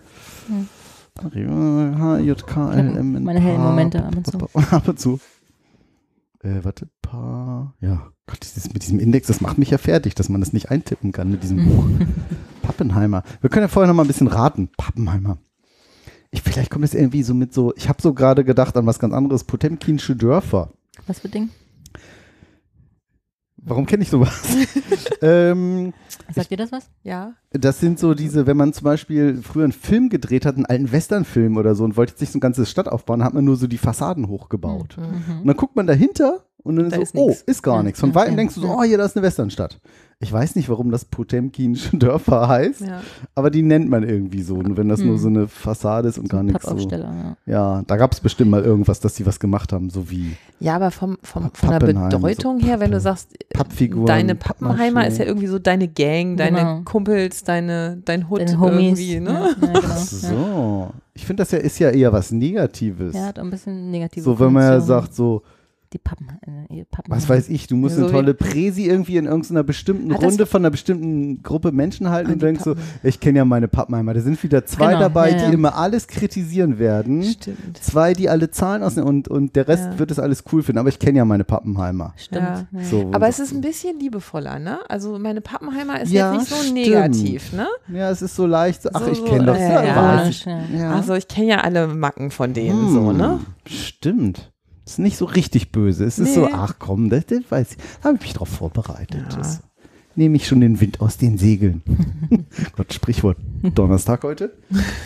H, J, K, L, M, N, Meine hellen Pa- Momente ab und zu. Ab und zu. Äh, warte, Pa. Ja, Gott, dieses, mit diesem Index, das macht mich ja fertig, dass man das nicht eintippen kann mit diesem Buch. Pappenheimer. Wir können ja vorher noch mal ein bisschen raten. Pappenheimer. Ich, vielleicht kommt es irgendwie so mit so, ich habe so gerade gedacht an was ganz anderes. Potemkinsche Dörfer. Was für Ding? Warum kenne ich sowas? ähm, Sagt ihr das was? Ja. Das sind so diese, wenn man zum Beispiel früher einen Film gedreht hat, einen alten Westernfilm oder so und wollte sich so eine ganze Stadt aufbauen, dann hat man nur so die Fassaden hochgebaut. Mhm. Und dann guckt man dahinter und dann Da so, ist oh, nix. ist gar Ja, nichts. Von ja, Weitem ja, denkst du so, ja. oh, hier, da ist eine Westernstadt. Ich weiß nicht, warum das Potemkinsche Dörfer heißt, Ja. aber die nennt man irgendwie so. Und wenn das Hm. nur so eine Fassade ist und gar nichts so. Pappaufsteller, ja. Ja, da gab es bestimmt mal irgendwas, dass die was gemacht haben, so wie Ja, aber vom, vom, Pa- von der Pappenheim, Bedeutung so her, wenn du Pappe- sagst, Pappfiguren, deine Pappenheimer Pappmaché. ist ja irgendwie so deine Gang, deine Genau. Kumpels, deine, dein Hut Deine Homies. irgendwie, ne? Ja, ja, genau. Ach so. Ich finde, das ja, ist ja eher was Negatives. Ja, hat auch ein bisschen negative so, wenn man ja Konnotation. sagt, so, Die Pappen, äh, ihr Pappen. was weiß ich, du musst So eine wie- tolle Präsi irgendwie in irgendeiner bestimmten Hat das- Runde von einer bestimmten Gruppe Menschen halten Ah, und die denkst so, Pappen. ich kenne ja meine Pappenheimer. Da sind wieder zwei Genau, dabei, ja, ja. die immer alles kritisieren werden. Stimmt. Zwei, die alle Zahlen ausnehmen und, und der Rest Ja. wird es alles cool finden. Aber ich kenne ja meine Pappenheimer. Stimmt. Ja. Ja. So, Aber so. es ist ein bisschen liebevoller, ne? Also meine Pappenheimer ist Ja, jetzt nicht so stimmt. negativ, ne? Ja, es ist so leicht. So, ach, So- ich so, kenne doch äh, ja, ja. weiß ich. Ja. Ja. Also ich kenne ja alle Macken von denen, Hm, so, ne? Stimmt. Ist nicht so richtig böse. Es ist Nee. so, ach komm, das, das weiß ich. Da habe ich mich drauf vorbereitet. Ja. Das nehme ich schon den Wind aus den Segeln. Gott, Sprichwort. Donnerstag heute.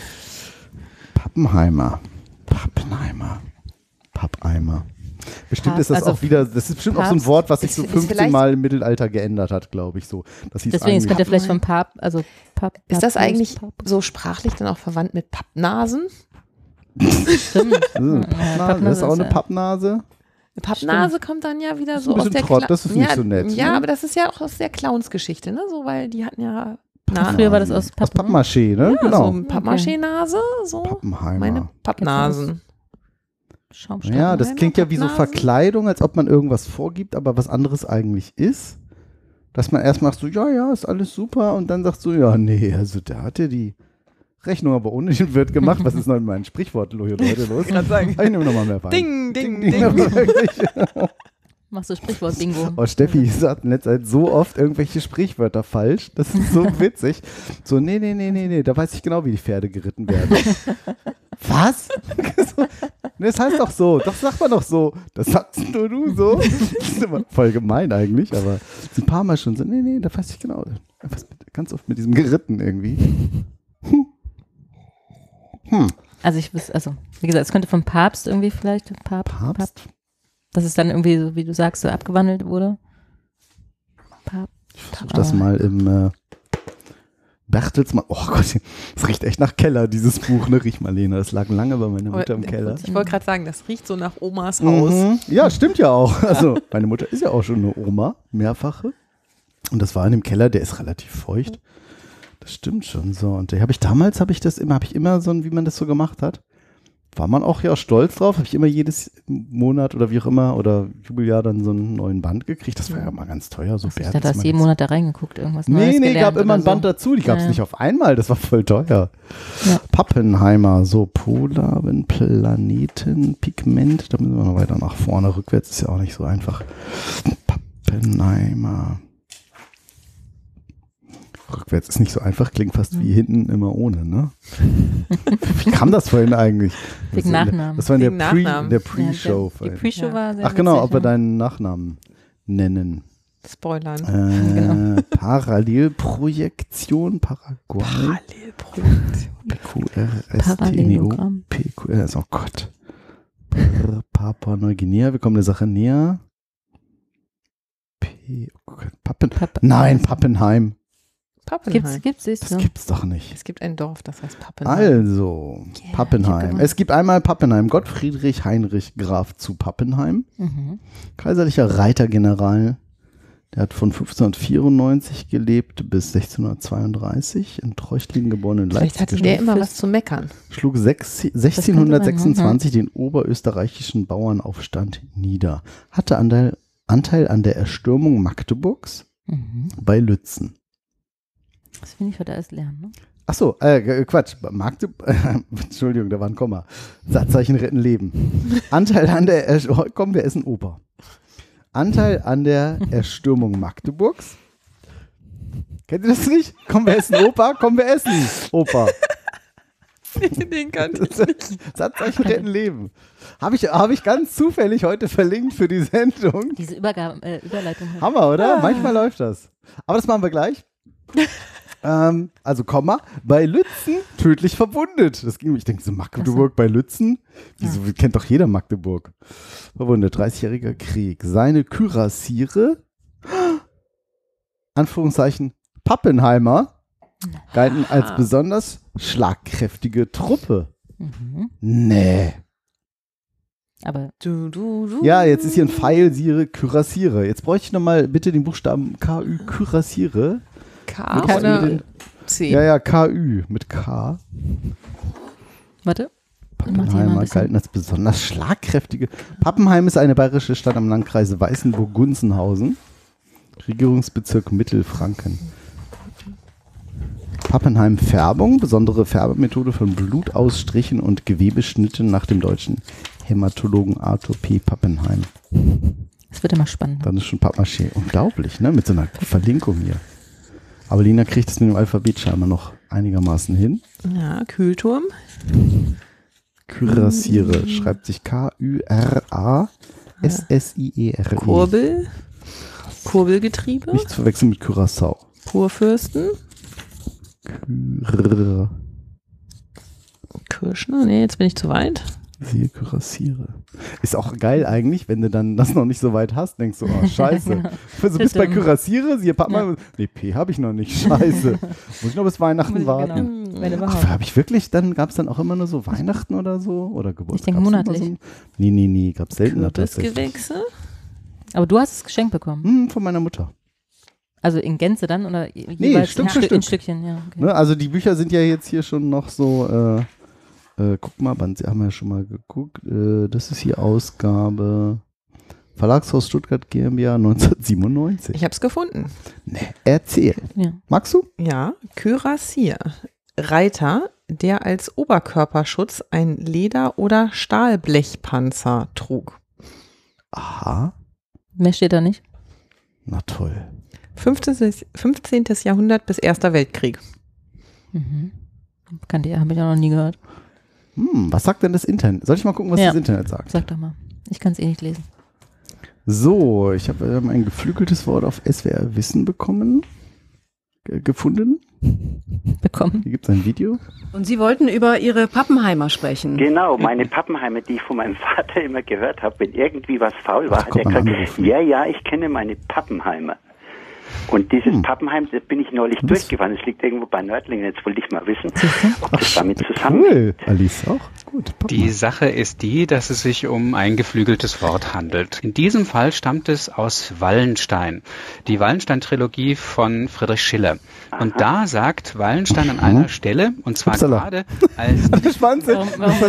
Pappenheimer. Pappenheimer. Pappeimer. Bestimmt Pap- ist das also auch wieder, das ist bestimmt auch so ein Papst Wort, was sich ist- so ist fünfzehn vielleicht- Mal im Mittelalter geändert hat, glaube ich so. Das hieß Deswegen, es eigentlich könnte vielleicht vom Pap, also Pap, Ist das Pappus, eigentlich Pap- so sprachlich dann auch verwandt mit Pappnasen? Stimmt. Äh, Ja, Pappnase, Pappnase das ist auch ist eine ja- Pappnase. Eine Pappnase kommt dann ja wieder Das ist so ein aus bisschen der Trott, Kla- das ist ja, nicht so nett, Ja, ne? aber das ist ja auch aus der Clownsgeschichte, ne? So, weil die hatten ja Na, Früher war das aus Aus Pappen. Pappmaché, ne? ja, genau. so ein Pappmaché-Nase, so Pappenheimer. meine Pappnasen. Schaumstoff. Ja, das Heimer, klingt ja wie so Pappnasen. Verkleidung, als ob man irgendwas vorgibt, aber was anderes eigentlich ist. Dass man erst macht so, ja, ja, ist alles super und dann sagt so, ja, nee, also der hatte die Rechnung aber ohne den Wirt gemacht. Was ist noch in meinem Sprichwort, Leute, los? Ich gerade sagen. Ich nehme nochmal mehr Wein. Ding, ding, ding. Aber wirklich. Machst du Sprichwort-Bingo. Oh, Steffi sagt in letzter Zeit so oft irgendwelche Sprichwörter falsch. Das ist so witzig. So, nee, nee, nee, nee, nee, da weiß ich genau, wie die Pferde geritten werden. Was? So, nee, das heißt doch so. Doch, sagt man doch so. Das sagst nur du so. Das ist immer voll gemein eigentlich, aber ein paar Mal schon so, nee, nee, da weiß ich genau. Was mit, ganz oft mit diesem geritten irgendwie. Hm. Hm. Also ich wüsste, also wie gesagt, es könnte vom Papst irgendwie vielleicht, Pap, Papst? Pap, dass es dann irgendwie, so wie du sagst, so abgewandelt wurde. Pap, Ich versuche das mal im äh, Bertelsmann. Oh Gott, das riecht echt nach Keller, dieses Buch, ne? Riech mal, Lena. Das lag lange bei meiner Mutter im Keller. Ich wollte gerade sagen, das riecht so nach Omas Haus. Mhm. Ja, stimmt ja auch. Also, meine Mutter ist ja auch schon eine Oma, mehrfache. Und das war in dem Keller, der ist relativ feucht. Das stimmt schon so. Und da habe ich damals, habe ich das immer, habe ich immer so, wie man das so gemacht hat, war man auch ja stolz drauf, habe ich immer jedes Monat oder wie auch immer oder Jubeljahr dann so einen neuen Band gekriegt. Das war ja mal ganz teuer. So ich dachte, du hast jeden Monat da reingeguckt, irgendwas Nee, Neues nee, gelernt gab immer ein oder Band so. dazu. Die gab es Ja, ja. nicht auf einmal. Das war voll teuer. Ja. Pappenheimer, so Polaren, Planeten, Pigment. Da müssen wir noch weiter nach vorne. Rückwärts ist ja auch nicht so einfach. Pappenheimer. Rückwärts ist nicht so einfach. Klingt fast wie hinten immer ohne, ne? Wie kam das vorhin eigentlich? Wegen Das- Nachnamen. Das war in der Wegen Pre- Nachnamen. der Pre-Show. Ja, die vorhin. Pre-Show Ja. war sehr Ach genau, ob wir witzig, ja. deinen Nachnamen nennen. Spoilern. Äh, Genau. Parallelprojektion, Paraguay. Parallelprojektion. P Q R S T N E O. Parallelogramm. P Q R S, oh Gott. P- Papua-Neuguinea, wir kommen der Sache näher. P, oh Gott, Pappen, Papp- nein, Pappenheim. Pappenheim. Gibt's, gibt's, siehst Das du. gibt's doch nicht. Es gibt ein Dorf, das heißt Pappenheim. Also, Yeah, ich hab Pappenheim. gewonnen. Es gibt einmal Pappenheim, Gott Friedrich Heinrich Graf zu Pappenheim. Mhm. Kaiserlicher Reitergeneral. Der hat von fünfzehnhundertvierundneunzig gelebt bis sechzehnhundertzweiunddreißig in Treuchtlingen geboren in Vielleicht Leipzig. hatte der immer was zu meckern. Schlug sechs- sein, sechzehnhundertsechsundzwanzig den oberösterreichischen Bauernaufstand nieder. Hatte Anteil, Anteil an der Erstürmung Magdeburgs Mhm. bei Lützen. Das finde ich, heute alles lernen, ne? Achso, äh, Quatsch. Magdeburg, äh, Entschuldigung, da war ein Komma. Satzzeichen retten Leben. Anteil an der, Erst oh, komm, wir essen Oper. Anteil an der Erstürmung Magdeburgs. Kennt ihr das nicht? Komm, wir essen Oper, komm, wir essen Oper. Den kann ich Das, nicht. Satzzeichen retten Leben. Habe ich, hab ich ganz zufällig heute verlinkt für die Sendung. Diese Übergabe, äh, Überleitung. Hammer, oder? Ah. Manchmal läuft das. Aber das machen wir gleich. ähm, also Komma, bei Lützen tödlich verwundet. Das ging, ich denke so, Magdeburg bei Lützen? Wieso, ja. Kennt doch jeder Magdeburg. Verwundet, dreißigjähriger Krieg. Seine Kürassiere, Anführungszeichen, Pappenheimer, galten als besonders schlagkräftige Truppe. Mhm. Nee. Aber du, du, du. Ja, jetzt ist hier ein Pfeil, Sire, Kürassiere. Jetzt bräuchte ich nochmal bitte den Buchstaben K Ü, Kürassiere. K Mit oder den, C? Ja, ja, K Ü mit K. Warte. Pappenheimer galten als besonders schlagkräftige. Pappenheim ist eine bayerische Stadt am Landkreis Weißenburg-Gunzenhausen. Regierungsbezirk Mittelfranken. Pappenheim-Färbung, besondere Färbemethode von Blutausstrichen und Gewebeschnitten nach dem deutschen Hämatologen Arthur P. Pappenheim. Es wird immer spannender. Dann ist schon Pappmaché. Unglaublich, ne? Mit so einer Verlinkung hier. Aber Lina kriegt es mit dem Alphabet scheinbar noch einigermaßen hin. Ja, Kühlturm. Kürassiere. Mhm. Schreibt sich K Ü R A S S I E R E. Kurbel. Kurbelgetriebe. Nicht zu verwechseln mit Curaçao. Kurfürsten. Kür. Kirschner. Nee, jetzt bin ich zu weit. Siehe Kürassiere. Ist auch geil eigentlich, wenn du dann das noch nicht so weit hast, denkst du, oh scheiße. Genau. Du bist bei Kürassiere, siehe Pappmal. Ja. Nee, P habe ich noch nicht, scheiße. Muss ich noch bis Weihnachten warten. Genau. Ach, habe ich wirklich, dann gab es dann auch immer nur so Weihnachten oder so? Oder Geburtstag? Ich denke monatlich. So? Nee, nee, nee, gab es seltener tatsächlich. Gewächse. Aber du hast es geschenkt bekommen? Hm, von meiner Mutter. Also in Gänze dann? Oder nee, jeweils Stück in, für Stück. Stück. in Stückchen? Ja, okay. Ne, also die Bücher sind ja jetzt hier schon noch so, äh, äh, guck mal, Band, haben wir ja schon mal geguckt. Äh, das ist hier Ausgabe Verlagshaus Stuttgart GmbH neunzehnhundertsiebenundneunzig. Ich habe es gefunden. Nee, erzähl. Ja. Magst du? Ja, Kürassier. Reiter, der als Oberkörperschutz ein Leder- oder Stahlblechpanzer trug. Aha. Mehr steht da nicht. Na toll. fünfzehnten Jahrhundert bis Erster Weltkrieg. Mhm. Kannte, habe ich auch noch nie gehört. Hm, was sagt denn das Internet? Soll ich mal gucken, was ja. das Internet sagt? Sag doch mal. Ich kann es eh nicht lesen. So, ich habe ähm, ein geflügeltes Wort auf S W R Wissen bekommen. G- gefunden. Bekommen. Hier gibt es ein Video. Und Sie wollten über Ihre Pappenheimer sprechen. Genau, meine Pappenheimer, die ich von meinem Vater immer gehört habe, wenn irgendwie was faul war, Ach, hat er guck mal, gesagt, ja, ja, ich kenne meine Pappenheimer. Und dieses hm. Pappenheim, da bin ich neulich was? durchgefahren. Es liegt irgendwo bei Nördlingen. Jetzt wollte ich mal wissen, ob das damit zusammenhängt. Cool. Alice auch? Gut. Die Sache ist die, dass es sich um ein geflügeltes Wort handelt. In diesem Fall stammt es aus Wallenstein. Die Wallenstein-Trilogie von Friedrich Schiller. Aha. Und da sagt Wallenstein an einer Stelle, und zwar Upsala. gerade als... Wahnsinn. Warum,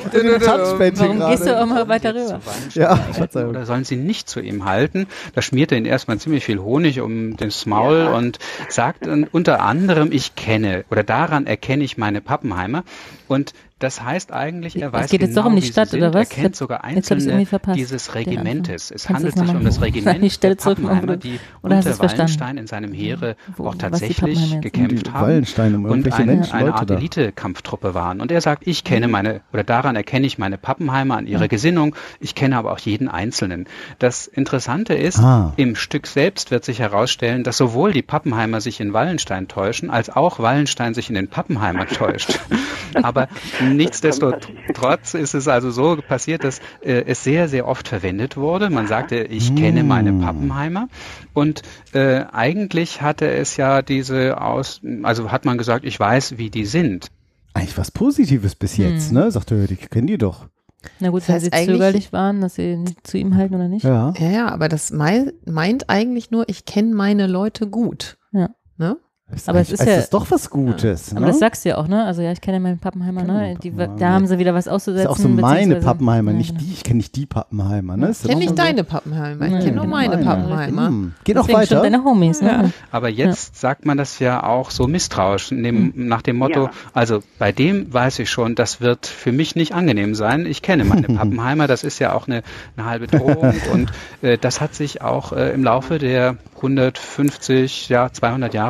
warum, warum gehst du auch mal weiter rüber? Ja, oder sollen sie nicht zu ihm halten? Da schmiert er ihn erstmal ziemlich viel Honig um den Maul ja. und sagt unter anderem, ich kenne oder daran erkenne ich meine Pappenheimer. Und das heißt eigentlich, er weiß es geht jetzt genau, doch um die wie Stadt, sie sind. oder was? Er kennt sogar einzelne dieses Regimentes. Es handelt sich um das Regiment der Pappenheimer, die unter Wallenstein in seinem Heere Wo, auch tatsächlich gekämpft haben Wallenstein, um und eine, Menschen, eine Leute Art da. Elite-Kampftruppe waren. Und er sagt, ich kenne meine, oder daran erkenne ich meine Pappenheimer an ihrer Gesinnung. Ich kenne aber auch jeden Einzelnen. Das Interessante ist, ah. im Stück selbst wird sich herausstellen, dass sowohl die Pappenheimer sich in Wallenstein täuschen, als auch Wallenstein sich in den Pappenheimer täuscht. Aber nichtsdestotrotz ist es also so passiert, dass äh, es sehr, sehr oft verwendet wurde. Man sagte, ich mm. kenne meine Pappenheimer. Und äh, eigentlich hatte es ja diese aus, also hat man gesagt, ich weiß, wie die sind. Eigentlich was Positives bis jetzt, hm. ne? Sagt er, ich kenne die doch. Na gut, das wenn heißt sie zögerlich waren, dass sie nicht zu ihm halten oder nicht. Ja, ja, ja, aber das mei- meint eigentlich nur, ich kenne meine Leute gut. Ja. Ne? Ist aber es ist ja ist doch was Gutes. Ja. Ne? Aber das sagst du ja auch, ne? Also ja, ich kenne ja meinen Pappenheimer, ne? Die, da haben sie wieder was auszusetzen. Das ist auch so meine Pappenheimer, ja, nicht genau. die. Ich kenne nicht die Pappenheimer, ne? Ich kenne nicht deine so? Pappenheimer, ich kenne nur meine, meine Pappenheimer. Hm. Geht auch Deswegen weiter. schon deine Homies, ne? Ja. Aber jetzt ja. sagt man das ja auch so misstrauisch, dem, nach dem Motto, ja. also bei dem weiß ich schon, das wird für mich nicht angenehm sein. Ich kenne meine Pappenheimer, das ist ja auch eine, eine halbe Drohung und äh, das hat sich auch äh, im Laufe der hundertfünfzig, ja zweihundert Jahre schon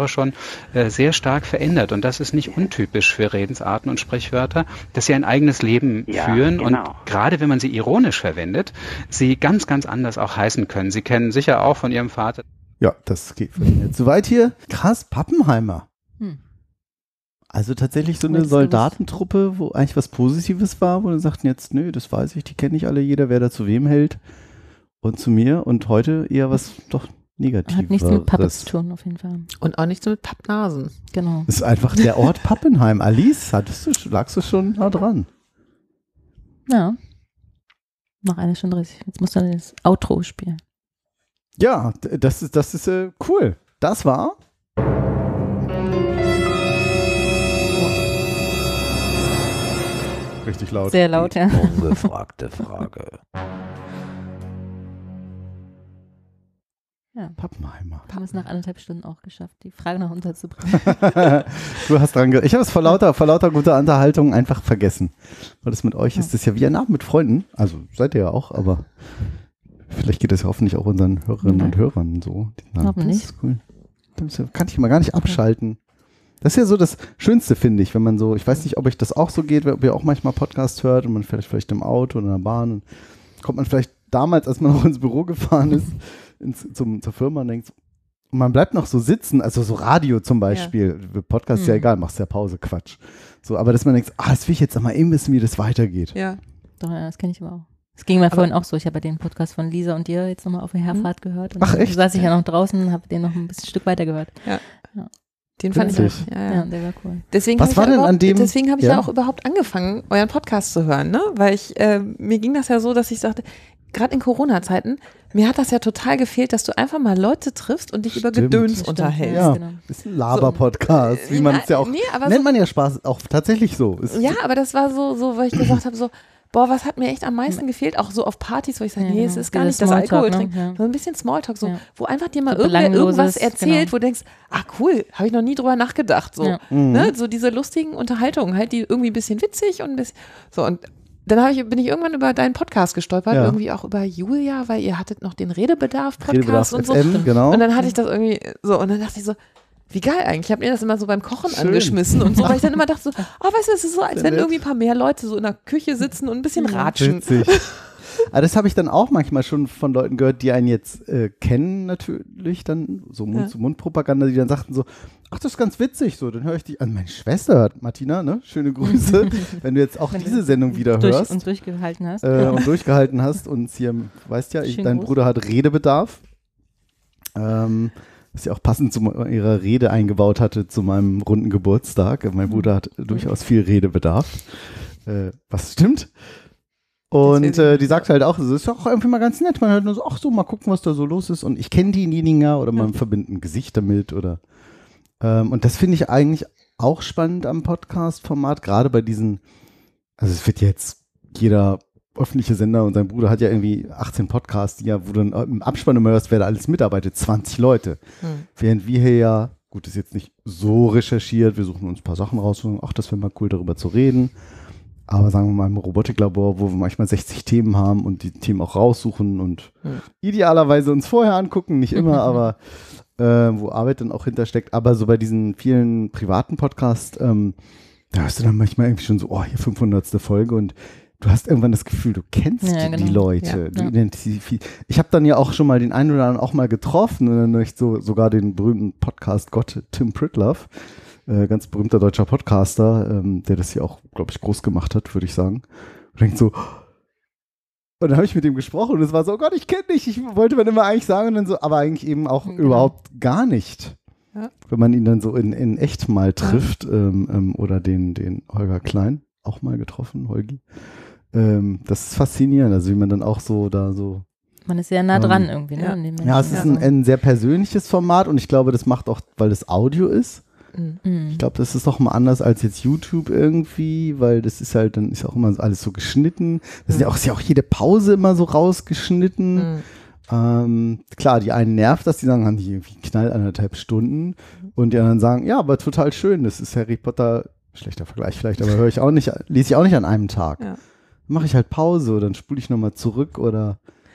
äh, sehr stark verändert. Und das ist nicht untypisch für Redensarten und Sprichwörter, dass sie ein eigenes Leben Ja, führen genau. und gerade wenn man sie ironisch verwendet, sie ganz, ganz anders auch heißen können. Sie kennen sicher auch von Ihrem Vater. Ja, das geht von Ihnen jetzt zu weit hier. Krass, Pappenheimer. Hm. Also tatsächlich so eine Hättest du Soldatentruppe, wo eigentlich was Positives war, wo sie sagten jetzt, nö, das weiß ich, die kenne ich alle, jeder, wer da zu wem hält und zu mir und heute eher was doch Negatives. Hat nichts mit Pappe zu tun, auf jeden Fall. Und auch nichts mit Pappnasen. Genau. Das ist einfach der Ort Pappenheim. Alice, hattest du, lagst du schon nah dran? Ja. Noch eine Stunde dreißig. Jetzt musst du das Outro spielen. Ja, d- das ist, das ist äh, cool. Das war richtig laut. Sehr laut, ja. Ungefragte Frage. Ja. Pappenheimer. Wir haben es nach anderthalb Stunden auch geschafft, die Frage noch unterzubringen. Du hast dran ge- Ich habe es vor lauter, vor lauter guter Unterhaltung einfach vergessen. Weil das mit euch Ja. ist das ja wie ein Abend mit Freunden. Also seid ihr ja auch, aber vielleicht geht das ja hoffentlich auch unseren Hörerinnen Ja. und Hörern so. Die sagen, Hoffentlich. Das ist cool. Das kann ich mal gar nicht abschalten. Das ist ja so das Schönste, finde ich, wenn man so, ich weiß nicht, ob euch das auch so geht, ob ihr auch manchmal Podcast hört und man fährt vielleicht im Auto oder in der Bahn und kommt man vielleicht damals, als man noch ins Büro gefahren ist, ins, zum, zur Firma und denkt, und man bleibt noch so sitzen, also so Radio zum Beispiel, Podcast ist ja Mhm. egal, machst ja Pause, Quatsch. So, aber dass man denkt, ah, das will ich jetzt mal eben wissen, wie das weitergeht. Ja. Doch, ja, das kenne ich aber auch. Das ging mir Aber- vorhin auch so. Ich habe ja den Podcast von Lisa und dir jetzt nochmal auf der Herfahrt gehört. Und Ach, dann echt? saß ich ja noch draußen und habe den noch ein bisschen Stück weiter gehört. Ja. Ja. Den fand ich Witzig. auch. Ja, Ja, ja. der war cool. Deswegen Was hab ich war ja denn überhaupt- an dem- Deswegen habe ich ja. Ja? auch überhaupt angefangen, euren Podcast zu hören, ne? Weil ich, äh, mir ging das ja so, dass ich sagte, gerade in Corona-Zeiten, mir hat das ja total gefehlt, dass du einfach mal Leute triffst und dich über Stimmt. Gedöns Stimmt, unterhältst. Ja, genau. ist ein Laber-Podcast, wie man es ja auch, Nee, aber nennt so, man ja Spaß, auch tatsächlich so. Ist ja, aber das war so, so, weil ich gesagt habe, so, boah, was hat mir echt am meisten gefehlt, auch so auf Partys, wo ich sage, Ja, nee, es genau. ist gar Dieses nicht das Smalltalk, Alkohol ne? trinken, Ja. so ein bisschen Smalltalk, so, Ja. wo einfach dir mal So irgendwer Belangloses, irgendwas erzählt, genau. wo du denkst, ah cool, habe ich noch nie drüber nachgedacht, so, Ja. Mhm. ne? So diese lustigen Unterhaltungen, halt, die irgendwie ein bisschen witzig und ein bisschen, so, und dann hab ich, bin ich irgendwann über deinen Podcast gestolpert, Ja. irgendwie auch über Julia, weil ihr hattet noch den Redebedarf-Podcast Redebedarf und so. F M, genau. Und dann hatte ich das irgendwie so, und dann dachte ich so, wie geil eigentlich. Ich habe mir das immer so beim Kochen Schön. angeschmissen und so, weil ich dann immer dachte so, oh, weißt du, es ist so, als Sehr wenn nett. irgendwie ein paar mehr Leute so in der Küche sitzen und ein bisschen ratschen. Witzig. Aber das habe ich dann auch manchmal schon von Leuten gehört, die einen jetzt äh, kennen natürlich, dann so Ja. Mund-zu-Mund-Propaganda, die dann sagten so, ach, das ist ganz witzig, so, dann höre ich die, also meine Schwester hört, Martina, ne, schöne Grüße, wenn du jetzt auch Wenn du diese Sendung wieder Durch, hörst und durchgehalten hast. äh, und durchgehalten hast und hier, du weißt ja, ich, Schönen dein Gruß. Bruder hat Redebedarf, ähm, was sie auch passend zu me- ihrer Rede eingebaut hatte zu meinem runden Geburtstag. Mein Bruder hat durchaus viel Redebedarf, äh, was stimmt. Und Deswegen- äh, die sagt halt auch, es ist auch irgendwie mal ganz nett. Man hört nur so, ach so, mal gucken, was da so los ist. Und ich kenne diejenigen ja oder man verbindet ein Gesicht damit oder ähm, und das finde ich eigentlich auch spannend am Podcast-Format, gerade bei diesen, also es wird jetzt jeder öffentliche Sender und sein Bruder hat ja irgendwie achtzehn Podcasts, die ja, wo du dann im Abspann immer hörst, wer da alles mitarbeitet, zwanzig Leute. Hm. Während wir hier ja, gut, ist jetzt nicht so recherchiert, wir suchen uns ein paar Sachen raus und ach, das wäre mal cool, darüber zu reden. Aber sagen wir mal im Robotiklabor, wo wir manchmal sechzig Themen haben und die Themen auch raussuchen und Hm. idealerweise uns vorher angucken, nicht immer, aber äh, wo Arbeit dann auch hintersteckt. Aber so bei diesen vielen privaten Podcasts, ähm, da hörst du dann manchmal irgendwie schon so, oh, hier fünfhundertste Folge und du hast irgendwann das Gefühl, du kennst Ja, die genau. Leute. Ja, Du ja. identifiz- Ich habe dann ja auch schon mal den einen oder anderen auch mal getroffen und dann echt so sogar den berühmten Podcast-Gott Tim Pritlove, äh, ganz berühmter deutscher Podcaster, ähm, der das hier auch, glaube ich, groß gemacht hat, würde ich sagen. Und denkt so, und dann habe ich mit ihm gesprochen und es war so, oh Gott, ich kenne dich. Ich wollte man immer eigentlich sagen und dann so, aber eigentlich eben auch Genau. überhaupt gar nicht. Ja. Wenn man ihn dann so in, in echt mal trifft ähm, ähm, oder den, den Holger Klein auch mal getroffen, Holgi. Ähm, das ist faszinierend, also wie man dann auch so da so. Man ist sehr nah dran Ähm, irgendwie, ne? ja. an den Ja, es Menschen. ist ein, ein sehr persönliches Format und ich glaube, das macht auch, weil das Audio ist. Mhm. Mhm. Ich glaube, das ist doch mal anders als jetzt YouTube irgendwie, weil das ist halt, dann ist ja auch immer alles so geschnitten. Das ist ja auch, ist ja auch jede Pause immer so rausgeschnitten. Mhm. Ähm, klar, die einen nervt das, die sagen, haben die irgendwie knall anderthalb Stunden und die anderen sagen, ja, aber total schön, das ist Harry Potter, schlechter Vergleich vielleicht, aber höre ich auch nicht, lese ich auch nicht an einem Tag. Ja. Mache ich halt Pause oder dann spule ich nochmal zurück oder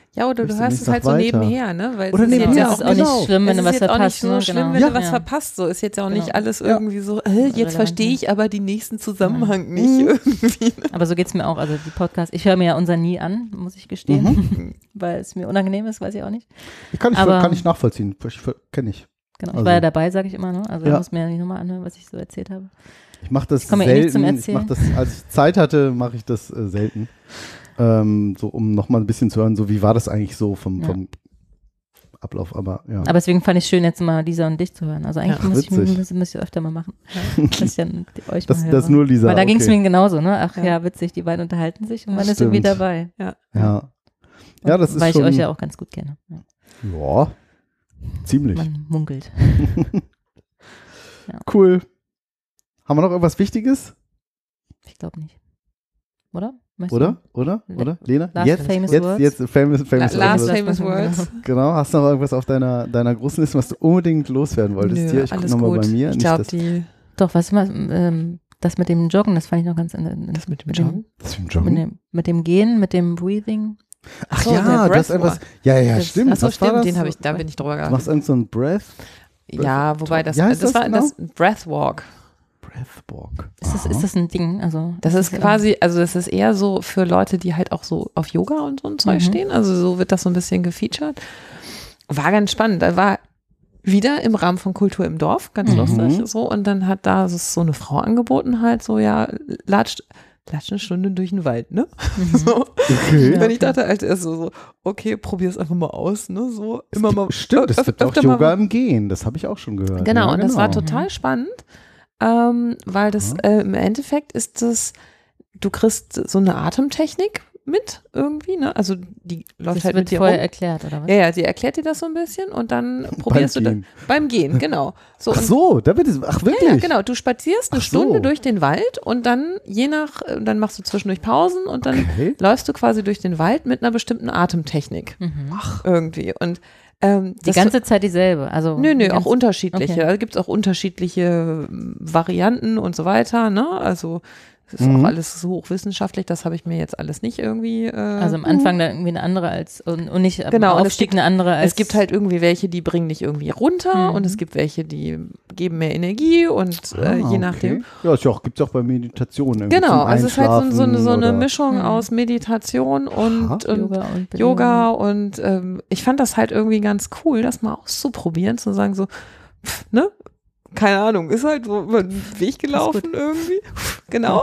Ja, oder du Hörst du hörst nicht es halt noch so weiter? nebenher, ne? Weil Oder es ist jetzt nebenher, ja auch ist auch nicht schlimm, wenn es du ist was jetzt auch nicht verpasst. so ne? schlimm, Genau. wenn Ja. du was Ja. verpasst. So ist jetzt ja auch nicht Genau. alles Ja. irgendwie so, äh, jetzt Relevant, verstehe ja. ich aber den nächsten Zusammenhang Mhm. nicht irgendwie. Aber so geht es mir auch. Also die Podcasts, ich höre mir ja unser nie an, muss ich gestehen, Mhm. weil es mir unangenehm ist, weiß ich auch nicht. Ich kann ich, Aber- kann ich nachvollziehen. Ich kenne ich. Genau, ich Also- war ja dabei, sage ich immer, ne? Also Ja. ich muss mir ja nicht nochmal anhören, was ich so erzählt habe. Ich mache das Ich komme ja eh nicht zum selten. Ich Erzählen. mach das, als ich Zeit hatte, mache ich das äh, selten. Ähm, so um nochmal ein bisschen zu hören, so wie war das eigentlich so vom, Ja. vom Ablauf, aber ja. Aber deswegen fand ich es schön, jetzt mal Lisa und dich zu hören. Also eigentlich Ja, muss ich witzig. das müsst ihr öfter mal machen. Dass ich dann die- euch Das- mal das höre. nur Lisa, Weil da ging es okay. mir genauso, ne? Ach ja. Ja. witzig, die beiden unterhalten sich und Ja, man ist irgendwie stimmt. dabei. Ja. ja. Ja, das ist Weil schon. ich euch ja auch ganz gut kenne. Ja. Ja, ziemlich. Man munkelt. Cool. Haben wir noch irgendwas Wichtiges? Ich glaube nicht. Oder? Weißt Oder? du? Oder? Le- Oder? Lena? Last jetzt, famous jetzt, words? jetzt famous, famous La- last words. famous words. Genau. Hast du noch irgendwas auf deiner, deiner großen Liste, was du unbedingt loswerden wolltest? Nö, Hier, ich guck alles nochmal gut. bei mir. Ich Nicht, glaube, dass- die, Doch, was mal, ähm, das mit dem Joggen, das fand ich noch ganz äh, das mit dem mit Joggen. das ist ein Mit Joggen. dem, mit dem Gehen, mit dem Breathing. Ach so, ja, der das ist etwas. Breathwork. Ja, ja, Das- stimmt. Achso, Was war stimmt, das? den habe ich, da bin ich drüber Du machst gegangen. irgend so ein Breath. Ja, wobei das, Wie heißt das das war genau? das Breathwalk. Breathwalk. Ist das, Aha. ist das ein Ding? Also, Das ist ähm, quasi, also das ist eher so für Leute, die halt auch so auf Yoga und so ein Zeug Mhm. stehen. Also so wird das so ein bisschen gefeatured. War ganz spannend. Da war wieder im Rahmen von Kultur im Dorf, ganz Mhm. lustig. So, und dann hat da so eine Frau angeboten, halt so, ja, latscht, latscht eine Stunde durch den Wald, ne? Mhm. So. Okay. Wenn ich dachte halt erst so, so, okay, probier es einfach mal aus, ne? So, immer mal. Stimmt, es öf- gibt auch öfter mal Yoga im Gehen. Das habe ich auch schon gehört. Genau, ja, und das war genau. total spannend, ähm, weil das äh, im Endeffekt ist das, du kriegst so eine Atemtechnik mit irgendwie, ne? Also die läuft Das halt wird mit dir vorher rum. erklärt, oder was? Ja, ja, sie erklärt dir das so ein bisschen und dann probierst du Gehen. das beim Gehen, genau. So, Ach und- so, da wird es. Ach wirklich? ja, ja, genau. Du spazierst eine Ach so. Stunde durch den Wald und dann je nach, äh, dann machst du zwischendurch Pausen und dann Okay. läufst du quasi durch den Wald mit einer bestimmten Atemtechnik. Mhm. Irgendwie. Und ähm, Die das- ganze Zeit dieselbe. Also Nö, nö, die auch ganze- unterschiedliche. Okay. Da gibt es auch unterschiedliche ähm, Varianten und so weiter. Ne? Also es ist Mhm. auch alles so hochwissenschaftlich, das habe ich mir jetzt alles nicht irgendwie. Äh, Also am Anfang da irgendwie eine andere als und, und nicht am Genau, und es Aufstieg gibt- eine andere als. es gibt halt irgendwie welche, die bringen dich irgendwie runter Mhm. und es gibt welche, die geben mehr Energie und äh, Ah, je okay. nachdem. Ja, es gibt es auch bei Meditation. irgendwie Genau, zum also es ist halt so, so, eine, so eine Einschlafen Mischung Mhm. aus Meditation und, Aha. und Yoga und Bewegung. Yoga und ähm, ich fand das halt irgendwie ganz cool, das mal auszuprobieren, zu sagen so, pff, ne? Keine Ahnung, ist halt so über den Weg gelaufen irgendwie. Genau.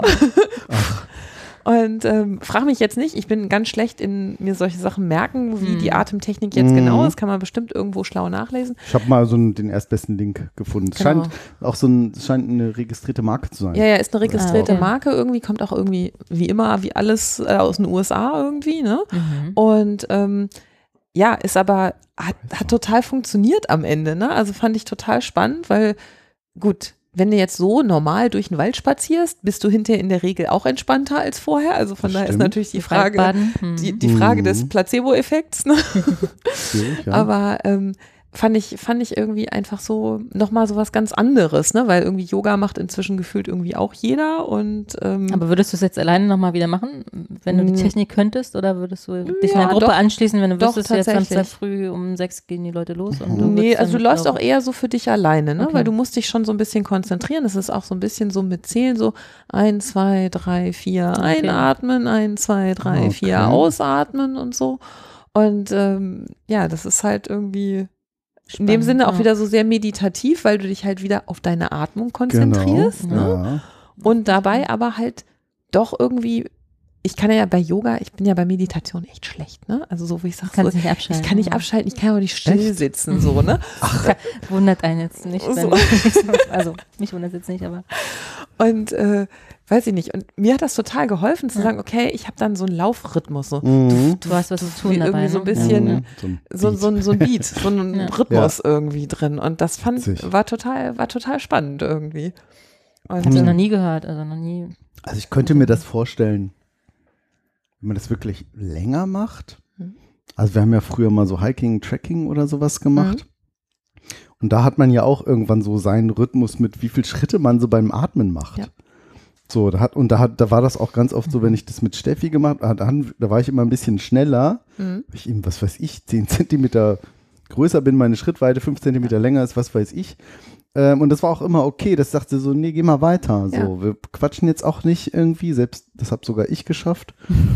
Und ähm, frag mich jetzt nicht, ich bin ganz schlecht in mir solche Sachen merken, wie Mhm. die Atemtechnik jetzt Mhm. genau ist, kann man bestimmt irgendwo schlau nachlesen. Ich habe mal so einen, den erstbesten Link gefunden. Es Genau. scheint auch so ein, es scheint eine registrierte Marke zu sein. Ja, ja, ist eine registrierte Ah, okay. Marke irgendwie, kommt auch irgendwie, wie immer, wie alles äh, aus den U S A irgendwie, ne? Mhm. Und ähm, ja, ist aber, hat, hat total funktioniert am Ende, ne? Also fand ich total spannend, weil, gut, wenn du jetzt so normal durch den Wald spazierst, bist du hinterher in der Regel auch entspannter als vorher. Also von Das daher ist stimmt. natürlich die Frage, Waldbaden. Mhm. die, die Frage Mhm. des Placebo-Effekts, ne? Schwierig, ja. Aber ähm, fand ich, fand ich irgendwie einfach so nochmal so was ganz anderes, ne? Weil irgendwie Yoga macht inzwischen gefühlt irgendwie auch jeder und ähm, Aber würdest du es jetzt alleine nochmal wieder machen, wenn du die Mm. Technik könntest, oder würdest du dich Ja, einer Gruppe doch. anschließen, wenn du Doch, wüsstest, jetzt tatsächlich. Samstag früh um sechs gehen die Leute los? Und du Nee, würdest also du dann läufst auch laufen? eher so für dich alleine, ne? Okay. Weil du musst dich schon so ein bisschen konzentrieren. Das ist auch so ein bisschen so mit Zählen, so ein, zwei, drei, vier, Okay. einatmen, ein, zwei, drei, Okay. vier, ausatmen und so. Und ähm, ja, das ist halt irgendwie in dem Spannend, Sinne auch ja. wieder so sehr meditativ, weil du dich halt wieder auf deine Atmung konzentrierst, genau. ne? Ja. Und dabei aber halt doch irgendwie, ich kann ja bei Yoga, ich bin ja bei Meditation echt schlecht, ne? Also so, wie ich sage, Kannst so, nicht abschalten. ich kann nicht ja. abschalten, ich kann auch nicht still Echt? sitzen, so, ne? Wundert einen jetzt nicht. Wenn So. also, mich wundert es jetzt nicht, aber. Und äh, weiß ich nicht. Und mir hat das total geholfen zu sagen, okay, ich habe dann so einen Laufrhythmus, so, Mhm. Du hast was zu tun wie dabei. irgendwie so ein ne? bisschen Mhm. So ein so, so, ein- so ein Beat, so ein Ja. Rhythmus irgendwie drin. Und das fand, Witzig. war total, war total spannend irgendwie. Und, Hab ich äh, noch nie gehört, also noch nie. Also ich könnte mir das vorstellen, wenn man das wirklich länger macht. Mhm. Also wir haben ja früher mal so Hiking, Trekking oder sowas gemacht. Und da hat man ja auch irgendwann so seinen Rhythmus mit, wie viele Schritte man so beim Atmen macht. Ja. So, da hat, und da, hat, da war das auch ganz oft so, wenn ich das mit Steffi gemacht habe, da, da war ich immer ein bisschen schneller, Mhm. weil ich eben, was weiß ich, zehn Zentimeter größer bin, meine Schrittweite fünf Zentimeter länger ist, was weiß ich. Ähm, und das war auch immer okay, das sagte so, nee, geh mal weiter. So, Ja. wir quatschen jetzt auch nicht irgendwie, selbst, das habe sogar ich geschafft.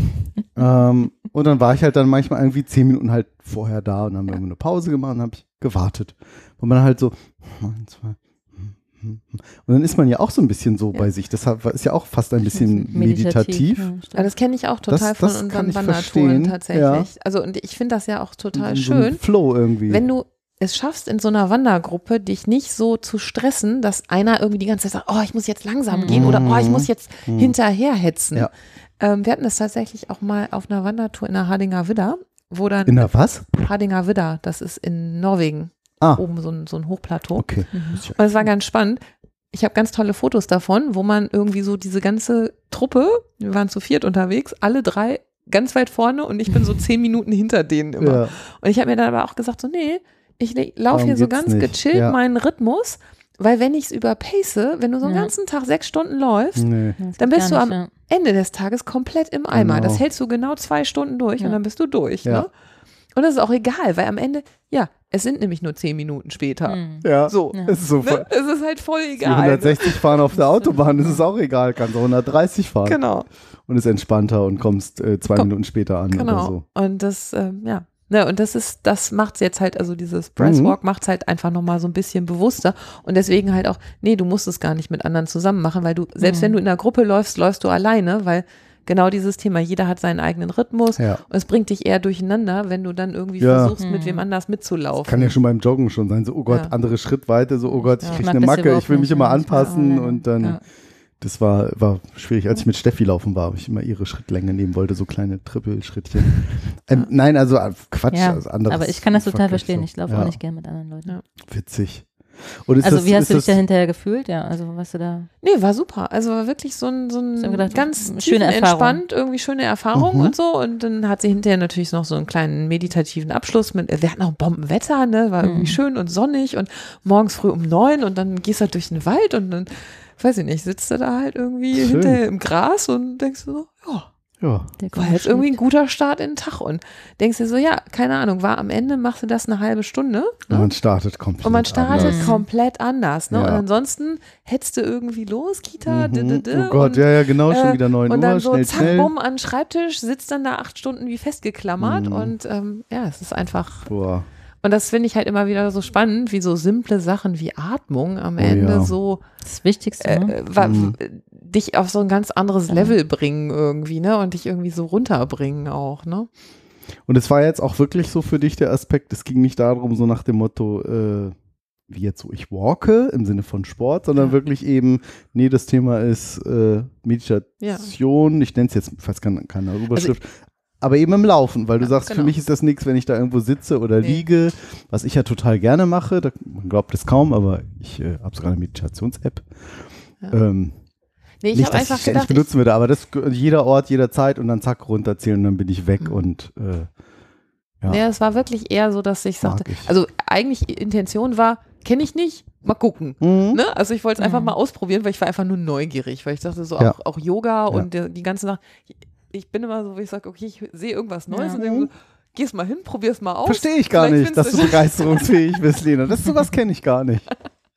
ähm, und dann war ich halt dann manchmal irgendwie zehn Minuten halt vorher da und dann haben wir eine Pause gemacht und habe ich gewartet. Wo man halt so, ein, zwei, und dann ist man ja auch so ein bisschen so Ja. bei sich. Das hat- ist ja auch fast ein bisschen meditativ. Ja, das kenne ich auch total Das- das von kann unseren ich Wandertouren verstehen, tatsächlich. ja. Also und ich finde das ja auch total So ein schön, Flow irgendwie. wenn du es schaffst, in so einer Wandergruppe dich nicht so zu stressen, dass einer irgendwie die ganze Zeit sagt, oh, ich muss jetzt langsam gehen oder oh, ich muss jetzt Mhm. hinterher hetzen. Ja. Ähm, wir hatten das tatsächlich auch mal auf einer Wandertour in der Hardinger Widder, wo dann In der was? Hardinger Widder, das ist in Norwegen, Ah. oben so ein, so ein Hochplateau. Okay. Und es war ganz spannend. Ich habe ganz tolle Fotos davon, wo man irgendwie so diese ganze Truppe, wir waren zu viert unterwegs, alle drei ganz weit vorne und ich bin so zehn Minuten hinter denen immer. Ja. Und ich habe mir dann aber auch gesagt, so nee, ich laufe Darum hier so geht's ganz nicht. gechillt Ja. meinen Rhythmus, weil wenn ich es überpace, wenn du so einen Ja. ganzen Tag sechs Stunden läufst, Nee. Das dann geht bist du gar am nicht, ja. Ende des Tages komplett im Eimer. Genau. Das hältst du genau zwei Stunden durch Ja. und dann bist du durch. Ja. Ne? Und das ist auch egal, weil am Ende, ja, es sind nämlich nur zehn Minuten später. Mhm. Ja, So. Ja. es ist so voll. Ne? Es ist halt voll Die egal. hundertsechzig fahren auf der Autobahn, das ist auch egal, kannst auch hundertdreißig fahren. Genau. Und ist entspannter und kommst äh, zwei Komm. Minuten später an oder Genau. so. Und das, ähm, ja. Ne, und das ist, das macht es jetzt halt, also dieses Breathwalk Mhm. macht es halt einfach nochmal so ein bisschen bewusster und deswegen halt auch, nee, du musst es gar nicht mit anderen zusammen machen, weil du, selbst Mhm. wenn du in einer Gruppe läufst, läufst du alleine, weil genau dieses Thema, jeder hat seinen eigenen Rhythmus Ja. und es bringt dich eher durcheinander, wenn du dann irgendwie Ja. versuchst, mit Mhm. wem anders mitzulaufen. Kann ja schon beim Joggen schon sein, so, oh Gott, Ja. andere Schrittweite, so, oh Gott, ich Ja. krieg Mag eine das Macke, überhaupt ich will mich nicht, immer ja. Ich mag auch anpassen nicht. und dann, Ja. das war, war schwierig. Als ich mit Steffi laufen war, habe ich immer ihre Schrittlänge nehmen wollte, so kleine Trippelschrittchen. Ähm, nein, also äh, Quatsch, Ja, also anderes. aber ich kann das total Fuck, verstehen. so. Ich laufe Ja. auch nicht gerne mit anderen Leuten. Ja. Witzig. Und ist Also das, wie hast ist du dich das, da hinterher gefühlt? Ja, also was du da. Nee, war super. Also war wirklich so ein, so ein Ich hab gedacht, ganz schöne schöne Erfahrung. entspannt, irgendwie schöne Erfahrung Mhm. und so. Und dann hat sie hinterher natürlich noch so einen kleinen meditativen Abschluss mit, wir hatten auch Bombenwetter, ne, war irgendwie Mhm. schön und sonnig und morgens früh um neun und dann gehst du halt durch den Wald und dann, weiß ich nicht, sitzt du da halt irgendwie Schön. hinterher im Gras und denkst du so, ja, ja, Der war jetzt irgendwie ein guter Start in den Tag und denkst dir so, ja, keine Ahnung, war am Ende, machst du das eine halbe Stunde, und man startet komplett und man startet anders. komplett anders, ne? Ja. Und ansonsten hetzt du irgendwie los, Kita, Mhm. d -d -d, Oh Gott, und, ja, ja, genau, schon äh, wieder neun und dann Uhr, so schnell, zack, schnell. bumm, an den Schreibtisch, sitzt dann da acht Stunden wie festgeklammert Mhm. und ähm, ja, es ist einfach, Boah. und das finde ich halt immer wieder so spannend, wie so simple Sachen wie Atmung am Oh Ende ja. so Das Wichtigste, ne? äh, wa- Mhm. dich auf so ein ganz anderes Ja. Level bringen irgendwie, ne? Und dich irgendwie so runterbringen auch, ne? Und es war jetzt auch wirklich so für dich der Aspekt, es ging nicht darum, so nach dem Motto, äh, wie jetzt so ich walke im Sinne von Sport, sondern Ja. wirklich eben, nee, das Thema ist äh, Meditation, ich nenne es jetzt, ich weiß keine, keine Überschrift, aber eben im Laufen, weil du Ja, sagst, genau. für mich ist das nichts, wenn ich da irgendwo sitze oder Nee. liege, was ich ja total gerne mache, da, man glaubt es kaum, aber ich äh, habe sogar eine Meditations-App. Ja. Ähm, Nee, ich nicht, habe dass einfach ich ständig gedacht, ich, benutzen würde, aber das jeder Ort, jederzeit und dann zack runterzählen und dann bin ich weg Mhm. und äh, ja. nee, es war wirklich eher so, dass ich Mag sagte, ich. also eigentlich die Intention war, kenne ich nicht, mal gucken. Mhm. Ne? Also ich wollte es einfach Mhm. mal ausprobieren, weil ich war einfach nur neugierig, weil ich dachte so Ja. auch, auch Yoga und die, die ganze Sache. Ich bin immer so, wie ich sage, okay, ich sehe irgendwas Neues Ja. und denke so, geh's mal hin, probier's mal aus. Verstehe ich gar Vielleicht nicht, dass findest du begeisterungsfähig bist, Lena. Das sowas kenne ich gar nicht.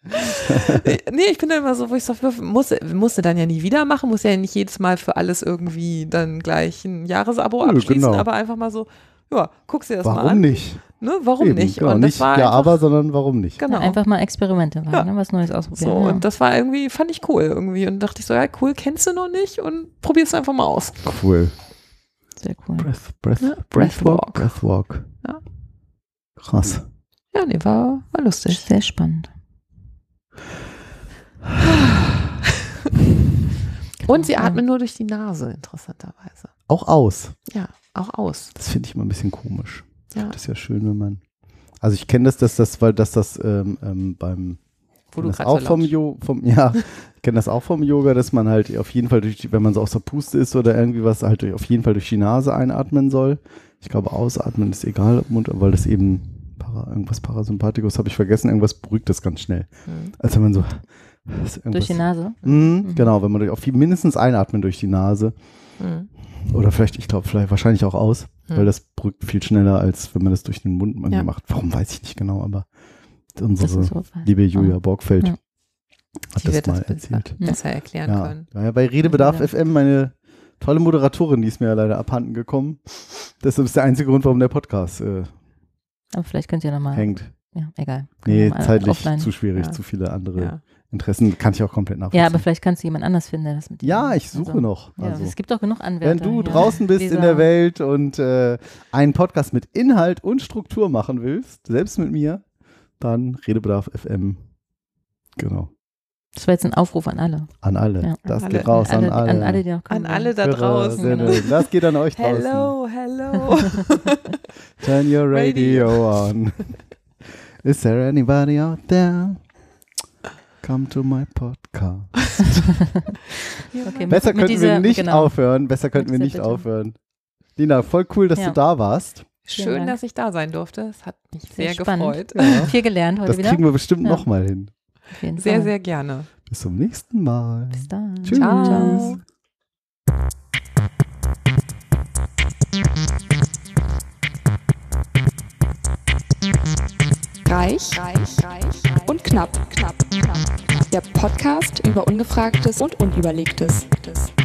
Nee, ich bin dann immer so, wo ich sage, musste, musste dann ja nie wieder machen, muss ja nicht jedes Mal für alles irgendwie dann gleich ein Jahresabo Nö, abschließen, genau. aber einfach mal so, ja, guck's dir das mal Warum an. nicht? Ne? Warum Eben, nicht? Genau, und das nicht war ja, einfach, aber, sondern warum nicht? genau. Ja, einfach mal Experimente machen, Ja. ne? Was Neues ausprobieren. So, ja. und das war irgendwie, fand ich cool irgendwie. Und dachte ich so, ja, cool, kennst du noch nicht und probier's einfach mal aus. Cool. Sehr cool. Breath, breath, Ja, Breathwalk. Breathwalk. Breathwalk. Ja. Krass. Ja, nee, war, war lustig. Sehr spannend. Und sie Ja. atmen nur durch die Nase, interessanterweise. Auch aus. Ja, auch aus. Das finde ich immer ein bisschen komisch. Ja. Das ist ja schön, wenn man. Also ich kenne das, dass das, weil dass das ähm, ähm, beim Wo du das grad auch so vom laut- Jo, vom ja, ich kenne das auch vom Yoga, dass man halt auf jeden Fall durch die, wenn man so aus der Puste ist oder irgendwie was, halt durch, auf jeden Fall durch die Nase einatmen soll. Ich glaube, ausatmen ist egal, ob Mund, weil das eben para, irgendwas Parasympathikus habe ich vergessen, irgendwas beruhigt das ganz schnell. Mhm. Also wenn man so Durch die Nase? Mhm, mhm. Genau, wenn man durch, auf mindestens einatmen durch die Nase. Mhm. Oder vielleicht, ich glaube, vielleicht wahrscheinlich auch aus, mhm. weil das brückt viel schneller, als wenn man das durch den Mund ja. macht. Warum, weiß ich nicht genau, aber unsere so liebe Julia oh. Borgfeld ja. hat Die das wird mal das erzählt. Besser erklären ja. können. Ja, bei Redebedarf ja. F M, meine tolle Moderatorin, die ist mir ja leider abhanden gekommen. Das ist der einzige Grund, warum der Podcast äh, aber vielleicht könnt ihr nochmal hängt. Ja, egal. Nee, zeitlich offline. zu schwierig, ja. zu viele andere ja. Interessen. Kann ich auch komplett nachvollziehen. Ja, aber vielleicht kannst du jemand anders finden, der das mit dir Ja, ich suche also, noch. Ja, also, es gibt doch genug Anwärter. Wenn du ja. draußen bist Dieser, in der Welt und äh, einen Podcast mit Inhalt und Struktur machen willst, selbst mit mir, dann Redebedarf F M. Genau. Das war jetzt ein Aufruf an alle. An alle. Ja. Das an geht alle. raus an, an alle. An alle, die auch an alle da draußen. Genau. Das geht an euch draußen. Hello, hello. Turn your radio, radio on. Is there anybody out there? Come to my podcast. Okay, Besser mit, könnten mit dieser, wir nicht genau. aufhören. Besser könnten wir nicht Bitte. aufhören. Lina, voll cool, dass ja. du da warst. Schön, dass ich da sein durfte. Es hat mich sehr, sehr gefreut. Ja. Viel gelernt heute das wieder. Das kriegen wir bestimmt ja. nochmal hin. Auf jeden sehr, Fall. sehr gerne. Bis zum nächsten Mal. Bis dann. Tschüss. Ciao. Reich, reich, reich und knapp, knapp, knapp. Der Podcast über Ungefragtes und Unüberlegtes.